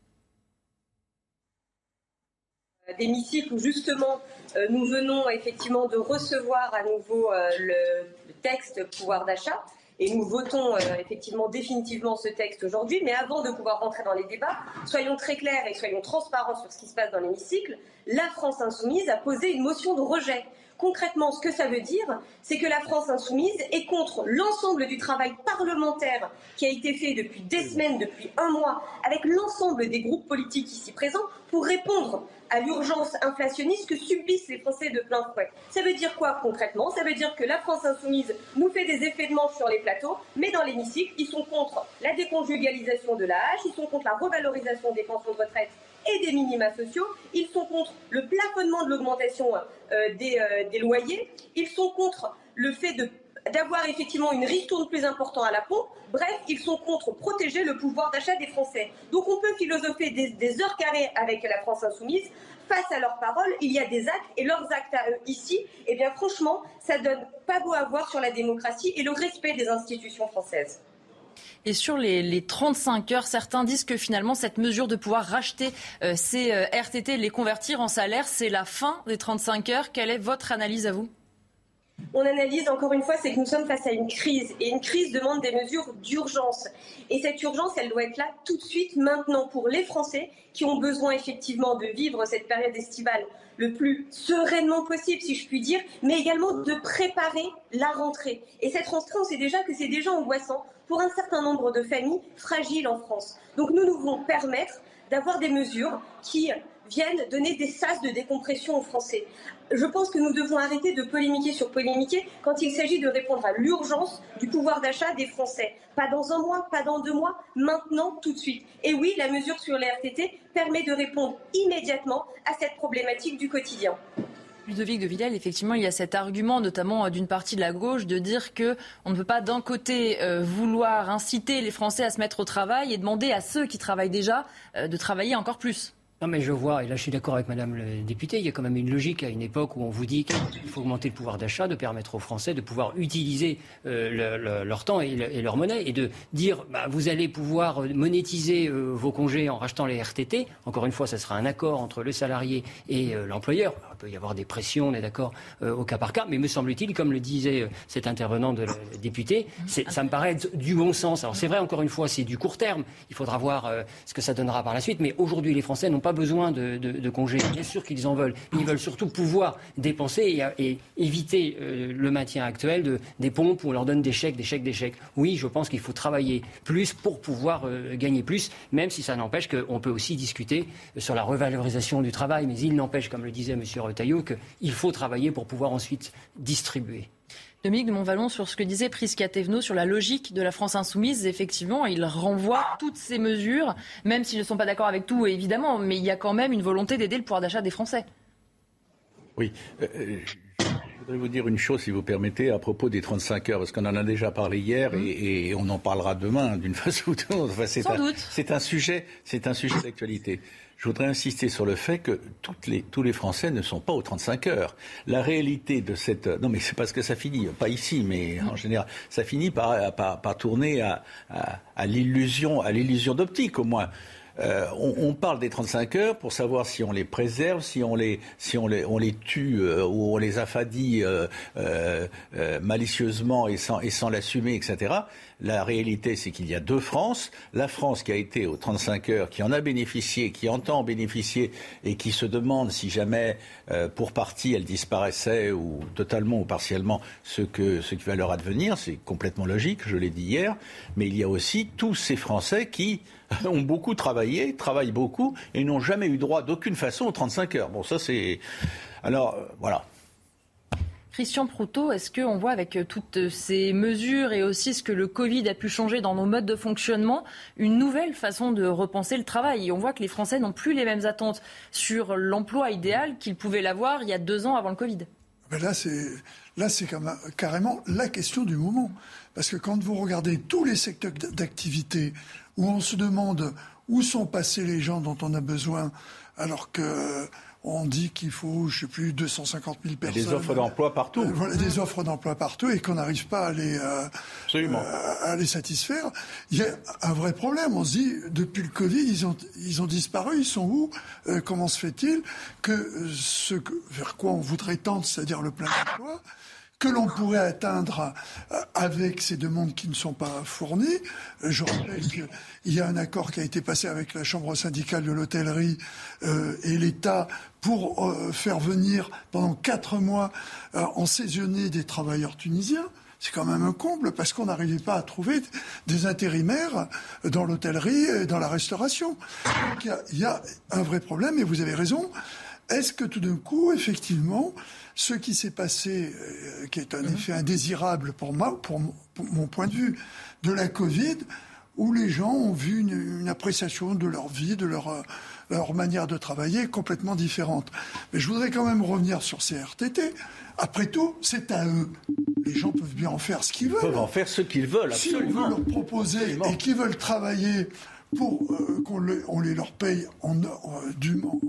D'hémicycle où justement euh, nous venons effectivement de recevoir à nouveau euh, le, le texte pouvoir d'achat et nous votons euh, effectivement définitivement ce texte aujourd'hui. Mais avant de pouvoir rentrer dans les débats, soyons très clairs et soyons transparents sur ce qui se passe dans l'hémicycle. La France Insoumise a posé une motion de rejet. Concrètement, ce que ça veut dire, c'est que la France Insoumise est contre l'ensemble du travail parlementaire qui a été fait depuis des semaines, depuis un mois, avec l'ensemble des groupes politiques ici présents, pour répondre à l'urgence inflationniste que subissent les Français de plein fouet. Ça veut dire quoi concrètement? Ça veut dire que la France Insoumise nous fait des effets de manche sur les plateaux, mais dans l'hémicycle, ils sont contre la déconjugalisation de l'A H, ils sont contre la revalorisation des pensions de retraite et des minima sociaux, ils sont contre le plafonnement de l'augmentation euh, des, euh, des loyers, ils sont contre le fait de d'avoir effectivement une ristourne plus importante à la pompe. Bref, ils sont contre protéger le pouvoir d'achat des Français. Donc on peut philosopher des, des heures carrées avec la France Insoumise. Face à leurs paroles, il y a des actes, et leurs actes à eux ici, eh bien franchement, ça donne pas beau à voir sur la démocratie et le respect des institutions françaises. Et sur les, les trente-cinq heures, certains disent que finalement cette mesure de pouvoir racheter euh, ces euh, R T T, les convertir en salaire, c'est la fin des trente-cinq heures. Quelle est votre analyse à vous ? Mon analyse, encore une fois, c'est que nous sommes face à une crise. Et une crise demande des mesures d'urgence. Et cette urgence, elle doit être là tout de suite, maintenant, pour les Français qui ont besoin effectivement de vivre cette période estivale le plus sereinement possible, si je puis dire, mais également de préparer la rentrée. Et cette rentrée, on sait déjà que c'est déjà angoissant pour un certain nombre de familles fragiles en France. Donc nous, nous voulons permettre d'avoir des mesures qui viennent donner des sas de décompression aux Français. Je pense que nous devons arrêter de polémiquer sur polémiquer quand il s'agit de répondre à l'urgence du pouvoir d'achat des Français. Pas dans un mois, pas dans deux mois, maintenant, tout de suite. Et oui, la mesure sur les R T T permet de répondre immédiatement à cette problématique du quotidien. Ludovic de Villèle, effectivement, il y a cet argument, notamment d'une partie de la gauche, de dire qu'on ne peut pas d'un côté euh, vouloir inciter les Français à se mettre au travail et demander à ceux qui travaillent déjà euh, de travailler encore plus. Non mais je vois, et là je suis d'accord avec Madame le député, il y a quand même une logique à une époque où on vous dit qu'il faut augmenter le pouvoir d'achat, de permettre aux Français de pouvoir utiliser euh, le, le, leur temps et, le, et leur monnaie, et de dire bah, vous allez pouvoir monétiser euh, vos congés en rachetant les R T T. Encore une fois, ça sera un accord entre le salarié et euh, l'employeur. Alors, il peut y avoir des pressions, on est d'accord, euh, au cas par cas, mais me semble-t-il, comme le disait euh, cet intervenant de le député, c'est, ça me paraît être du bon sens. Alors c'est vrai, encore une fois, c'est du court terme, il faudra voir euh, ce que ça donnera par la suite, mais aujourd'hui les Français n'ont pas besoin de, de, de congés. Bien sûr qu'ils en veulent. Ils veulent surtout pouvoir dépenser et, et éviter euh, le maintien actuel de, des pompes où on leur donne des chèques, des chèques, des chèques. Oui, je pense qu'il faut travailler plus pour pouvoir euh, gagner plus, même si ça n'empêche qu'on peut aussi discuter sur la revalorisation du travail. Mais il n'empêche, comme le disait M. Retailleau, qu'il faut travailler pour pouvoir ensuite distribuer. Dominique de Montvalon, sur ce que disait Prisca Thévenot sur la logique de la France insoumise, effectivement, il renvoie toutes ces mesures, même s'ils ne sont pas d'accord avec tout, évidemment, mais il y a quand même une volonté d'aider le pouvoir d'achat des Français. Oui. Euh, je voudrais vous dire une chose, si vous permettez, à propos des trente-cinq heures, parce qu'on en a déjà parlé hier mmh. et, et on en parlera demain d'une façon ou d'une autre. Enfin, c'est Sans un, doute. C'est un sujet, c'est un sujet d'actualité. Je voudrais insister sur le fait que toutes les, tous les Français ne sont pas aux trente-cinq heures. La réalité de cette... Non, mais c'est parce que ça finit, pas ici, mais en général, ça finit par, par, par tourner à, à, à, l'illusion, à l'illusion d'optique, au moins. Euh, on, on parle des trente-cinq heures pour savoir si on les préserve, si on les, si on les, on les tue euh, ou on les affadit euh, euh, euh, malicieusement et sans, et sans l'assumer, et cetera. La réalité, c'est qu'il y a deux France. La France qui a été aux trente-cinq heures, qui en a bénéficié, qui entend en bénéficier et qui se demande si jamais, euh, pour partie, elle disparaissait ou totalement ou partiellement, ce, que, ce qui va leur advenir. C'est complètement logique, je l'ai dit hier. Mais il y a aussi tous ces Français qui ont beaucoup travaillé, travaillent beaucoup et n'ont jamais eu droit d'aucune façon aux trente-cinq heures. Bon, ça c'est... Alors, euh, voilà. Christian Proutot, est-ce qu'on voit avec toutes ces mesures et aussi ce que le Covid a pu changer dans nos modes de fonctionnement, une nouvelle façon de repenser le travail ? Et on voit que les Français n'ont plus les mêmes attentes sur l'emploi idéal qu'ils pouvaient l'avoir il y a deux ans avant le Covid. Ben là, c'est, là, c'est carrément la question du moment. Parce que quand vous regardez tous les secteurs d'activité où on se demande où sont passés les gens dont on a besoin, alors que... On dit qu'il faut, je ne sais plus, deux cent cinquante mille personnes. Des offres d'emploi partout. Euh, voilà, des offres d'emploi partout et qu'on n'arrive pas à les, euh, Absolument. Euh, à les satisfaire. Il y a un vrai problème. On se dit, depuis le Covid, ils ont, ils ont disparu. Ils sont où ? euh, Comment se fait-il que ce que, vers quoi on voudrait tendre, c'est-à-dire le plein emploi, que l'on pourrait atteindre avec ces demandes qui ne sont pas fournies. Je rappelle qu'il y a un accord qui a été passé avec la Chambre syndicale de l'hôtellerie euh, et l'État pour euh, faire venir pendant quatre mois euh, en saisonnier des travailleurs tunisiens. C'est quand même un comble parce qu'on n'arrivait pas à trouver des intérimaires dans l'hôtellerie et dans la restauration. Donc il y a, il y a un vrai problème et vous avez raison. Est-ce que tout d'un coup, effectivement, ce qui s'est passé, euh, qui est un effet indésirable pour moi, pour, pour mon point de vue, de la Covid, où les gens ont vu une, une appréciation de leur vie, de leur, euh, leur manière de travailler complètement différente. Mais je voudrais quand même revenir sur ces R T T. Après tout, c'est à eux. Les gens peuvent bien en faire ce qu'ils veulent. Ils peuvent en faire ce qu'ils veulent, absolument. Si on veut leur proposer absolument. Et qu'ils veulent travailler pour euh, qu'on les, on les leur paye en, en, dûment, en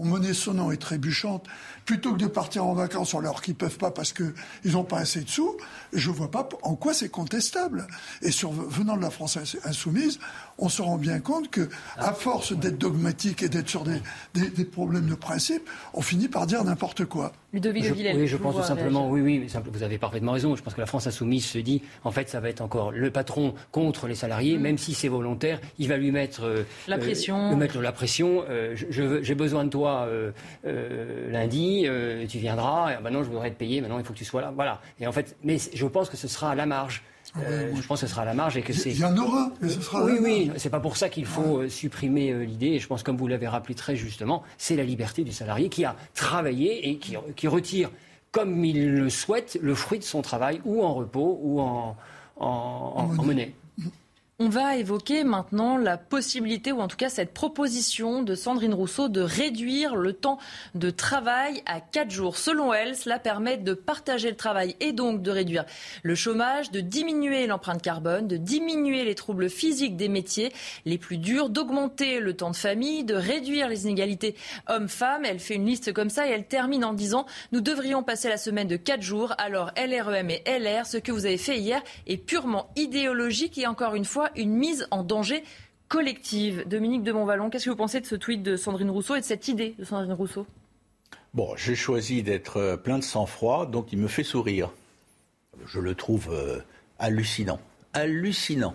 en monnaie sonnant et trébuchante, plutôt que de partir en vacances alors qu'ils ne peuvent pas parce qu'ils n'ont pas assez de sous, je ne vois pas en quoi c'est contestable. Et sur, venant de la France insoumise, on se rend bien compte que, à force d'être dogmatique et d'être sur des, des, des problèmes de principe, on finit par dire n'importe quoi. Ludovic je, Villèle, oui, je pense tout simplement, réagir. oui, oui, vous avez parfaitement raison. Je pense que la France insoumise se dit, en fait, ça va être encore le patron contre les salariés, mmh. même si c'est volontaire, il va lui mettre euh, la pression. Euh, mettre la pression. Euh, je, je, j'ai besoin de toi euh, euh, lundi, euh, tu viendras. Et maintenant, je voudrais te payer. Maintenant, il faut que tu sois là. Voilà. Et en fait, mais je pense que ce sera à la marge. Euh, oui, je pense que ce sera à la marge et que c'est. Il y en aura, mais ce sera. Oui, oui. C'est pas pour ça qu'il faut euh, supprimer euh, l'idée. Et je pense, comme vous l'avez rappelé très justement, c'est la liberté du salarié qui a travaillé et qui, qui retire, comme il le souhaite, le fruit de son travail, ou en repos, ou en, en, en, en monnaie. On va évoquer maintenant la possibilité, ou en tout cas cette proposition de Sandrine Rousseau de réduire le temps de travail à quatre jours. Selon elle, cela permet de partager le travail et donc de réduire le chômage, de diminuer l'empreinte carbone, de diminuer les troubles physiques des métiers les plus durs, d'augmenter le temps de famille, de réduire les inégalités hommes-femmes. Elle fait une liste comme ça et elle termine en disant « Nous devrions passer la semaine de quatre jours, alors L R E M et L R, ce que vous avez fait hier est purement idéologique et encore une fois, une mise en danger collective. » Dominique de Montvalon, qu'est-ce que vous pensez de ce tweet de Sandrine Rousseau et de cette idée de Sandrine Rousseau ? Bon, j'ai choisi d'être plein de sang-froid, donc il me fait sourire. Je le trouve euh, hallucinant. Hallucinant.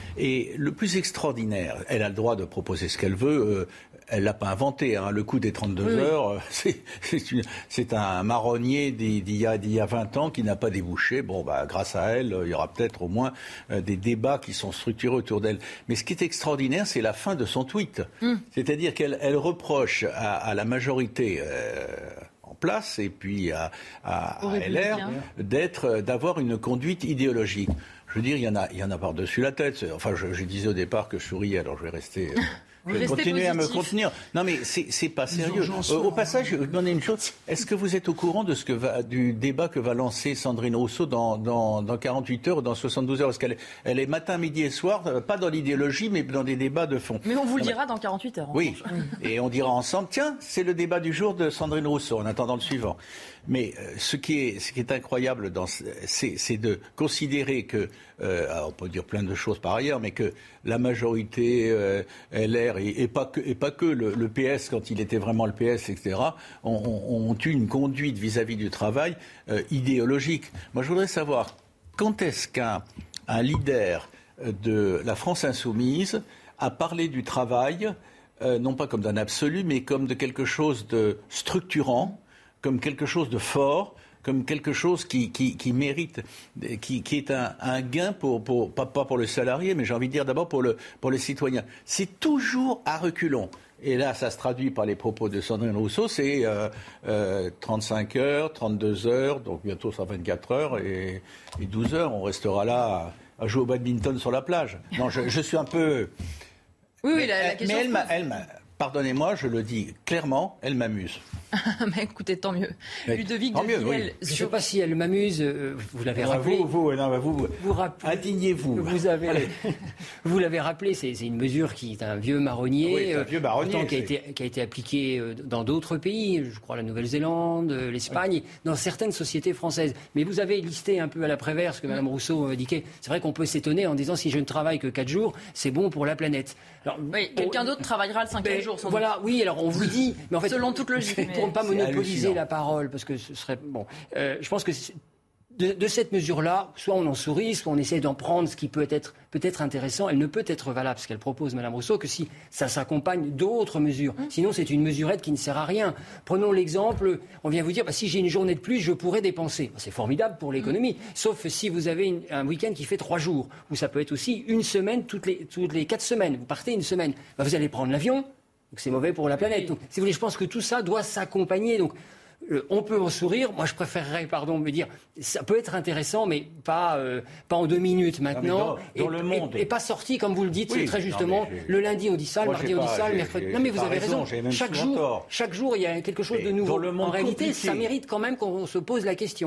Et le plus extraordinaire, elle a le droit de proposer ce qu'elle veut. Euh, elle l'a pas inventé, hein. Le coup des trente-deux oui, heures, oui. c'est, c'est, une, c'est un marronnier d'il, d'il, y a, d'il y a vingt ans qui n'a pas débouché. Bon, bah, grâce à elle, il y aura peut-être au moins euh, des débats qui sont structurés autour d'elle. Mais ce qui est extraordinaire, c'est la fin de son tweet. Mm. C'est-à-dire qu'elle elle reproche à, à la majorité euh, en place et puis à, à, à L R d'être, d'avoir une conduite idéologique. Je veux dire, il y en a, il y en a par-dessus la tête. Enfin, je, je disais au départ que je souriais, alors je vais rester... Euh, je vais continuer positif. à me contenir. Non, mais c'est, c'est pas sérieux. Euh, au passage, je vais vous demander une chose. Est-ce que vous êtes au courant de ce que va, du débat que va lancer Sandrine Rousseau dans, dans, dans quarante-huit heures ou dans soixante-douze heures ? Parce qu'elle elle est matin, midi et soir, pas dans l'idéologie, mais dans des débats de fond. Mais on vous le dira dans quarante-huit heures. Oui. Et on dira ensemble, tiens, c'est le débat du jour de Sandrine Rousseau, en attendant le suivant. Mais euh, ce, qui est, ce qui est incroyable, dans, c'est, c'est de considérer que, euh, on peut dire plein de choses par ailleurs, mais que la majorité euh, L R et, et, pas que, et pas que le, le P S, quand il était vraiment le P S, et cetera, ont, ont, ont eu une conduite vis-à-vis du travail euh, idéologique. Moi, je voudrais savoir, quand est-ce qu'un un leader de la France insoumise a parlé du travail, euh, non pas comme d'un absolu, mais comme de quelque chose de structurant, comme quelque chose de fort, comme quelque chose qui, qui, qui mérite, qui, qui est un, un gain, pour, pour, pas, pas pour le salarié, mais j'ai envie de dire d'abord pour le, pour les citoyens. C'est toujours à reculons. Et là, ça se traduit par les propos de Sandrine Rousseau, c'est euh, euh, trente-cinq heures, trente-deux heures, donc bientôt ça vingt-quatre heures et, et douze heures. On restera là à, à jouer au badminton sur la plage. Non, je, je suis un peu... Oui, oui, mais, la, la question mais elle m'a... Elle m'a Pardonnez-moi, je le dis clairement, elle m'amuse. Mais écoutez, tant mieux. Mais, Ludovic tant mieux, oui. Je ne sais pas si elle m'amuse, euh, vous l'avez non, rappelé. Vous, vous, non, vous, vous, vous rappelez, indignez-vous. Vous, avez, vous l'avez rappelé, c'est, c'est une mesure qui est un vieux marronnier, oui, un vieux marronnier euh, qui, a été, qui a été appliqué dans d'autres pays, je crois la Nouvelle-Zélande, l'Espagne, oui. dans certaines sociétés françaises. Mais vous avez listé un peu à la Prévert ce que Mme Rousseau indiquait. C'est vrai qu'on peut s'étonner en disant si je ne travaille que quatre jours, c'est bon pour la planète. Alors, oui, quelqu'un d'autre travaillera le cinquième jour. Sans voilà, doute. Oui, alors on vous dit, mais en fait, selon toute logique, mais... pour ne pas monopoliser la parole, parce que ce serait bon. Euh, je pense que de, de cette mesure-là, soit on en sourit, soit on essaie d'en prendre ce qui peut être peut-être intéressant. Elle ne peut être valable, ce qu'elle propose, Mme Rousseau, que si ça s'accompagne d'autres mesures. Mmh. Sinon, c'est une mesurette qui ne sert à rien. Prenons l'exemple, on vient vous dire, bah, si j'ai une journée de plus, je pourrais dépenser. Bah, c'est formidable pour l'économie, mmh. sauf si vous avez une, un week-end qui fait trois jours, ou ça peut être aussi une semaine toutes les, toutes les quatre semaines. Vous partez une semaine, bah, vous allez prendre l'avion. Donc c'est mauvais pour la planète. Donc, si vous voulez, je pense que tout ça doit s'accompagner. Donc, euh, on peut en sourire. Moi, je préférerais, pardon, me dire, ça peut être intéressant, mais pas, euh, pas en deux minutes maintenant. Dans, dans et, le monde. Et, et pas sorti, comme vous le dites, oui, très justement. Non, le lundi, on dit ça, le mardi, on dit ça, le mercredi. Non, mais vous avez raison. raison. Chaque jour, chaque jour, il y a quelque chose mais de nouveau. Dans le monde en réalité, compliqué. Ça mérite quand même qu'on se pose la question.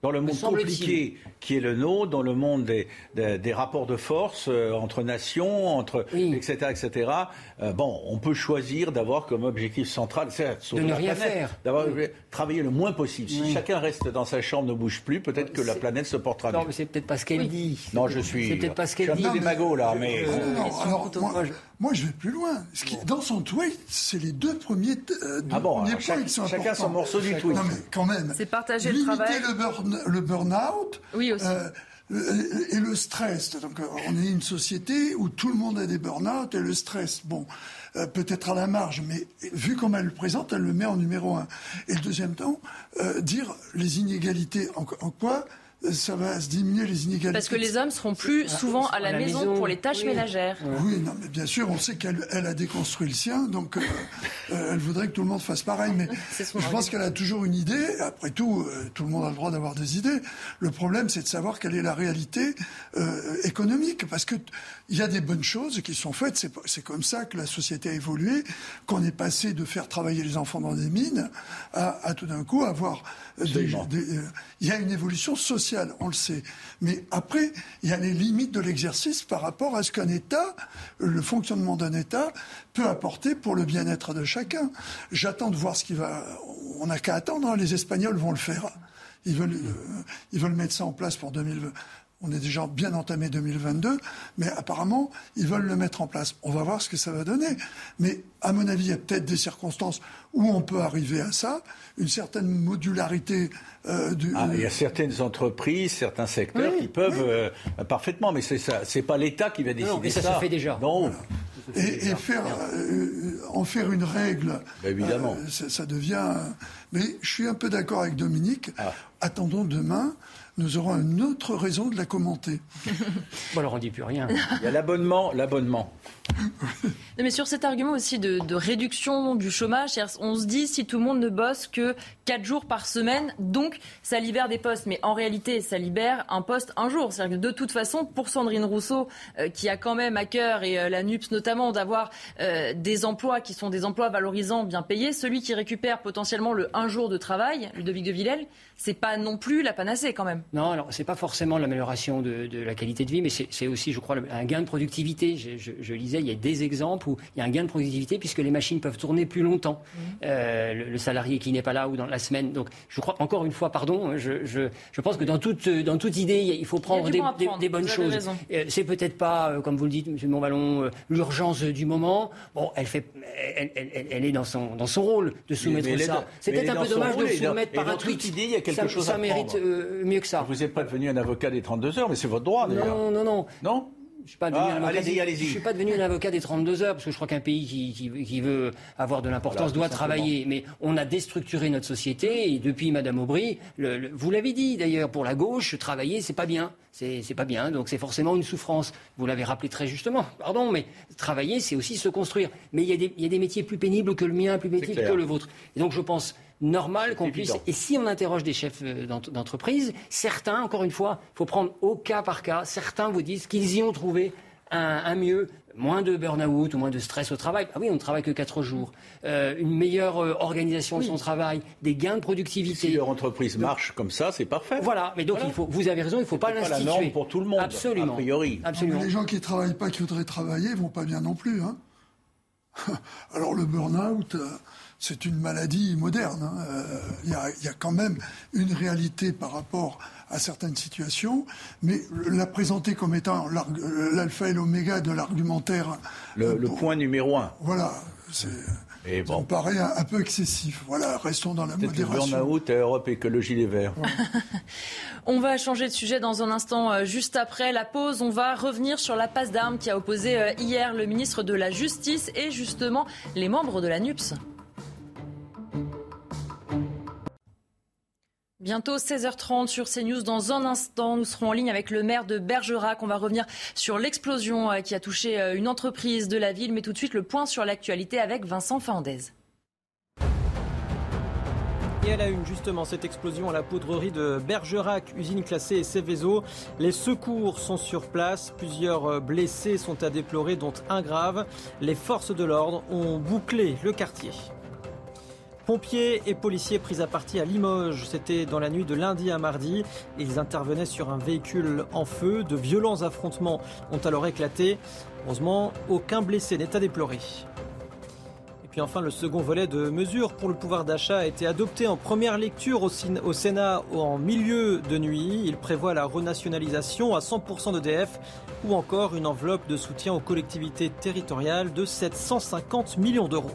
Dans le monde compliqué qui est le nôtre, dans le monde des, des, des rapports de force euh, entre nations, entre oui. et cetera, et cetera. Euh, bon, on peut choisir d'avoir comme objectif central, c'est de ne rien planète, faire, d'avoir oui. travaillé le moins possible. Si oui. chacun reste dans sa chambre, ne bouge plus, peut-être que c'est... la planète se portera mieux. Non, mais c'est peut-être pas ce qu'elle oui. dit. Non, je suis. C'est peut-être pas ce qu'elle dit. Je suis un peu démago là, mais. Euh, non, non, alors, moi, moi, je vais plus loin. Ce qui, dans son tweet, c'est les deux premiers. Euh, deux ah bon, premiers alors, points chaque, qui sont chacun importants. son morceau du tweet. Non, mais quand même. C'est partager le limiter travail. le burn, le burn-out. Oui aussi. Euh, et le stress. Donc, on est une société où tout le monde a des burn-out et le stress. Bon, euh, peut-être à la marge, mais vu comme elle le présente, elle le met en numéro un. Et le deuxième temps, euh, dire les inégalités en, en quoi ça va se diminuer les inégalités. Parce que les hommes seront plus souvent à la, à la maison, maison pour les tâches oui. ménagères. Oui, non, mais bien sûr, on sait qu'elle elle a déconstruit le sien, donc euh, euh, elle voudrait que tout le monde fasse pareil. Mais je pense qu'elle a toujours une idée. Après tout, euh, tout le monde a le droit d'avoir des idées. Le problème, c'est de savoir quelle est la réalité euh, économique, parce que il y a des bonnes choses qui sont faites. C'est, c'est comme ça que la société a évolué, qu'on est passé de faire travailler les enfants dans des mines à, à tout d'un coup avoir euh, des. des euh, il y a une évolution sociale. On le sait. Mais après, il y a les limites de l'exercice par rapport à ce qu'un État, le fonctionnement d'un État, peut apporter pour le bien-être de chacun. J'attends de voir ce qui va... On n'a qu'à attendre, les Espagnols vont le faire. Ils veulent, euh, ils veulent mettre ça en place pour deux mille vingt. On est déjà bien entamé deux mille vingt-deux, mais apparemment, ils veulent le mettre en place. On va voir ce que ça va donner. Mais à mon avis, il y a peut-être des circonstances où on peut arriver à ça, une certaine modularité euh, du... Ah, il y a certaines entreprises, certains secteurs oui, qui peuvent oui. euh, parfaitement, mais c'est ça, c'est pas l'État qui va décider non, mais ça. ça se fait déjà. Non. Voilà. Et, et faire, euh, en faire une règle, ben évidemment. Euh, ça, ça devient... Mais je suis un peu d'accord avec Dominique. Ah. Attendons demain. Nous aurons une autre raison de la commenter. Bon, alors on ne dit plus rien. Il y a l'abonnement, l'abonnement. Non, mais sur cet argument aussi de, de réduction du chômage, on se dit si tout le monde ne bosse que quatre jours par semaine, donc ça libère des postes. Mais en réalité, ça libère un poste un jour. C'est-à-dire que de toute façon, pour Sandrine Rousseau, euh, qui a quand même à cœur, et euh, la N U P S notamment, d'avoir euh, des emplois qui sont des emplois valorisants, bien payés, celui qui récupère potentiellement le un jour de travail, Ludovic de Villèle, c'est pas non plus la panacée quand même. Non, alors c'est pas forcément l'amélioration de, de la qualité de vie, mais c'est, c'est aussi, je crois, un gain de productivité. Je, je, je lisais, il y a des exemples où il y a un gain de productivité puisque les machines peuvent tourner plus longtemps. Mmh. Euh, le, le salarié qui n'est pas là ou dans la semaine. Donc, je crois encore une fois, pardon, je, je, je pense que dans toute, dans toute idée, il faut prendre il des, bon des, des bonnes choses. Euh, c'est peut-être pas, euh, comme vous le dites, M. de Montvalon, euh, l'urgence du moment. Bon, elle fait, elle, elle, elle, elle est dans son, dans son rôle de soumettre mais, mais ça. C'est peut-être un peu dommage de soumettre par un tweet. Idée, il y a quelque ça, chose ça à mérite euh, mieux que ça. Vous n'êtes pas devenu un avocat des trente-deux heures, mais c'est votre droit d'ailleurs. Non, non, non. Non. Je suis pas devenu ah, un avocat allez-y, des, allez-y. Je suis pas devenu un avocat des trente-deux heures parce que je crois qu'un pays qui, qui, qui veut avoir de l'importance voilà, doit travailler. Mais on a déstructuré notre société et depuis Madame Aubry, le, le, vous l'avez dit d'ailleurs, pour la gauche, travailler c'est pas bien, c'est, c'est pas bien. Donc c'est forcément une souffrance. Vous l'avez rappelé très justement. Pardon, mais travailler c'est aussi se construire. Mais il y a des, il y a des métiers plus pénibles que le mien, plus pénibles que le vôtre. Et donc je pense normal qu'on puisse... Et si on interroge des chefs d'entreprise, certains, encore une fois, il faut prendre au cas par cas, certains vous disent qu'ils y ont trouvé un, un mieux, moins de burn-out ou moins de stress au travail. Ah oui, on ne travaille que quatre jours. Euh, une meilleure organisation oui. de son travail, des gains de productivité. Si leur entreprise marche comme ça, c'est parfait. Voilà, mais donc voilà. il faut, vous avez raison, il ne faut pas c'est l'instituer. C'est pas la norme pour tout le monde, absolument. A priori. Absolument. Mais les gens qui ne travaillent pas, qui voudraient travailler, ne vont pas bien non plus. Hein. Alors le burn-out... Euh... c'est une maladie moderne. Il hein. euh, y, y a quand même une réalité par rapport à certaines situations, mais la présenter comme étant l'alpha et l'oméga de l'argumentaire... Le, euh, le pour, point numéro un. Voilà. C'est, et bon. Ça me paraît un, un peu excessif. Voilà, restons dans la Peut-être modération. Le burn-out à Europe Écologie Les Verts. Ouais. On va changer de sujet dans un instant. Euh, juste après la pause, on va revenir sur la passe d'armes qui a opposé euh, hier le ministre de la Justice et justement les membres de la N U P S. Bientôt seize heures trente sur CNews. Dans un instant, nous serons en ligne avec le maire de Bergerac. On va revenir sur l'explosion qui a touché une entreprise de la ville. Mais tout de suite, le point sur l'actualité avec Vincent Fernandez. Et à la une, justement, cette explosion à la poudrerie de Bergerac, usine classée Seveso. Les secours sont sur place. Plusieurs blessés sont à déplorer, dont un grave. Les forces de l'ordre ont bouclé le quartier. Pompiers et policiers pris à partie à Limoges. C'était dans la nuit de lundi à mardi. Ils intervenaient sur un véhicule en feu. De violents affrontements ont alors éclaté. Heureusement, aucun blessé n'est à déplorer. Et puis enfin, le second volet de mesures pour le pouvoir d'achat a été adopté en première lecture au Sénat en milieu de nuit. Il prévoit la renationalisation à cent pour cent d'E D F ou encore une enveloppe de soutien aux collectivités territoriales de sept cent cinquante millions d'euros.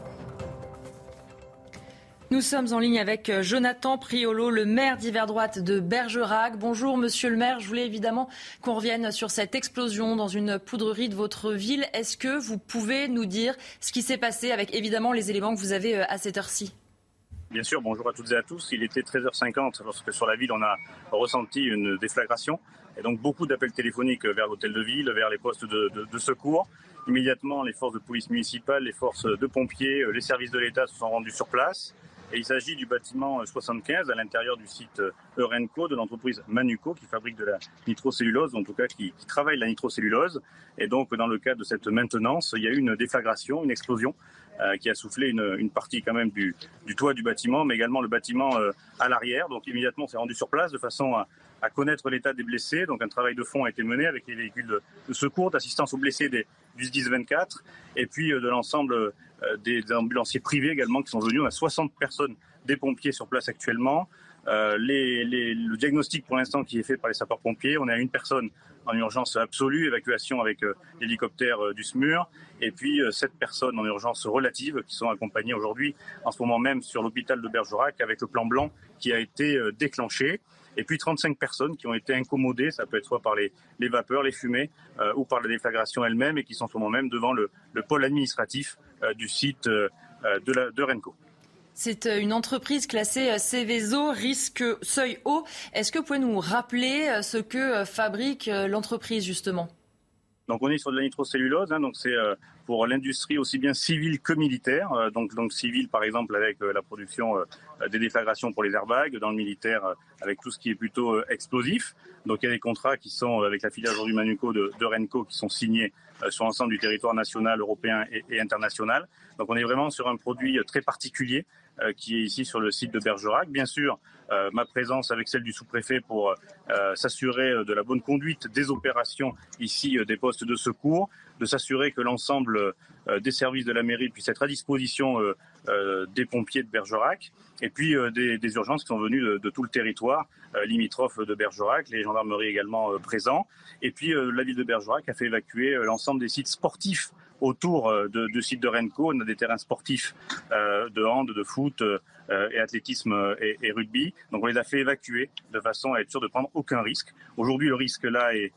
Nous sommes en ligne avec Jonathan Priolo, le maire d'hiver droite de Bergerac. Bonjour monsieur le maire, je voulais évidemment qu'on revienne sur cette explosion dans une poudrerie de votre ville. Est-ce que vous pouvez nous dire ce qui s'est passé avec évidemment les éléments que vous avez à cette heure-ci ? Bien sûr, bonjour à toutes et à tous. Il était treize heures cinquante lorsque sur la ville on a ressenti une déflagration et donc beaucoup d'appels téléphoniques vers l'hôtel de ville, vers les postes de, de, de secours. Immédiatement, les forces de police municipale, les forces de pompiers, les services de l'État se sont rendus sur place. Et il s'agit du bâtiment soixante-quinze à l'intérieur du site Eurenco de l'entreprise Manuco qui fabrique de la nitrocellulose, en tout cas qui, qui travaille la nitrocellulose. Et donc dans le cadre de cette maintenance, il y a eu une déflagration, une explosion euh, qui a soufflé une, une partie quand même du, du toit du bâtiment, mais également le bâtiment euh, à l'arrière. Donc immédiatement on s'est rendu sur place de façon à, à connaître l'état des blessés. Donc un travail de fond a été mené avec les véhicules de, de secours, d'assistance aux blessés des, du S D I S vingt-quatre et puis euh, de l'ensemble euh, des, des ambulanciers privés également qui sont venus. On a soixante personnes, des pompiers sur place actuellement. Euh, les, les, le diagnostic pour l'instant qui est fait par les sapeurs-pompiers, on a une personne en urgence absolue, évacuation avec euh, l'hélicoptère euh, du S M U R, et puis euh, sept personnes en urgence relative qui sont accompagnées aujourd'hui en ce moment même sur l'hôpital de Bergerac avec le plan blanc qui a été euh, déclenché. Et puis trente-cinq personnes qui ont été incommodées, ça peut être soit par les, les vapeurs, les fumées, euh, ou par la déflagration elle-même, et qui sont en ce moment même devant le, le pôle administratif euh, du site euh, de, la, de Renco. C'est une entreprise classée Seveso, risque seuil haut. Est-ce que vous pouvez nous rappeler ce que fabrique l'entreprise justement ? Donc on est sur de la nitrocellulose, hein, donc c'est euh, pour l'industrie aussi bien civile que militaire. Euh, donc, donc civile par exemple avec euh, la production euh, des déflagrations pour les airbags, dans le militaire euh, avec tout ce qui est plutôt euh, explosif. Donc il y a des contrats qui sont avec la filiale aujourd'hui Manuco de, de Renco qui sont signés euh, sur l'ensemble du territoire national, européen et, et international. Donc on est vraiment sur un produit très particulier euh, qui est ici sur le site de Bergerac. Bien sûr, euh, ma présence avec celle du sous-préfet pour euh, s'assurer de la bonne conduite des opérations ici euh, des postes de secours, de s'assurer que l'ensemble euh, des services de la mairie puissent être à disposition euh, euh, des pompiers de Bergerac et puis euh, des, des urgences qui sont venues de, de tout le territoire euh, limitrophe de Bergerac, les gendarmeries également euh, présents. Et puis euh, la ville de Bergerac a fait évacuer euh, l'ensemble des sites sportifs autour de, de sites de Renco. On a des terrains sportifs euh, de hand, de foot euh, et athlétisme et, et rugby. Donc on les a fait évacuer de façon à être sûr de prendre aucun risque. Aujourd'hui, le risque là est,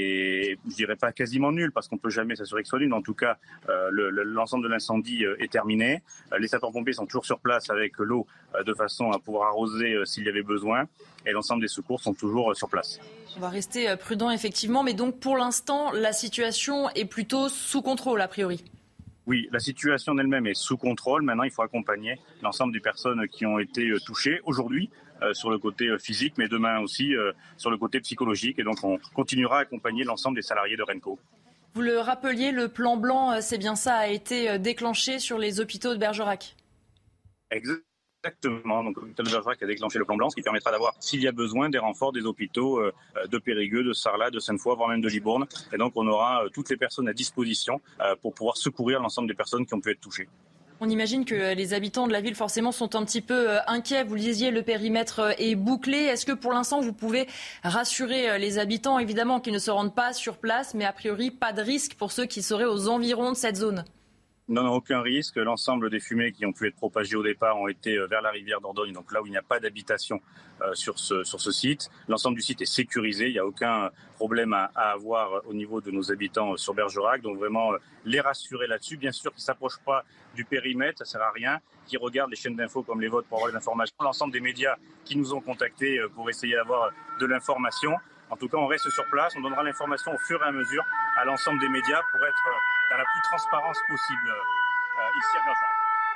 est je dirais pas quasiment nul parce qu'on peut jamais s'assurer que ce soit nul. En tout cas, euh, le, l'ensemble de l'incendie est terminé. Les sapeurs-pompiers sont toujours sur place avec l'eau euh, de façon à pouvoir arroser euh, s'il y avait besoin. Et l'ensemble des secours sont toujours euh, sur place. On va rester prudent effectivement, mais donc pour l'instant, la situation est plutôt sous contrôle a priori. Oui, la situation en elle-même est sous contrôle. Maintenant, il faut accompagner l'ensemble des personnes qui ont été touchées aujourd'hui euh, sur le côté physique, mais demain aussi euh, sur le côté psychologique. Et donc, on continuera à accompagner l'ensemble des salariés de Renco. Vous le rappeliez, le plan blanc, c'est bien ça, a été déclenché sur les hôpitaux de Bergerac. Exactement. Exactement. Donc, l'hôpital de Bergerac a déclenché le plan blanc, ce qui permettra d'avoir, s'il y a besoin, des renforts des hôpitaux euh, de Périgueux, de Sarlat, de Sainte-Foy, voire même de Libourne. Et donc, on aura euh, toutes les personnes à disposition euh, pour pouvoir secourir l'ensemble des personnes qui ont pu être touchées. On imagine que les habitants de la ville, forcément, sont un petit peu inquiets. Vous le disiez, le périmètre est bouclé. Est-ce que, pour l'instant, vous pouvez rassurer les habitants, évidemment, qui ne se rendent pas sur place, mais a priori, pas de risque pour ceux qui seraient aux environs de cette zone ? Non, non, aucun risque. L'ensemble des fumées qui ont pu être propagées au départ ont été vers la rivière Dordogne, donc là où il n'y a pas d'habitation euh, sur ce sur ce site. L'ensemble du site est sécurisé. Il n'y a aucun problème à, à avoir au niveau de nos habitants sur Bergerac. Donc vraiment euh, les rassurer là-dessus. Bien sûr qu'ils ne s'approchent pas du périmètre, ça ne sert à rien. Qu'ils regardent les chaînes d'infos comme les vôtres pour avoir des informations. L'ensemble des médias qui nous ont contactés pour essayer d'avoir de l'information. En tout cas, on reste sur place. On donnera l'information au fur et à mesure à l'ensemble des médias pour être dans la plus transparence possible euh, ici à Bergerac.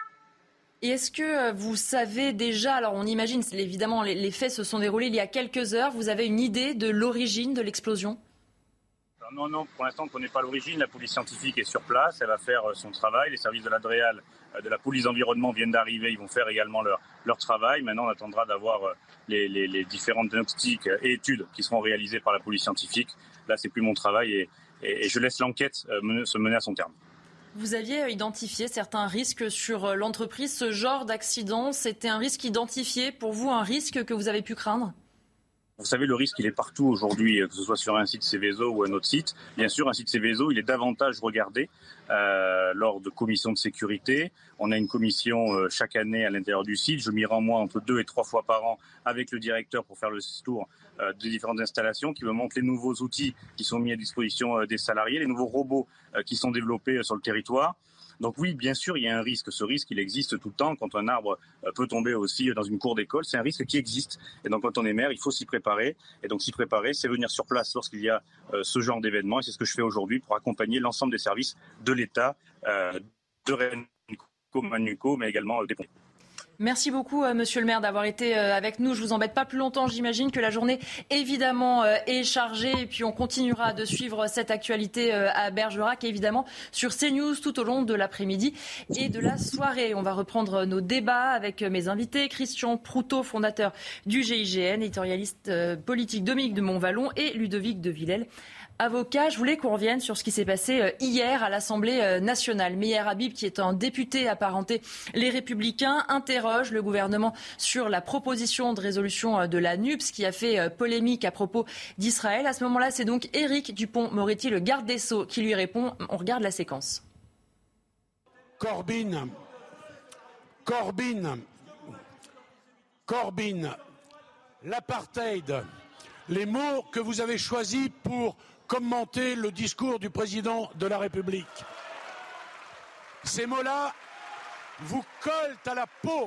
Et est-ce que vous savez déjà, alors on imagine évidemment les, les faits se sont déroulés il y a quelques heures, vous avez une idée de l'origine de l'explosion ? Non, non, pour l'instant, on ne connaît pas l'origine. La police scientifique est sur place, elle va faire son travail. Les services de l'Adréal, de la police d'environnement viennent d'arriver, ils vont faire également leur, leur travail. Maintenant, on attendra d'avoir les, les, les différentes diagnostics et études qui seront réalisées par la police scientifique. Là, c'est plus mon travail et, et, et je laisse l'enquête se mener à son terme. Vous aviez identifié certains risques sur l'entreprise. Ce genre d'accident, c'était un risque identifié pour vous, un risque que vous avez pu craindre ? Vous savez, le risque, il est partout aujourd'hui, que ce soit sur un site Céveso ou un autre site. Bien sûr, un site Céveso, il est davantage regardé euh, lors de commissions de sécurité. On a une commission euh, chaque année à l'intérieur du site. Je m'y rends, moi, entre deux et trois fois par an avec le directeur pour faire le tour euh, des différentes installations, qui me montre les nouveaux outils qui sont mis à disposition euh, des salariés, les nouveaux robots euh, qui sont développés euh, sur le territoire. Donc oui, bien sûr, il y a un risque. Ce risque, il existe tout le temps. Quand un arbre peut tomber aussi dans une cour d'école, c'est un risque qui existe. Et donc quand on est maire, il faut s'y préparer. Et donc s'y préparer, c'est venir sur place lorsqu'il y a ce genre d'événement. Et c'est ce que je fais aujourd'hui pour accompagner l'ensemble des services de l'État, euh, de Rennes, Manuco, mais également des pompiers. Merci beaucoup, euh, monsieur le maire, d'avoir été euh, avec nous. Je vous embête pas plus longtemps. J'imagine que la journée, évidemment, euh, est chargée. Et puis, on continuera de suivre cette actualité euh, à Bergerac, évidemment, sur CNews tout au long de l'après-midi et de la soirée. On va reprendre nos débats avec mes invités. Christian Proutot, fondateur du G I G N, éditorialiste euh, politique Dominique de Montvalon et Ludovic de Villèle, avocat. Je voulais qu'on revienne sur ce qui s'est passé hier à l'Assemblée nationale. Meyer Habib, qui est un député apparenté Les Républicains, interroge le gouvernement sur la proposition de résolution de la N U P S qui a fait polémique à propos d'Israël. À ce moment-là, c'est donc Éric Dupond-Moretti, le garde des Sceaux, qui lui répond. On regarde la séquence. Corbyn, Corbyn, Corbyn, l'apartheid, les mots que vous avez choisis pour commenter le discours du président de la République. Ces mots-là vous collent à la peau.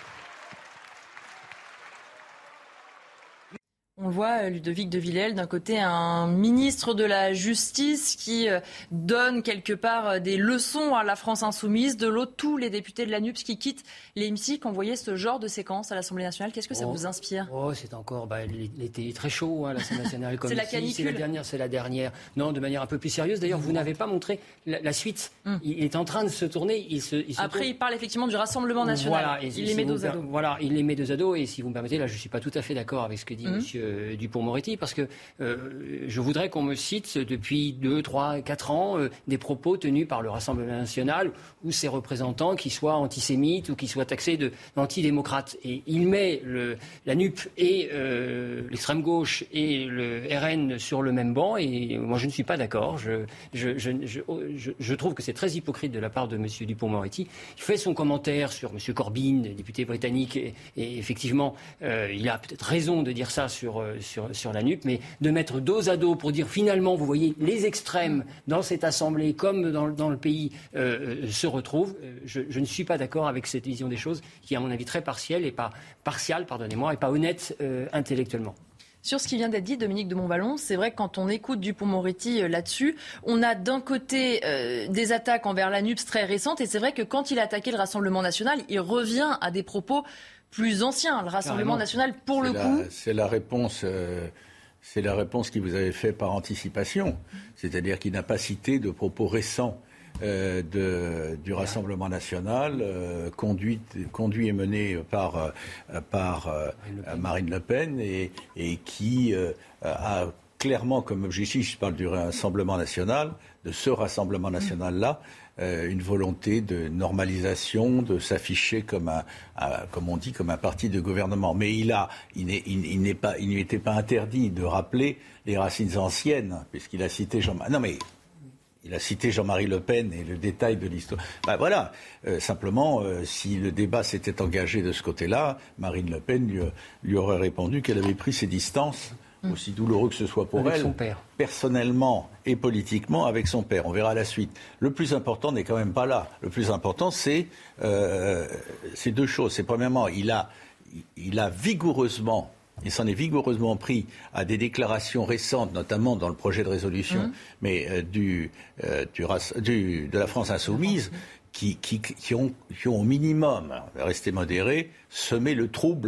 On voit Ludovic de Villèle, d'un côté un ministre de la Justice qui donne quelque part des leçons à la France insoumise, de l'autre tous les députés de la N U P S qui quittent l'hémicycle. On voyait ce genre de séquence à l'Assemblée nationale. Qu'est-ce que ça oh, vous inspire ? Oh, c'est encore, bah, l'été est très chaud, hein, l'Assemblée nationale. Comme c'est la ici, canicule. C'est la dernière, c'est la dernière. Non, de manière un peu plus sérieuse. D'ailleurs, vous n'avez pas montré la, la suite. Mm. Il est en train de se tourner. Il se, il se Après, tourne. il parle effectivement du Rassemblement national. Voilà, et il si, les si met vous, dos à dos. Voilà, il les met dos à dos. Et si vous me permettez, là, je ne suis pas tout à fait d'accord avec ce que dit mm. M. Dupond-Moretti, parce que euh, je voudrais qu'on me cite depuis deux, trois, quatre ans euh, des propos tenus par le Rassemblement national ou ses représentants qui soient antisémites ou qui soient taxés de, d'antidémocrates. Et il met le, la N U P et euh, l'extrême gauche et le R N sur le même banc. Et moi, je ne suis pas d'accord. Je, je, je, je, je, je trouve que c'est très hypocrite de la part de M. Dupond-Moretti. Il fait son commentaire sur M. Corbyn, député britannique, et, et effectivement, euh, il a peut-être raison de dire ça sur, sur, sur la N U P, mais de mettre dos à dos pour dire finalement, vous voyez, les extrêmes dans cette Assemblée comme dans, dans le pays euh, se retrouvent. Je, je ne suis pas d'accord avec cette vision des choses qui est à mon avis très partielle et pas partiale, pardonnez-moi, et pas honnête euh, intellectuellement. Sur ce qui vient d'être dit, Dominique de Montvalon, c'est vrai que quand on écoute Dupond-Moretti euh, là-dessus, on a d'un côté euh, des attaques envers la N U P S très récentes, et c'est vrai que quand il a attaqué le Rassemblement national, il revient à des propos plus anciens. Le Rassemblement Carrément. national, pour c'est le la, coup... C'est la réponse... Euh... C'est la réponse qu'il vous avait faite par anticipation, c'est-à-dire qu'il n'a pas cité de propos récents euh, de, du Rassemblement national, euh, conduit, conduit et mené par, euh, par euh, Marine Le Pen, et, et qui euh, a clairement comme objectif, je parle du Rassemblement national, de ce Rassemblement national-là, Euh, une volonté de normalisation, de s'afficher comme un, un, comme on dit, comme un parti de gouvernement. Mais il a, il n'est, il, il n'est pas, il n'était pas interdit de rappeler les racines anciennes, puisqu'il a cité Jean. Non mais. Il a cité Jean-Marie Le Pen et le détail de l'histoire. Ben voilà, euh, simplement, euh, si le débat s'était engagé de ce côté-là, Marine Le Pen lui, lui aurait répondu qu'elle avait pris ses distances, mmh. aussi douloureux que ce soit pour avec elle, son père. personnellement et politiquement, avec son père. On verra la suite. Le plus important n'est quand même pas là. Le plus important, c'est, euh, c'est deux choses. C'est premièrement, il a, il a vigoureusement... Il s'en est vigoureusement pris à des déclarations récentes, notamment dans le projet de résolution, mmh. mais euh, du, euh, du, du, de la France insoumise, qui, qui, qui, ont, qui ont au minimum, resté modérés, semé le trouble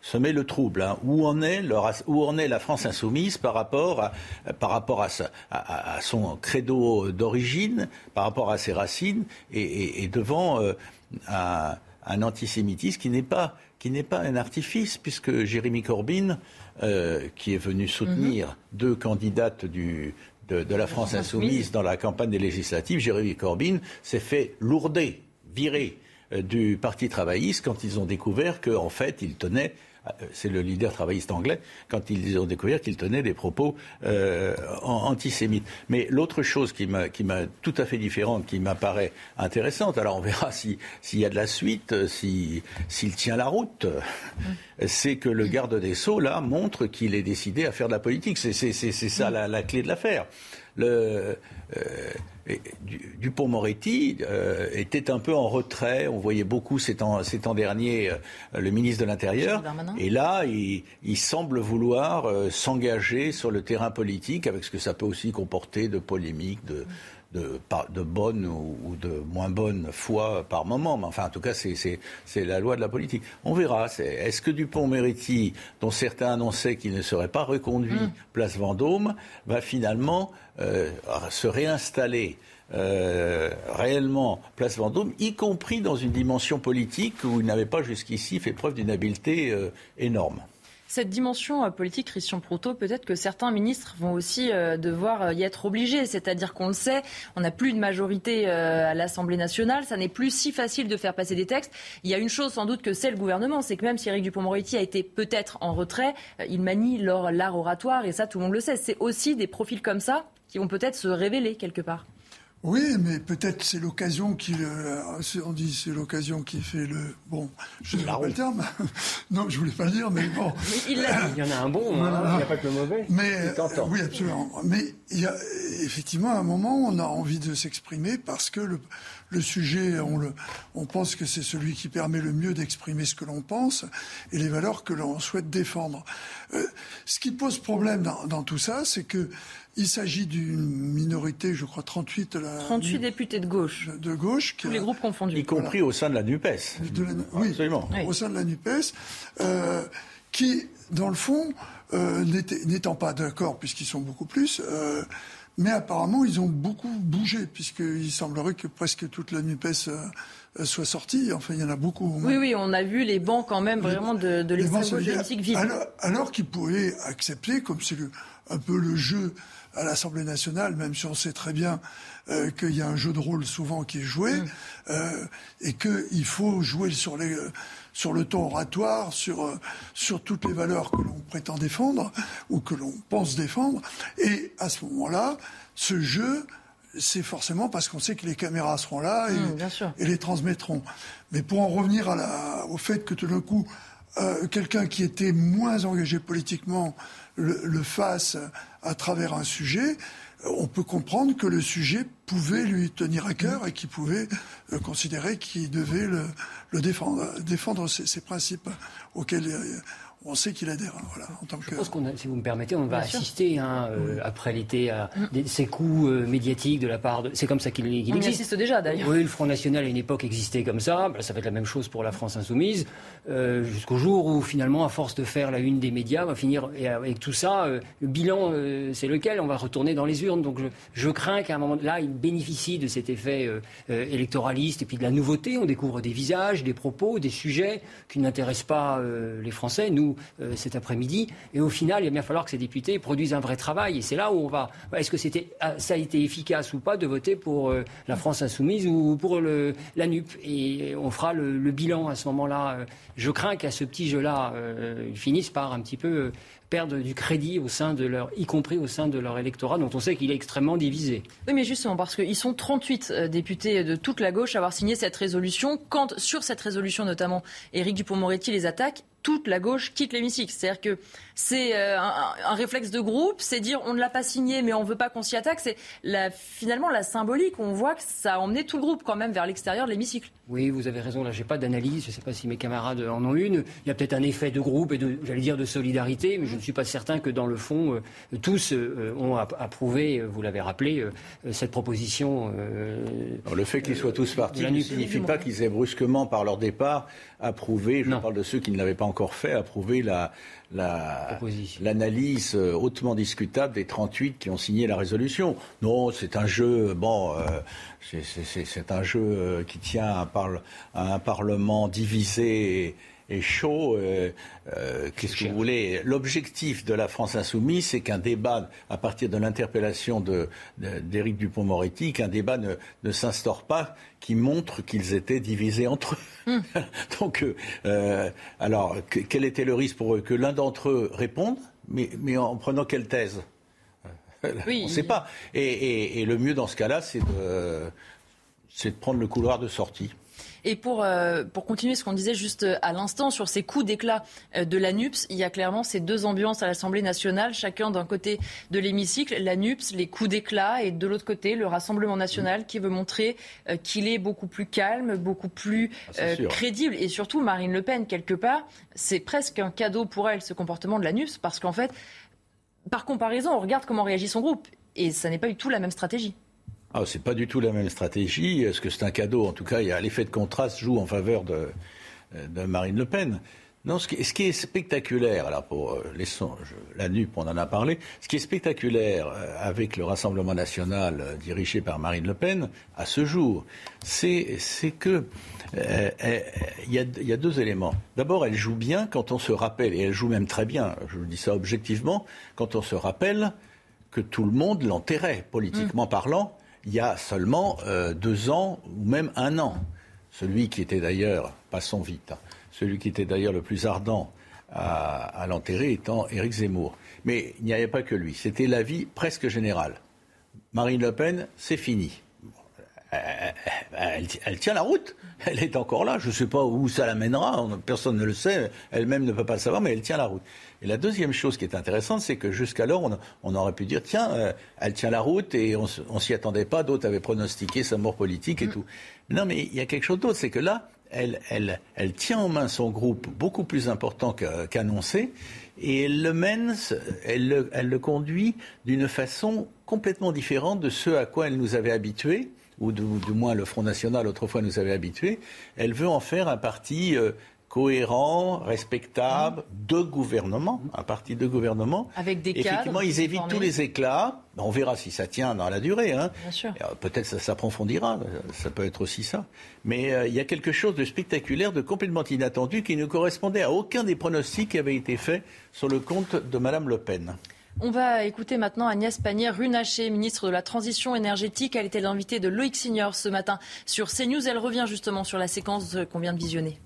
semer le trouble. Hein. Où, en est le, où en est la France insoumise par rapport à, par rapport à, sa, à, à son credo d'origine, par rapport à ses racines, et, et, et devant euh, un, un antisémitisme qui n'est pas, qui n'est pas un artifice, puisque Jérémy Corbyn, euh, qui est venu soutenir mm-hmm. deux candidates du, de, de la France insoumise dans la campagne des législatives, Jérémy Corbyn s'est fait lourder, virer euh, du Parti travailliste quand ils ont découvert qu'en fait, il tenait... C'est le leader travailliste anglais, quand ils ont découvert qu'il tenait des propos euh, antisémites. Mais l'autre chose qui m'a, qui m'a tout à fait différente, qui m'apparaît intéressante, alors on verra si, s'il y a de la suite, si, s'il tient la route, mmh. c'est que le garde des Sceaux, là, montre qu'il est décidé à faire de la politique. C'est, c'est, c'est, c'est ça la, la clé de l'affaire. Le... Euh, Dupond-Moretti euh, était un peu en retrait. On voyait beaucoup ces temps, ces temps derniers euh, le ministre de l'Intérieur. Et là, il, il semble vouloir euh, s'engager sur le terrain politique avec ce que ça peut aussi comporter de polémiques, de, de, de bonne ou, ou de moins bonne foi par moment. Mais enfin, en tout cas, c'est, c'est, c'est la loi de la politique. On verra. C'est, est-ce que Dupond-Moretti, dont certains annonçaient qu'il ne serait pas reconduit mmh. place Vendôme, va finalement euh, se réinstaller Euh, réellement place Vendôme, y compris dans une dimension politique où il n'avait pas jusqu'ici fait preuve d'une habileté euh, énorme. Cette dimension politique, Christian Proutot, peut-être que certains ministres vont aussi euh, devoir y être obligés. C'est-à-dire qu'on le sait, on n'a plus de majorité euh, à l'Assemblée nationale. Ça n'est plus si facile de faire passer des textes. Il y a une chose sans doute que c'est le gouvernement, c'est que même si Éric Dupond-Moretti a été peut-être en retrait, euh, il manie l'art, l'art oratoire et ça, tout le monde le sait. C'est aussi des profils comme ça qui vont peut-être se révéler quelque part. Oui, mais peut-être c'est l'occasion qui, euh, on dit c'est l'occasion qui fait le, bon, je ne sais pas le terme, non, je voulais pas le dire, mais bon. Mais il, a, il y en a un bon, voilà. hein, il n'y a pas que le mauvais. Mais, euh, oui, absolument. Mais il y a, effectivement, à un moment, on a envie de s'exprimer parce que le, le sujet, on, le, on pense que c'est celui qui permet le mieux d'exprimer ce que l'on pense et les valeurs que l'on souhaite défendre. Euh, ce qui pose problème dans, dans tout ça, c'est que il s'agit d'une minorité, je crois, trente-huit... La, trente-huit députés de gauche. De gauche. Tous a, les groupes confondus. Y compris voilà. au sein de la NUPES. De la, oui, absolument. Oui. Au sein de la NUPES, euh, qui, dans le fond, euh, n'étant pas d'accord, puisqu'ils sont beaucoup plus, euh, mais apparemment, ils ont beaucoup bougé, puisqu'il semblerait que presque toute la NUPES... Euh, soit sortie. Enfin, il y en a beaucoup. Oui, oui, on a vu les bancs quand même vraiment de, de l'extrême gauche de l'hémicycle vivre. Alors, alors qu'ils pouvaient accepter, comme c'est le, un peu le jeu à l'Assemblée nationale, même si on sait très bien euh, qu'il y a un jeu de rôle souvent qui est joué, mmh. euh, et qu'il faut jouer sur, les, sur le ton oratoire, sur, euh, sur toutes les valeurs que l'on prétend défendre, ou que l'on pense défendre. Et à ce moment-là, ce jeu... c'est forcément parce qu'on sait que les caméras seront là et, mmh, et les transmettront. Mais pour en revenir à la, au fait que tout d'un coup, euh, quelqu'un qui était moins engagé politiquement le, le fasse à travers un sujet, on peut comprendre que le sujet pouvait lui tenir à cœur et qu'il pouvait euh, considérer qu'il devait le, le défendre, défendre ses, ses principes auxquels... Euh, on sait qu'il adhère. Voilà, en tant Je que... pense qu'on a, si vous me permettez, on va Bien assister hein, euh, après l'été à des, ces coups euh, médiatiques de la part de... C'est comme ça qu'il, qu'il on existe. On existe déjà, d'ailleurs. Oui, le Front National à une époque existait comme ça. Ben, ça va être la même chose pour la France Insoumise. Euh, jusqu'au jour où, finalement, à force de faire la une des médias, on va finir... Et avec tout ça, euh, le bilan, euh, c'est lequel ? On va retourner dans les urnes. Donc je, je crains qu'à un moment là, il bénéficie de cet effet euh, euh, électoraliste et puis de la nouveauté. On découvre des visages, des propos, des sujets qui n'intéressent pas euh, les Français. Nous, euh, cet après midi, et au final, il va bien falloir que ces députés produisent un vrai travail. Et c'est là où on va... Est-ce que c'était, ça a été efficace ou pas de voter pour euh, la France Insoumise ou pour le, la N U P ? Et on fera le, le bilan à ce moment-là. Je crains qu'à ce petit jeu-là, euh, ils finissent par un petit peu euh, perdre du crédit au sein de leur, y compris au sein de leur électorat, dont on sait qu'il est extrêmement divisé. Oui, mais justement, parce qu'ils sont trente-huit députés de toute la gauche à avoir signé cette résolution. Quand, sur cette résolution, notamment, Éric Dupond-Moretti les attaque, toute la gauche quitte l'hémicycle. C'est-à-dire que c'est euh, un, un réflexe de groupe, c'est dire on ne l'a pas signé mais on ne veut pas qu'on s'y attaque. C'est la, finalement la symbolique. On voit que ça a emmené tout le groupe quand même vers l'extérieur de l'hémicycle. Oui, vous avez raison. Là, j'ai pas d'analyse. Je ne sais pas si mes camarades en ont une. Il y a peut-être un effet de groupe et de, j'allais dire, de solidarité, mais je ne suis pas certain que dans le fond, euh, tous euh, ont approuvé, euh, vous l'avez rappelé, euh, cette proposition. Euh, Alors, le fait qu'ils soient tous partis ne signifie pas qu'ils aient brusquement, par leur départ, approuvé. Je non. parle de ceux qui ne l'avaient pas encore encore fait approuver la, la, l'analyse hautement discutable des trente-huit qui ont signé la résolution. Non, c'est un jeu, bon, euh, c'est, c'est, c'est un jeu qui tient à un, parle, à un Parlement divisé et, et chaud. Euh, euh, qu'est-ce que vous voulez ? L'objectif de la France insoumise, c'est qu'un débat, à partir de l'interpellation de, de, d'Éric Dupond-Moretti, qu'un débat ne, ne s'instaure pas qui montre qu'ils étaient divisés entre eux. Mmh. Donc, euh, alors, que, quel était le risque pour eux ? Que l'un d'entre eux réponde, mais, mais en prenant quelle thèse ? oui. On ne sait pas. Et, et, et le mieux dans ce cas-là, c'est de, c'est de prendre le couloir de sortie. Et pour, euh, pour continuer ce qu'on disait juste à l'instant sur ces coups d'éclat de la NUPS, il y a clairement ces deux ambiances à l'Assemblée nationale, chacun d'un côté de l'hémicycle, la NUPS, les coups d'éclat, et de l'autre côté, le Rassemblement national qui veut montrer euh, qu'il est beaucoup plus calme, beaucoup plus euh, crédible. Et surtout, Marine Le Pen, quelque part, c'est presque un cadeau pour elle, ce comportement de la NUPS, parce qu'en fait, par comparaison, on regarde comment réagit son groupe. Et ça n'est pas du tout la même stratégie. Ah, c'est pas du tout la même stratégie. Est-ce que c'est un cadeau ? En tout cas, il y a l'effet de contraste joue en faveur de, de Marine Le Pen. Non, ce qui, ce qui est spectaculaire, alors pour les songes, la N U P, on en a parlé. Ce qui est spectaculaire avec le Rassemblement national dirigé par Marine Le Pen à ce jour, c'est, c'est que euh, il y a, y a deux éléments. D'abord, elle joue bien quand on se rappelle, et elle joue même très bien. Je vous dis ça objectivement, quand on se rappelle que tout le monde l'enterrait, politiquement mmh. parlant. Il y a seulement euh, deux ans ou même un an. Celui qui était d'ailleurs, passons vite, hein, celui qui était d'ailleurs le plus ardent à, à l'enterrer étant Éric Zemmour. Mais il n'y avait pas que lui, c'était l'avis presque général. Marine Le Pen, c'est fini. Elle, elle, elle tient la route, elle est encore là, je ne sais pas où ça l'amènera, personne ne le sait, elle-même ne peut pas le savoir, mais elle tient la route. Et la deuxième chose qui est intéressante, c'est que jusqu'alors, on, on aurait pu dire, tiens, euh, elle tient la route et on ne s'y attendait pas, d'autres avaient pronostiqué sa mort politique et mmh. tout. Non, mais il y a quelque chose d'autre, c'est que là, elle, elle, elle tient en main son groupe beaucoup plus important que, qu'annoncé, et elle le mène, elle le, elle le conduit d'une façon complètement différente de ce à quoi elle nous avait habitués, ou du, du moins le Front National autrefois nous avait habitués. Elle veut en faire un parti euh, cohérent, respectable, mmh. de gouvernement, un parti de gouvernement. Avec des cadres. Effectivement, ils évitent formés. Tous les éclats. On verra si ça tient dans la durée. Hein. Bien sûr. Et, euh, peut-être ça s'approfondira, ça peut être aussi ça. Mais euh, il y a quelque chose de spectaculaire, de complètement inattendu, qui ne correspondait à aucun des pronostics qui avaient été faits sur le compte de Madame Le Pen. On va écouter maintenant Agnès Pannier-Runacher, ministre de la Transition énergétique. Elle était l'invitée de Loïc Signor ce matin sur CNews. Elle revient justement sur la séquence qu'on vient de visionner.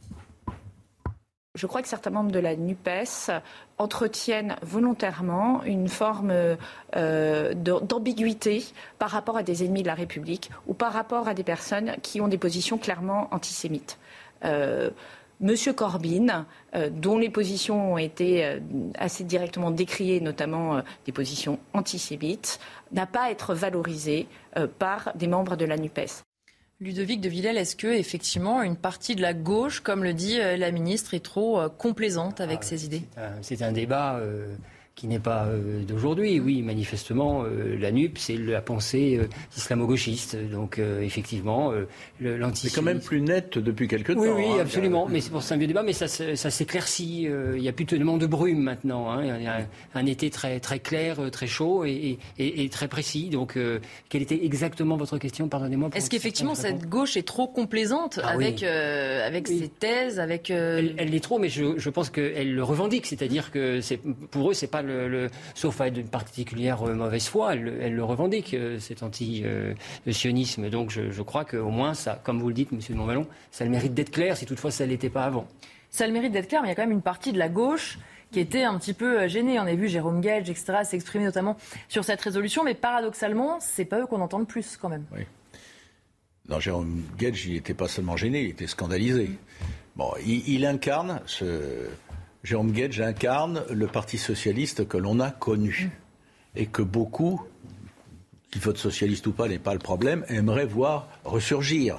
Je crois que certains membres de la NUPES entretiennent volontairement une forme euh, d'ambiguïté par rapport à des ennemis de la République ou par rapport à des personnes qui ont des positions clairement antisémites. Euh, Monsieur Corbyn, euh, dont les positions ont été euh, assez directement décriées, notamment euh, des positions antisémites, n'a pas à être valorisé euh, par des membres de la NUPES. Ludovic de Villèle, est-ce que effectivement une partie de la gauche, comme le dit euh, la ministre, est trop euh, complaisante avec ah, ses idées ? C'est un, c'est un débat euh, qui n'est pas euh, d'aujourd'hui. Oui, manifestement, euh, la N U P, c'est la pensée euh, islamo-gauchiste. Donc, euh, effectivement, euh, l'antisémitisme... C'est quand même plus net depuis quelques temps. Oui, oui, hein, absolument. Mais c'est pour ça un vieux débat. Mais ça, ça s'éclaircit. Euh, il n'y a plus tellement de brume maintenant. Hein. Il y a un, un été très, très clair, très chaud et, et, et très précis. Donc, euh, quelle était exactement votre question ? Pardonnez-moi. Est-ce qu'effectivement, cette gauche est trop complaisante ah, avec, oui. euh, avec oui. ses thèses avec euh... elle, elle l'est trop, mais je, je pense qu'elle le revendique. C'est-à-dire que c'est, pour eux, c'est pas Le, le, sauf à une particulière mauvaise foi, elle, elle le revendique, cet anti-sionisme. Euh, Donc je, je crois qu'au moins, ça, comme vous le dites, monsieur de Montvalon, ça a le mérite d'être clair, si toutefois ça ne l'était pas avant. Ça a le mérite d'être clair, mais il y a quand même une partie de la gauche qui était un petit peu gênée. On a vu Jérôme Guedj, et cetera, s'exprimer notamment sur cette résolution, mais paradoxalement, c'est pas eux qu'on entend le plus quand même. Oui. Non, Jérôme Guedj, il n'était pas seulement gêné, il était scandalisé. Bon, il, il incarne ce... Jérôme Guedj incarne le Parti socialiste que l'on a connu et que beaucoup, qu'ils votent socialiste ou pas, n'est pas le problème, aimeraient voir ressurgir.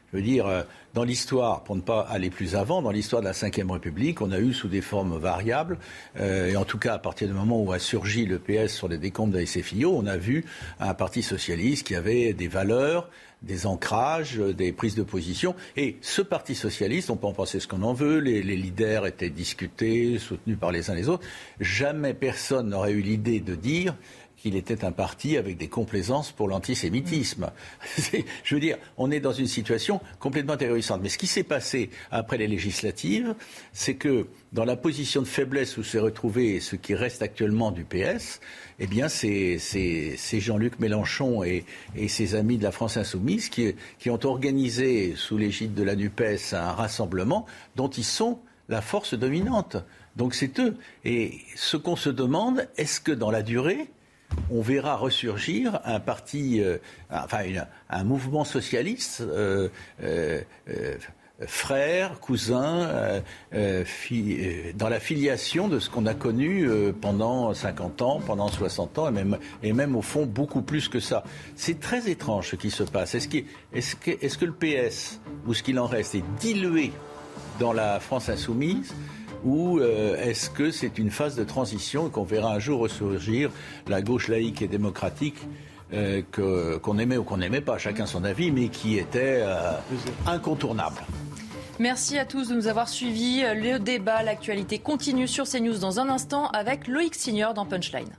Je veux dire, euh, dans l'histoire, pour ne pas aller plus avant, dans l'histoire de la Cinquième République, on a eu sous des formes variables, euh, et en tout cas à partir du moment où a surgi le P S sur les décombres de la S F I O, on a vu un parti socialiste qui avait des valeurs, des ancrages, des prises de position. Et ce parti socialiste, on peut en penser ce qu'on en veut, les, les leaders étaient discutés, soutenus par les uns les autres. Jamais personne n'aurait eu l'idée de dire qu'il était un parti avec des complaisances pour l'antisémitisme. C'est, je veux dire, on est dans une situation complètement terrorissante. Mais ce qui s'est passé après les législatives, c'est que dans la position de faiblesse où s'est retrouvé ce qui reste actuellement du P S, eh bien, c'est, c'est, c'est Jean-Luc Mélenchon et, et ses amis de la France Insoumise qui, qui ont organisé, sous l'égide de la NUPES, un rassemblement dont ils sont la force dominante. Donc c'est eux. Et ce qu'on se demande, est-ce que dans la durée, on verra ressurgir un parti, euh, enfin une, un mouvement socialiste, euh, euh, euh, frère, cousin, euh, euh, fi, euh, dans la filiation de ce qu'on a connu euh, pendant cinquante ans, pendant soixante ans, et même, et même au fond beaucoup plus que ça. C'est très étrange ce qui se passe. Est-ce, qu'il, est-ce, que, est-ce que le P S, ou ce qu'il en reste, est dilué dans la France insoumise ? Ou euh, est-ce que c'est une phase de transition et qu'on verra un jour ressurgir la gauche laïque et démocratique euh, que, qu'on aimait ou qu'on n'aimait pas, chacun son avis, mais qui était euh, incontournable. Merci à tous de nous avoir suivis. Le débat, l'actualité continue sur CNews dans un instant avec Loïc Signor dans Punchline.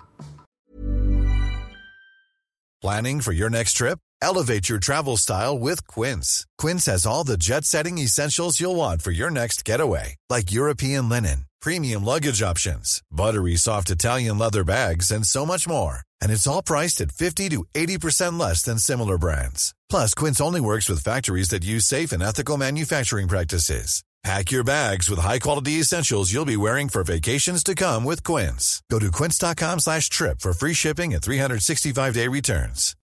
Planning for your next trip? Elevate your travel style with Quince. Quince has all the jet-setting essentials you'll want for your next getaway, like European linen, premium luggage options, buttery soft Italian leather bags, and so much more. And it's all priced at fifty to eighty percent less than similar brands. Plus, Quince only works with factories that use safe and ethical manufacturing practices. Pack your bags with high-quality essentials you'll be wearing for vacations to come with Quince. Go to quince.com slash trip for free shipping and three sixty-five day returns.